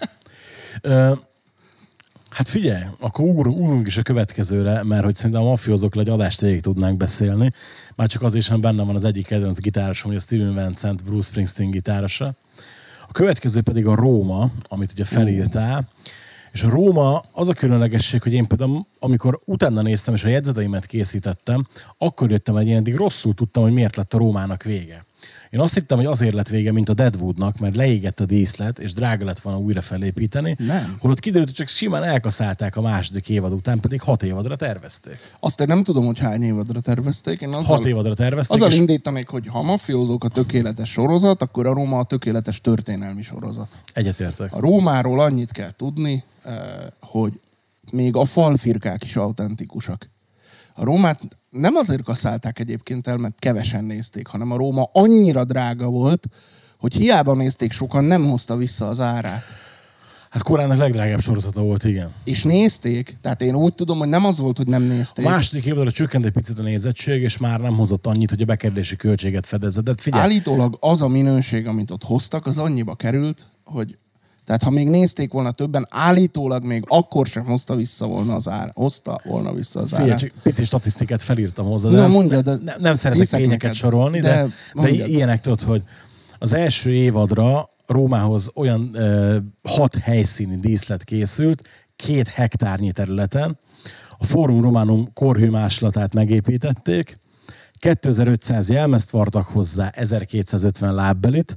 Hát figyelj, akkor ugrunk is a következőre, mert hogy szerintem a mafiózókról egy adást végig tudnánk beszélni. Már csak azért sem benne van az egyik kedvenc gitárosom, hogy a Steven Vincent, Bruce Springsteen gitárosa. A következő pedig a Róma, amit ugye felírtál. És a Róma az a különlegesség, hogy én például, amikor utána néztem és a jegyzeteimet készítettem, akkor jöttem egy ilyen, rosszul tudtam, hogy miért lett a Rómának vége. Én azt hittem, hogy azért lett vége, mint a Deadwoodnak, mert leégett a díszlet, és drága lett volna újra felépíteni. Nem. Holott kiderült, hogy csak simán elkaszálták a második évad után, pedig 6 évadra tervezték. Azt én nem tudom, hogy hány évadra tervezték. Én 6 évadra tervezték. Azzal indítanék, hogy ha mafiózók a tökéletes sorozat, akkor a Róma a tökéletes történelmi sorozat. Egyetértek. A Rómáról annyit kell tudni, hogy még a falfirkák is autentikusak. A Rómát nem azért kaszálták egyébként el, mert kevesen nézték, hanem a Róma annyira drága volt, hogy hiába nézték sokan, nem hozta vissza az árát. Hát korának legdrágább sorozata volt, igen. És nézték, tehát én úgy tudom, hogy nem az volt, hogy nem nézték. A második évadra csökkent egy picit a nézettség, és már nem hozott annyit, hogy a bekerülési költséget fedezze. De figyelj. Állítólag az a minőség, amit ott hoztak, az annyiba került, hogy tehát ha még nézték volna többen, állítólag még akkor sem hozta volna vissza az árát. Figyelj, csak pici statisztikát felírtam hozzá, de nem szeretek lényeket sorolni, de ilyenek tudod, hogy az első évadra Rómához olyan 6 helyszíni díszlet készült, 2 hektárnyi területen. A Forum Romanum korhőmáslatát megépítették, 2500 jelmezt vartak hozzá, 1250 lábbelit,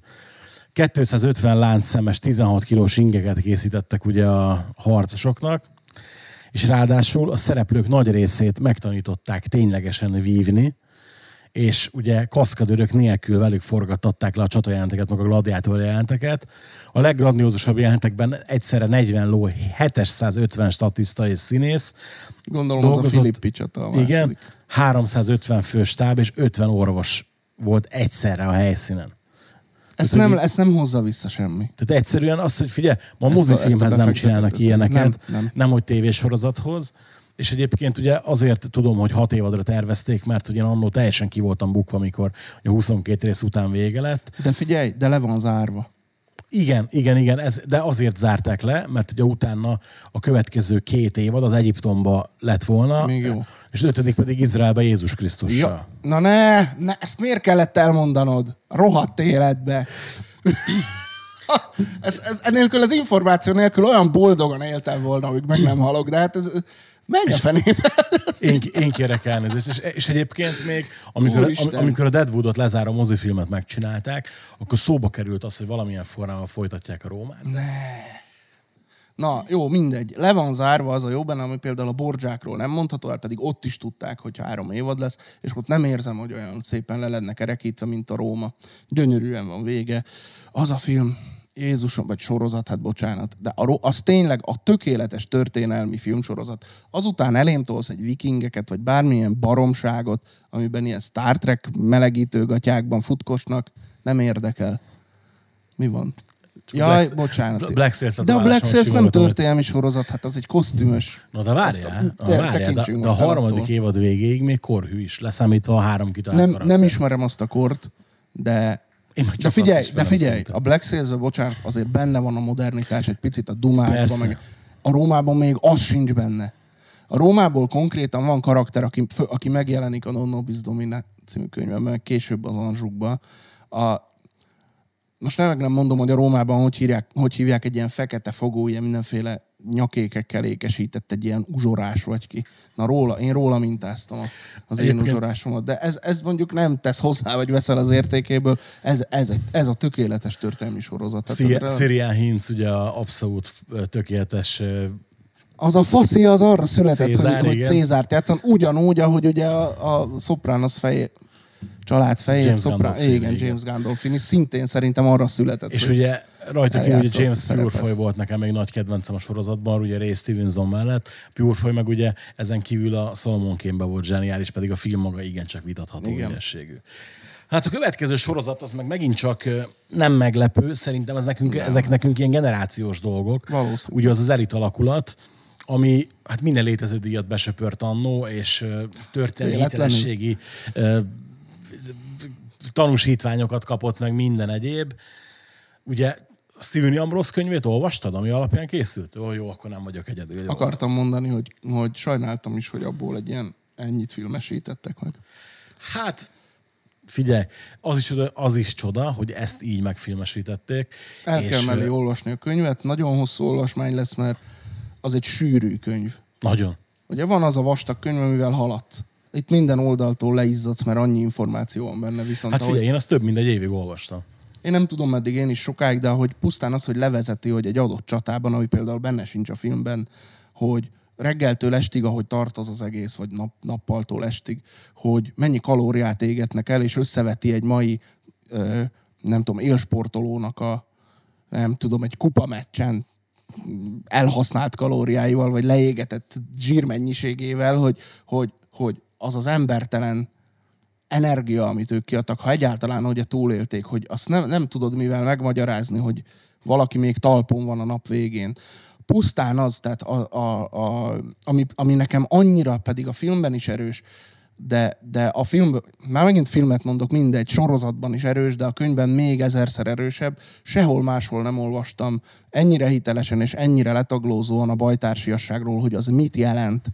250 láncszemes, 16 kilós ingeket készítettek ugye a harcosoknak, és ráadásul a szereplők nagy részét megtanították ténylegesen vívni, és ugye kaszkadőrök nélkül velük forgattatták le a csatajelenteket, meg a gladiátor jelenteket. A leggrandiózusabb jelentekben egyszerre 40 ló, 750 statiszta és színész. Gondolom dolgozott, az a Filippi csata a második. Igen, 350 főstáb és 50 orvos volt egyszerre a helyszínen. Ezt nem hozza vissza semmi. Tehát egyszerűen az, hogy figyelj, ma mozifilmhez nem csinálnak ilyeneket, nem hogy tévésorozathoz. És egyébként ugye azért tudom, hogy 6 évadra tervezték, mert ugye annó teljesen ki voltam bukva, amikor a 22 rész után vége lett. De figyelj, de le van zárva. Igen, de azért zárták le, mert ugye utána a következő 2 évad az Egyiptomba lett volna. Még jó. És az 5. pedig Izraelbe Jézus Krisztussal. Ja. Na ne, ezt miért kellett elmondanod? Rohadt életbe. Ennélkül az információ nélkül olyan boldogan éltem volna, hogy meg nem halok, de hát ez menj a fenébe. Én kérek elnézést. És egyébként még, amikor a Deadwoodot lezáró mozifilmet megcsinálták, akkor szóba került az, hogy valamilyen formában folytatják a Rómát. Na, jó, mindegy. Le van zárva az a jó benne, ami például a Bordzsákról nem mondható el, pedig ott is tudták, hogy 3 évad lesz, és ott nem érzem, hogy olyan szépen le lenne kerekítve, mint a Róma. Gyönyörűen van vége. Az a film, Jézusom, vagy sorozat, hát bocsánat, de az tényleg a tökéletes történelmi filmsorozat. Azután elém tolsz egy vikingeket, vagy bármilyen baromságot, amiben ilyen Star Trek melegítőgatyákban futkosnak, nem érdekel. Mi van? Jaj, bocsánat. De a Black Sails nem történelmi sorozat, hát az egy kosztümös. Na de várjál, de a harmadik évad végéig még korhű is, leszámítva a 3 kitalált karakter. Nem ismerem azt a kort, de figyelj, a Black Sails-ben, bocsánat, azért benne van a modernitás, egy picit a dumában, meg a Rómában még az sincs benne. A Rómából konkrétan van karakter, aki megjelenik a Non Nobis Domine című könyvben, meg később az Anjouban. Most nem mondom, hogy a Rómában hogy hívják egy ilyen fekete fogó, ilyen mindenféle nyakékekkel ékesített egy ilyen uzsorás vagy ki. Na én róla mintáztam az én uzsorásomat. De ez mondjuk nem tesz hozzá, vagy veszel az értékéből. Ez a tökéletes történelmi sorozat. Sirian Hinz ugye a abszolút tökéletes... Az a faszi az arra született, hogy Cézárt játszan. Ugyanúgy, ahogy ugye a Sopranos család fejét, James Gandolfini szintén szerintem arra született. És ugye rajta ki, ugye James Purefoy volt nekem még nagy kedvencem a sorozatban, ugye Ray Stevenson mellett. Purefoy meg ugye ezen kívül a Solomon Kane-ben volt zseniális, pedig a film maga igencsak vitatható minőségű. Hát a következő sorozat az meg megint csak nem meglepő, szerintem ezek nekünk ilyen generációs dolgok. Ugye az Elit alakulat, ami hát minden létező díjat besöpört annó, és történelmi hitelességi tanúsítványokat kapott meg minden egyéb. Ugye Stephen Ambrose könyvét olvastad, ami alapján készült? Jó, akkor nem vagyok egyedül. Jó. Akartam mondani, hogy sajnáltam is, hogy abból egy ilyen ennyit filmesítettek meg. Hát, figyelj, az is csoda, hogy ezt így megfilmesítették. Kell mellé olvasni a könyvet. Nagyon hosszú olvasmány lesz, mert az egy sűrű könyv. Nagyon. Ugye van az a vastag könyv, amivel haladsz. Itt minden oldaltól leizzadsz, mert annyi információ van benne. Viszont hát figyelj, én azt több mint egy évig olvastam. Én nem tudom meddig, én is sokáig, de hogy pusztán az, hogy levezeti, hogy egy adott csatában, ami például benne sincs a filmben, hogy reggeltől estig, ahogy tart az egész, vagy nappaltól estig, hogy mennyi kalóriát égetnek el, és összeveti egy mai, nem tudom, élsportolónak egy kupameccsen elhasznált kalóriáival, vagy leégetett zsírmennyiségével, hogy az embertelen energia, amit ők kiadtak, ha egyáltalán ugye túlélték, hogy azt nem tudod mivel megmagyarázni, hogy valaki még talpon van a nap végén. Pusztán az, tehát ami nekem annyira, pedig a filmben is erős, de a filmben, már megint filmet mondok, mindegy, sorozatban is erős, de a könyvben még 1000-szer erősebb. Sehol máshol nem olvastam ennyire hitelesen és ennyire letaglózóan a bajtársiasságról, hogy az mit jelent.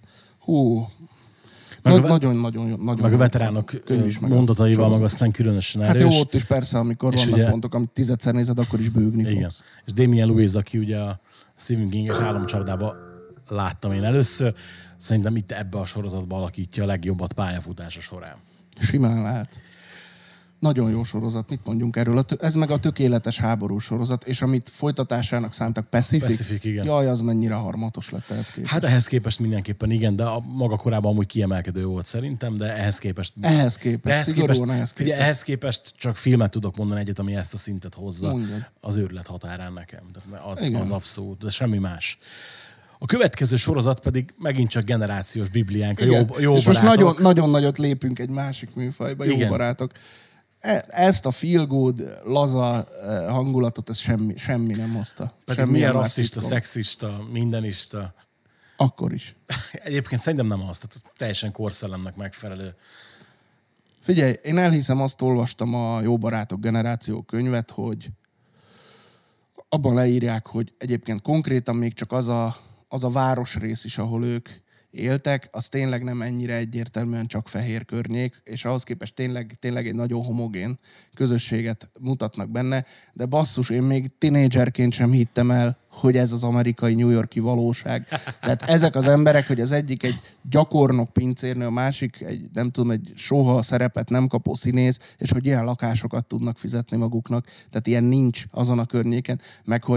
Nagyon. Meg a veteránok mondataival meg aztán különösen erős. Hát jó, ott is persze, amikor vannak ugye, pontok, amit 10-szer nézed, akkor is bőgni fogsz. Igen. És Damien Lewis, aki ugye a Stephen King-es Álomcsapdában láttam én először, szerintem itt ebbe a sorozatban alakítja a legjobbat pályafutása során. Simán lehet. Nagyon jó sorozat, mit mondjunk erről? Ez meg a tökéletes háború sorozat, és amit folytatásának szántak, Pacific, igen. Jaj, az mennyire harmatos lett ehhez képest. Hát ehhez képest mindenképpen igen, de a maga korában amúgy kiemelkedő volt szerintem, de ehhez képest... Figyelj, ehhez képest csak filmet tudok mondani egyet, ami ezt a szintet hozza. Mondjad. Az őrület határán nekem. Az abszolút, de semmi más. A következő sorozat pedig megint csak generációs bibliánk, a jó és barátok. Most nagyon nagyot lépünk egy másik műfajba, jó barátok. Ezt a feel good, laza hangulatot, ez semmi nem hozta. Pedig milyen rasszista, szexista, mindenista. Akkor is. Egyébként szerintem nem az, tehát teljesen korszellemnek megfelelő. Figyelj, én elhiszem, azt olvastam a Jó barátok generáció könyvet, hogy abban leírják, hogy egyébként konkrétan még csak az a városrész is, ahol ők éltek, az tényleg nem ennyire egyértelműen csak fehér környék, és ahhoz képest tényleg egy nagyon homogén közösséget mutatnak benne, de basszus, én még tinédzserként sem hittem el, hogy ez az amerikai New York-i valóság. Tehát ezek az emberek, hogy az egyik egy gyakornok pincérnő, a másik egy soha szerepet nem kapó színész, és hogy ilyen lakásokat tudnak fizetni maguknak. Tehát ilyen nincs azon a környéken, meg hogy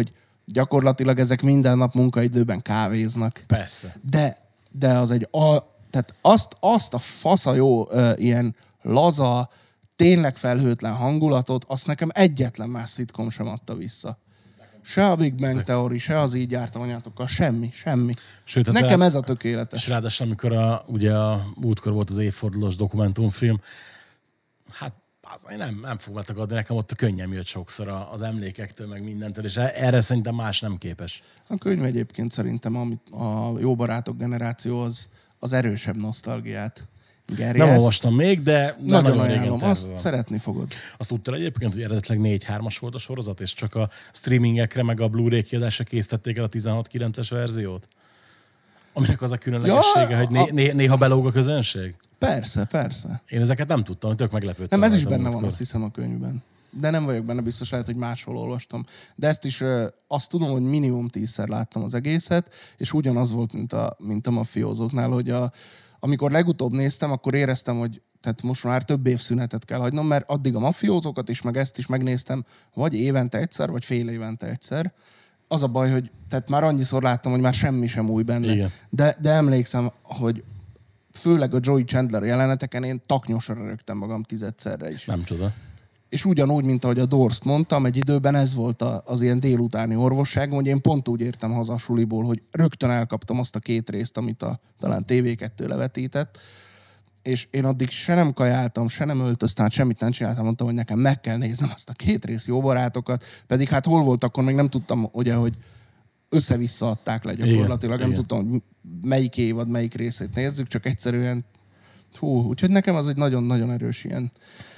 Gyakorlatilag ezek minden nap munkaidőben kávéznak. Persze. De az tehát azt a fasza jó ilyen laza, tényleg felhőtlen hangulatot, azt nekem egyetlen más szitkom sem adta vissza. Se a Big Bang Theory, se az Így jártam anyátokkal, semmi. Sőt, nekem ez a tökéletes. És ráadásul, amikor ugye a múltkor volt az évfordulós dokumentumfilm, hát én nem fogom tagadni, nekem ott a könnyem jött sokszor az emlékektől, meg mindentől, és erre szerintem más nem képes. A könyv egyébként szerintem a Jó barátok generáció az erősebb nosztalgiát gerjeszt. Nem olvastam még, de nagyon ajánlom, azt szeretni fogod. Azt tudtál egyébként, hogy eredetileg 4:3-as volt a sorozat, és csak a streamingekre, meg a Blu-ray kiadásra készítették el a 16:9-es verziót? Aminek az a különlegessége, hogy néha belóg a közönség? Persze. Én ezeket nem tudtam, tök meglepődtem. Nem, ez is benne van, azt hiszem, a könyvben. De nem vagyok benne biztos, lehet, hogy máshol olvastam. De ezt is azt tudom, hogy minimum 10-szer láttam az egészet, és ugyanaz volt, mint a mafiózóknál, hogy amikor legutóbb néztem, akkor éreztem, hogy tehát most már több évszünetet kell hagynom, mert addig a mafiózókat is, meg ezt is megnéztem, vagy évente egyszer, vagy fél évente egyszer. Az a baj, hogy tehát már annyiszor láttam, hogy már semmi sem új benne. Igen. De emlékszem, hogy főleg a Joey Chandler jeleneteken én taknyosra rögtem magam 10-szerre is. Nem csoda. És ugyanúgy, mint ahogy a Dorst mondtam, egy időben ez volt az ilyen délutáni orvosságom, hogy én pont úgy értem haza a suliból, hogy rögtön elkaptam azt a 2 részt, amit talán TV2 levetített, és én addig se nem kajáltam, se nem öltöztem, hát semmit nem csináltam, mondtam, hogy nekem meg kell néznem azt a 2 rész Jó barátokat, pedig hát hol volt akkor, még nem tudtam, ugye, hogy össze-vissza adták le gyakorlatilag, nem tudtam, hogy melyik évad, melyik részét nézzük, csak egyszerűen úgyhogy nekem az egy nagyon-nagyon erős ilyen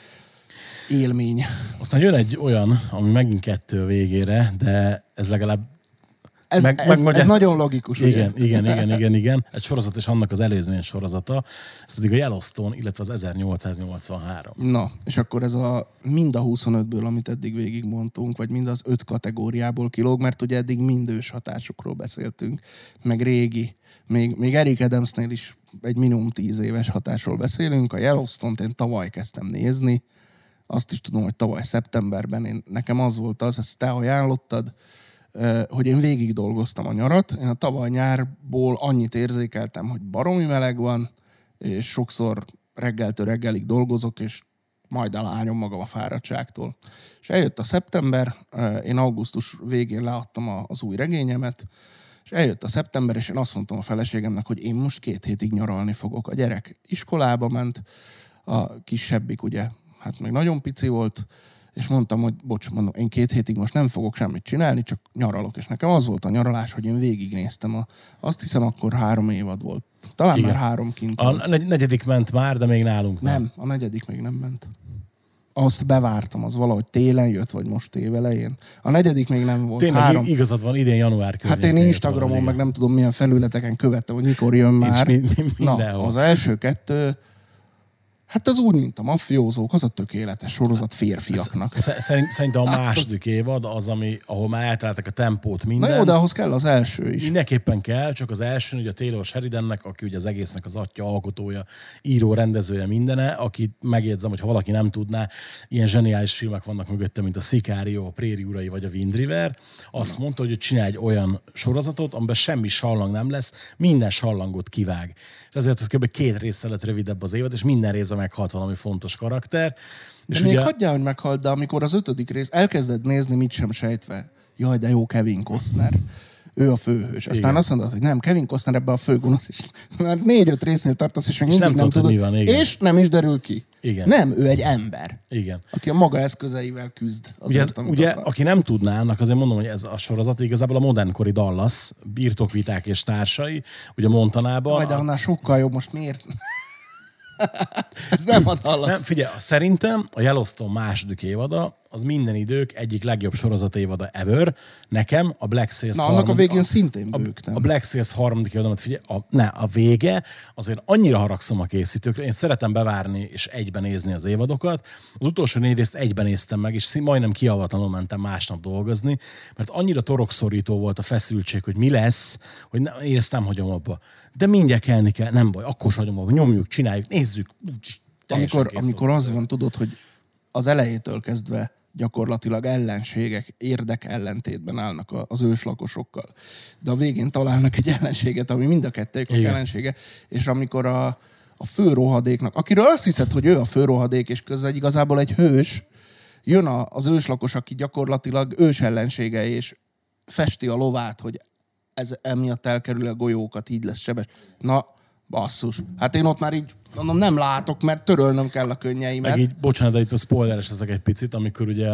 élmény. Aztán jön egy olyan, ami megint 2 végére, de ez legalább Ez nagyon logikus, ugye? Igen. Egy sorozat és annak az előzmény sorozata, ez pedig a Yellowstone, illetve az 1883. Na, és akkor ez mind a 25-ből, amit eddig végigmondtunk, vagy mind az 5 kategóriából kilóg, mert ugye eddig mind ős hatásokról beszéltünk, meg régi. Még Eric Adamsnél is egy minimum 10 éves hatásról beszélünk. A Yellowstone-t én tavaly kezdtem nézni. Azt is tudom, hogy tavaly szeptemberben nekem az volt ezt te ajánlottad, hogy én végig dolgoztam a nyarat. Én a tavaly nyárból annyit érzékeltem, hogy baromi meleg van, és sokszor reggeltől reggelig dolgozok, és majd elányom magam a fáradtságtól. És eljött a szeptember, én augusztus végén leadtam az új regényemet, és eljött a szeptember, és én azt mondtam a feleségemnek, hogy én most 2 hétig nyaralni fogok. A gyerek iskolába ment, a kisebbik ugye, hát még nagyon pici volt, és mondtam, hogy mondom, én 2 hétig most nem fogok semmit csinálni, csak nyaralok. És nekem az volt a nyaralás, hogy én végignéztem. Azt hiszem, akkor 3 évad volt. Talán igen. Már 3 kint volt. A 4. ment már, de még nálunk nem. A 4. még nem ment. Azt bevártam, az valahogy télen jött, vagy most évelején. A 4. még nem volt. Tényleg igazad van, idén január környékén. Hát én Instagramon, meg nem tudom milyen felületeken követtem, hogy mikor jön már. Mindenhol. Az első 2... Hát az úgy, mint a mafiózók, az a tökéletes sorozat férfiaknak. Szerintem a második évad az, ahol már eltalálták a tempót mindent. Na jó, de ahhoz kell az első is. Mindenképpen kell, csak az első, ugye a Taylor Sheridannek, aki ugye az egésznek az atya, alkotója, író, rendezője, mindene, aki megjegyzem, hogy ha valaki nem tudná, ilyen zseniális filmek vannak mögötte, mint a Sicario, a Préri urai vagy a Wind River. Azt mondta, hogy csinálj egy olyan sorozatot, amiben semmi sallang nem lesz, minden sallangot kivág. És ezért az kb. 2 résszel lett rövidebb az évad, és minden részben meghalt valami fontos karakter. De és még ugye... hagyjál, hogy meghalt, de amikor az 5. rész elkezded nézni, mit sem sejtve, jaj, de jó Kevin Costner. Ő a főhős. Aztán igen. Azt mondod, hogy nem, Kevin Costner ebbe a főgonosz is. Már 4-5 résznél tartasz, és még mindig nem tudod. Van, és nem is derül ki. Igen. Nem, ő egy ember. Igen. Aki a maga eszközeivel küzd. Ugye aki nem tudná, annak azért mondom, hogy ez a sorozat igazából a modernkori Dallas, birtokviták és társai, ugye Montanában. De annál sokkal jobb, most miért? Ez nem a Dallas. Nem, figyelj, szerintem a Yellowstone második évada az minden idők egyik legjobb sorozat évada ever. Nekem a Black Sails annak a végén szintén bőgtem. A Black Sails 3. évadomat, figyelj, a vége, azért annyira haragszom a készítőkre. Én szeretem bevárni és egyben nézni az évadokat. Az utolsó 4 részt egyben néztem meg, és majdnem kiavatlanul mentem másnap dolgozni, mert annyira torokszorító volt a feszültség, hogy mi lesz, hogy én ezt nem hagyom abba. De mindjárt kelni kell, nem baj, akkor sem hagyom abba, nyomjuk, csináljuk, nézzük. Amikor az van, tudod, hogy az elejétől kezdve gyakorlatilag ellenségek, érdek ellentétben állnak az őslakosokkal. De a végén találnak egy ellenséget, ami mind a kettőjük ellensége, és amikor a fő rohadéknak, akiről azt hiszed, hogy ő a fő rohadék, és közben igazából egy hős, jön az őslakos, aki gyakorlatilag ős ellensége, és festi a lovát, hogy ez emiatt elkerül a golyókat, így lesz sebes. Na, basszus. Hát én ott már így mondom, nem látok, mert törölnöm kell a könnyeimet. Meg így, bocsánat, de itt a spoileres leszek egy picit, amikor ugye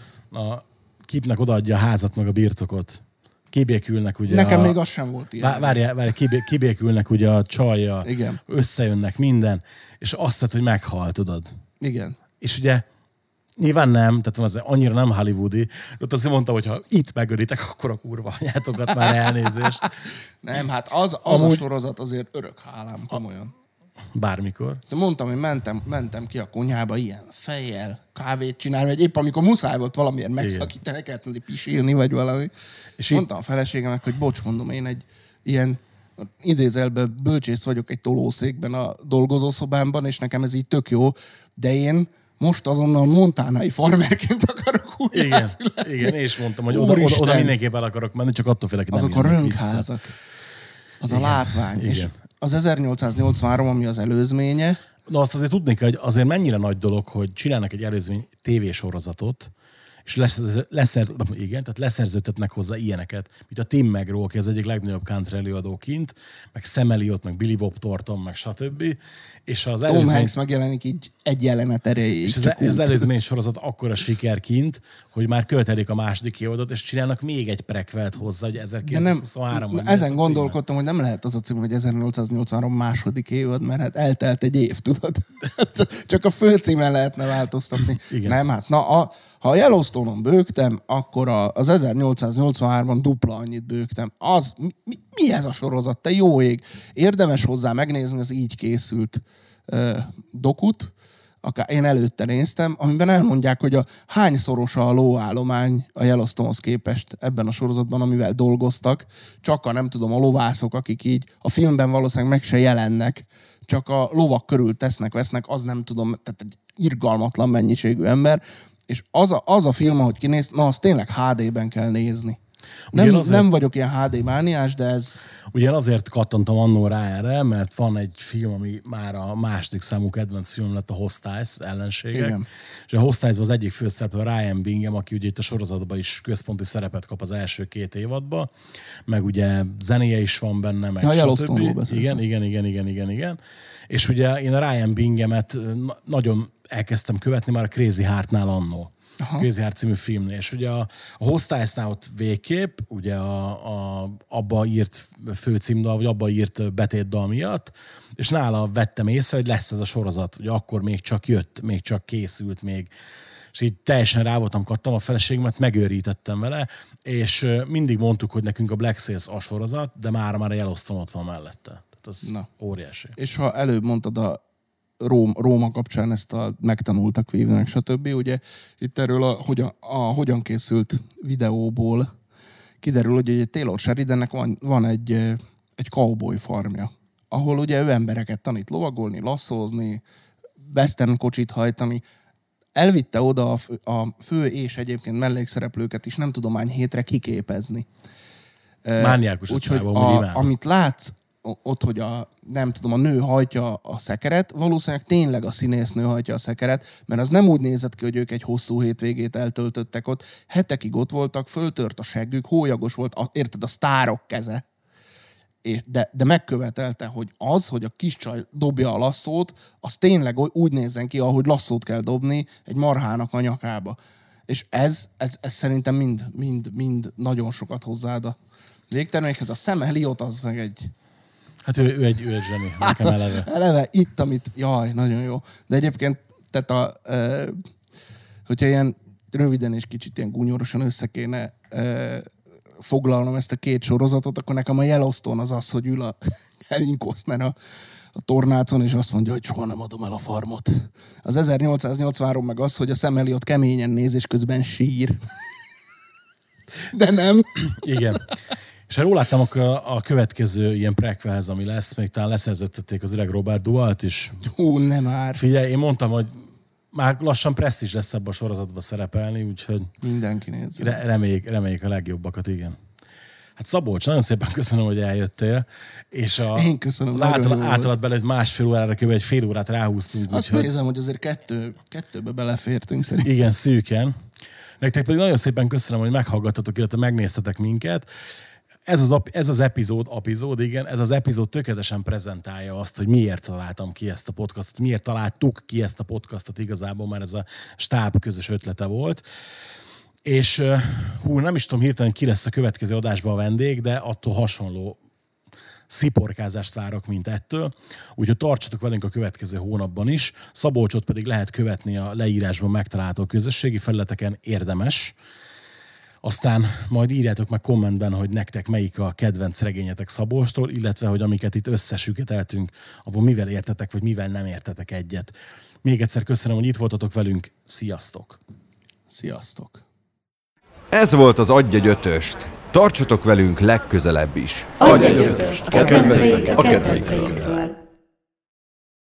a Kipnek odaadja a házat, meg a birtokot. Kibékülnek ugye Nekem még az sem volt ilyen. Várj, kibékülnek ugye a csajja, igen. Összejönnek minden, és azt tett, hogy meghal, tudod. Igen. És ugye nyilván nem, tehát az annyira nem hollywoodi, de ott azért mondta, hogy ha itt megölitek, akkor a kurva anyátokat már elnézést. Nem, hát az amúgy... a sorozat azért örök hálám, komolyan. Bármikor. De mondtam, hogy mentem ki a konyhába ilyen fejjel, kávét csinálni, vagy épp amikor muszáj volt valamilyen megszakítani, kellett pisilni, vagy valami. És mondtam a feleségemnek, hogy bocs, mondom, én egy ilyen idézelben bölcsész vagyok egy tolószékben a dolgozószobámban, és nekem ez így tök jó, de én most azonnal montánai farmerként akarok újjászületni. Igen, és mondtam, hogy oda mindenképp el akarok menni, csak attól félek, hogy nem azok a rönkházak. Az igen, a látvány. Igen. És az 1883, ami az előzménye. Na azt azért tudni kell, hogy azért mennyire nagy dolog, hogy csinálnak egy előzmény tévésorozatot, és leszerződtetnek hozzá ilyeneket, mint a Tim McGraw, aki az egyik legnagyobb country előadó kint, meg Sam Elliott, meg Billy Bob Thornton, meg stb. És az Tom Hanks megjelenik így egy jelenet erejéig. És az előzmény sorozat akkora siker kint, hogy már követelik a második évadot, és csinálnak még egy prequelt hozzá, hogy 1923-ban. Ezen gondolkodtam, hogy nem lehet az a cím, hogy 1883 második évad, mert hát eltelt egy év, tudod? Csak a főcímen lehetne változtatni. Igen. Nem, hát ha a Yellowstone-on bőgtem, akkor az 1883-ban dupla annyit bőgtem. Mi ez a sorozat? Te jó ég! Érdemes hozzá megnézni az így készült dokut, akár én előtte néztem, amiben elmondják, hogy hányszorosa a lóállomány a Yellowstone-hoz képest ebben a sorozatban, amivel dolgoztak. Csak a lovászok, akik így a filmben valószínűleg meg se jelennek, csak a lovak körül vesznek, az nem tudom, tehát egy irgalmatlan mennyiségű ember. És az a film, ahogy kinéz, na, azt tényleg HD-ben kell nézni. Nem vagyok ilyen HD mániás, de ez... Ugyan azért kattantam annól rá erre, mert van egy film, ami már a második számú kedvenc film lett, a Hostiles ellenségek. Igen. És a Hostilesban az egyik főszereplő Ryan Bingham, aki ugye itt a sorozatban is központi szerepet kap az első 2 évadban, meg ugye zenéje is van benne, meg stb. Igen. És ugye én a Ryan Binghamet nagyon elkezdtem követni már a Crazy Heart-nál annó. Aha. Crazy Heart című filmnél. És ugye a Hostilesnál ott végképp, ugye abba írt főcímdal, vagy abba írt betétdal miatt, és nála vettem észre, hogy lesz ez a sorozat. Ugye akkor még csak jött, még csak készült még. És így teljesen rá voltam, kattam a feleségemet, megőrítettem vele, és mindig mondtuk, hogy nekünk a Black Sails a sorozat, de már a Yellowstone ott van mellette. Tehát az óriási. És ha előbb mondtad a Róma kapcsán ezt megtanultak vívni, stb. Ugye itt erről hogyan készült videóból kiderül, hogy egy Taylor Sheridannek van egy cowboy farmja, ahol ugye ő embereket tanít lovagolni, lasszózni, western kocsit hajtani. Elvitte oda a fő és egyébként mellékszereplőket is nem tudom hány hétre kiképezni. Mániákus úgyhogy amit látsz ott, hogy a nő hajtja a szekeret, valószínűleg tényleg a színésznő hajtja a szekeret, mert az nem úgy nézett ki, hogy ők egy hosszú hétvégét eltöltöttek ott, hetekig ott voltak, föltört a seggük, hólyagos volt, érted, a sztárok keze. De megkövetelte, hogy a kis csaj dobja a lasszót, az tényleg úgy nézzen ki, ahogy lasszót kell dobni egy marhának a nyakába. És ez szerintem mind nagyon sokat hozzáad a végtermékhez. A Sam Elliott az meg egy... Hát ő egy zseni, nekem eleve. Eleve itt, amit... Jaj, nagyon jó. De egyébként, tehát hogyha ilyen röviden és kicsit ilyen gúnyorosan össze kéne foglalnom ezt a 2 sorozatot, akkor nekem a Yellowstone az, hogy ül a Kevin Costner a tornácon, és azt mondja, hogy soha nem adom el a farmot. Az 1883 meg az, hogy a Sam Elliott keményen néz, és közben sír. De nem. Igen. És ha jól láttam, akkor a következő ilyen prequelhez, ami lesz, még talán leszerződtették az öreg Robert Duvalt is. Nem már. Figyelj, én mondtam, hogy már lassan presztízs lesz ebben a sorozatban szerepelni, úgyhogy Mindenki nézze. Reméljük a legjobbakat, igen. Hát Szabolcs, nagyon szépen köszönöm, hogy eljöttél. És Én köszönöm. Az általad belőtt másfél órára kb. Egy fél órát ráhúztunk. Azt nézem, hogy azért kettőbe belefértünk szerintem. Igen, szűken. Nektek pedig nagyon szépen köszönöm, hogy meghallgattatok, illetve megnéztetek minket. Ez az epizód tökéletesen prezentálja azt, hogy miért találtam ki ezt a podcastot, miért találtuk ki ezt a podcastot igazából, mert ez a stáb közös ötlete volt. És nem is tudom hirtelen, ki lesz a következő adásban a vendég, de attól hasonló sziporkázást várok, mint ettől. Úgyhogy tartsatok velünk a következő hónapban is. Szabolcsot pedig lehet követni a leírásban megtalálható közösségi felületeken, érdemes. Aztán majd írjátok meg kommentben, hogy nektek melyik a kedvenc regényetek Szabolcstól, illetve hogy amiket itt összesüketeltünk, abban mivel értetek, vagy mivel nem értetek egyet. Még egyszer köszönöm, hogy itt voltatok velünk. Sziasztok! Sziasztok! Ez volt az Adj egy ötöst. Tartsatok velünk legközelebb is. Adj egy ötöst a kedvencekről.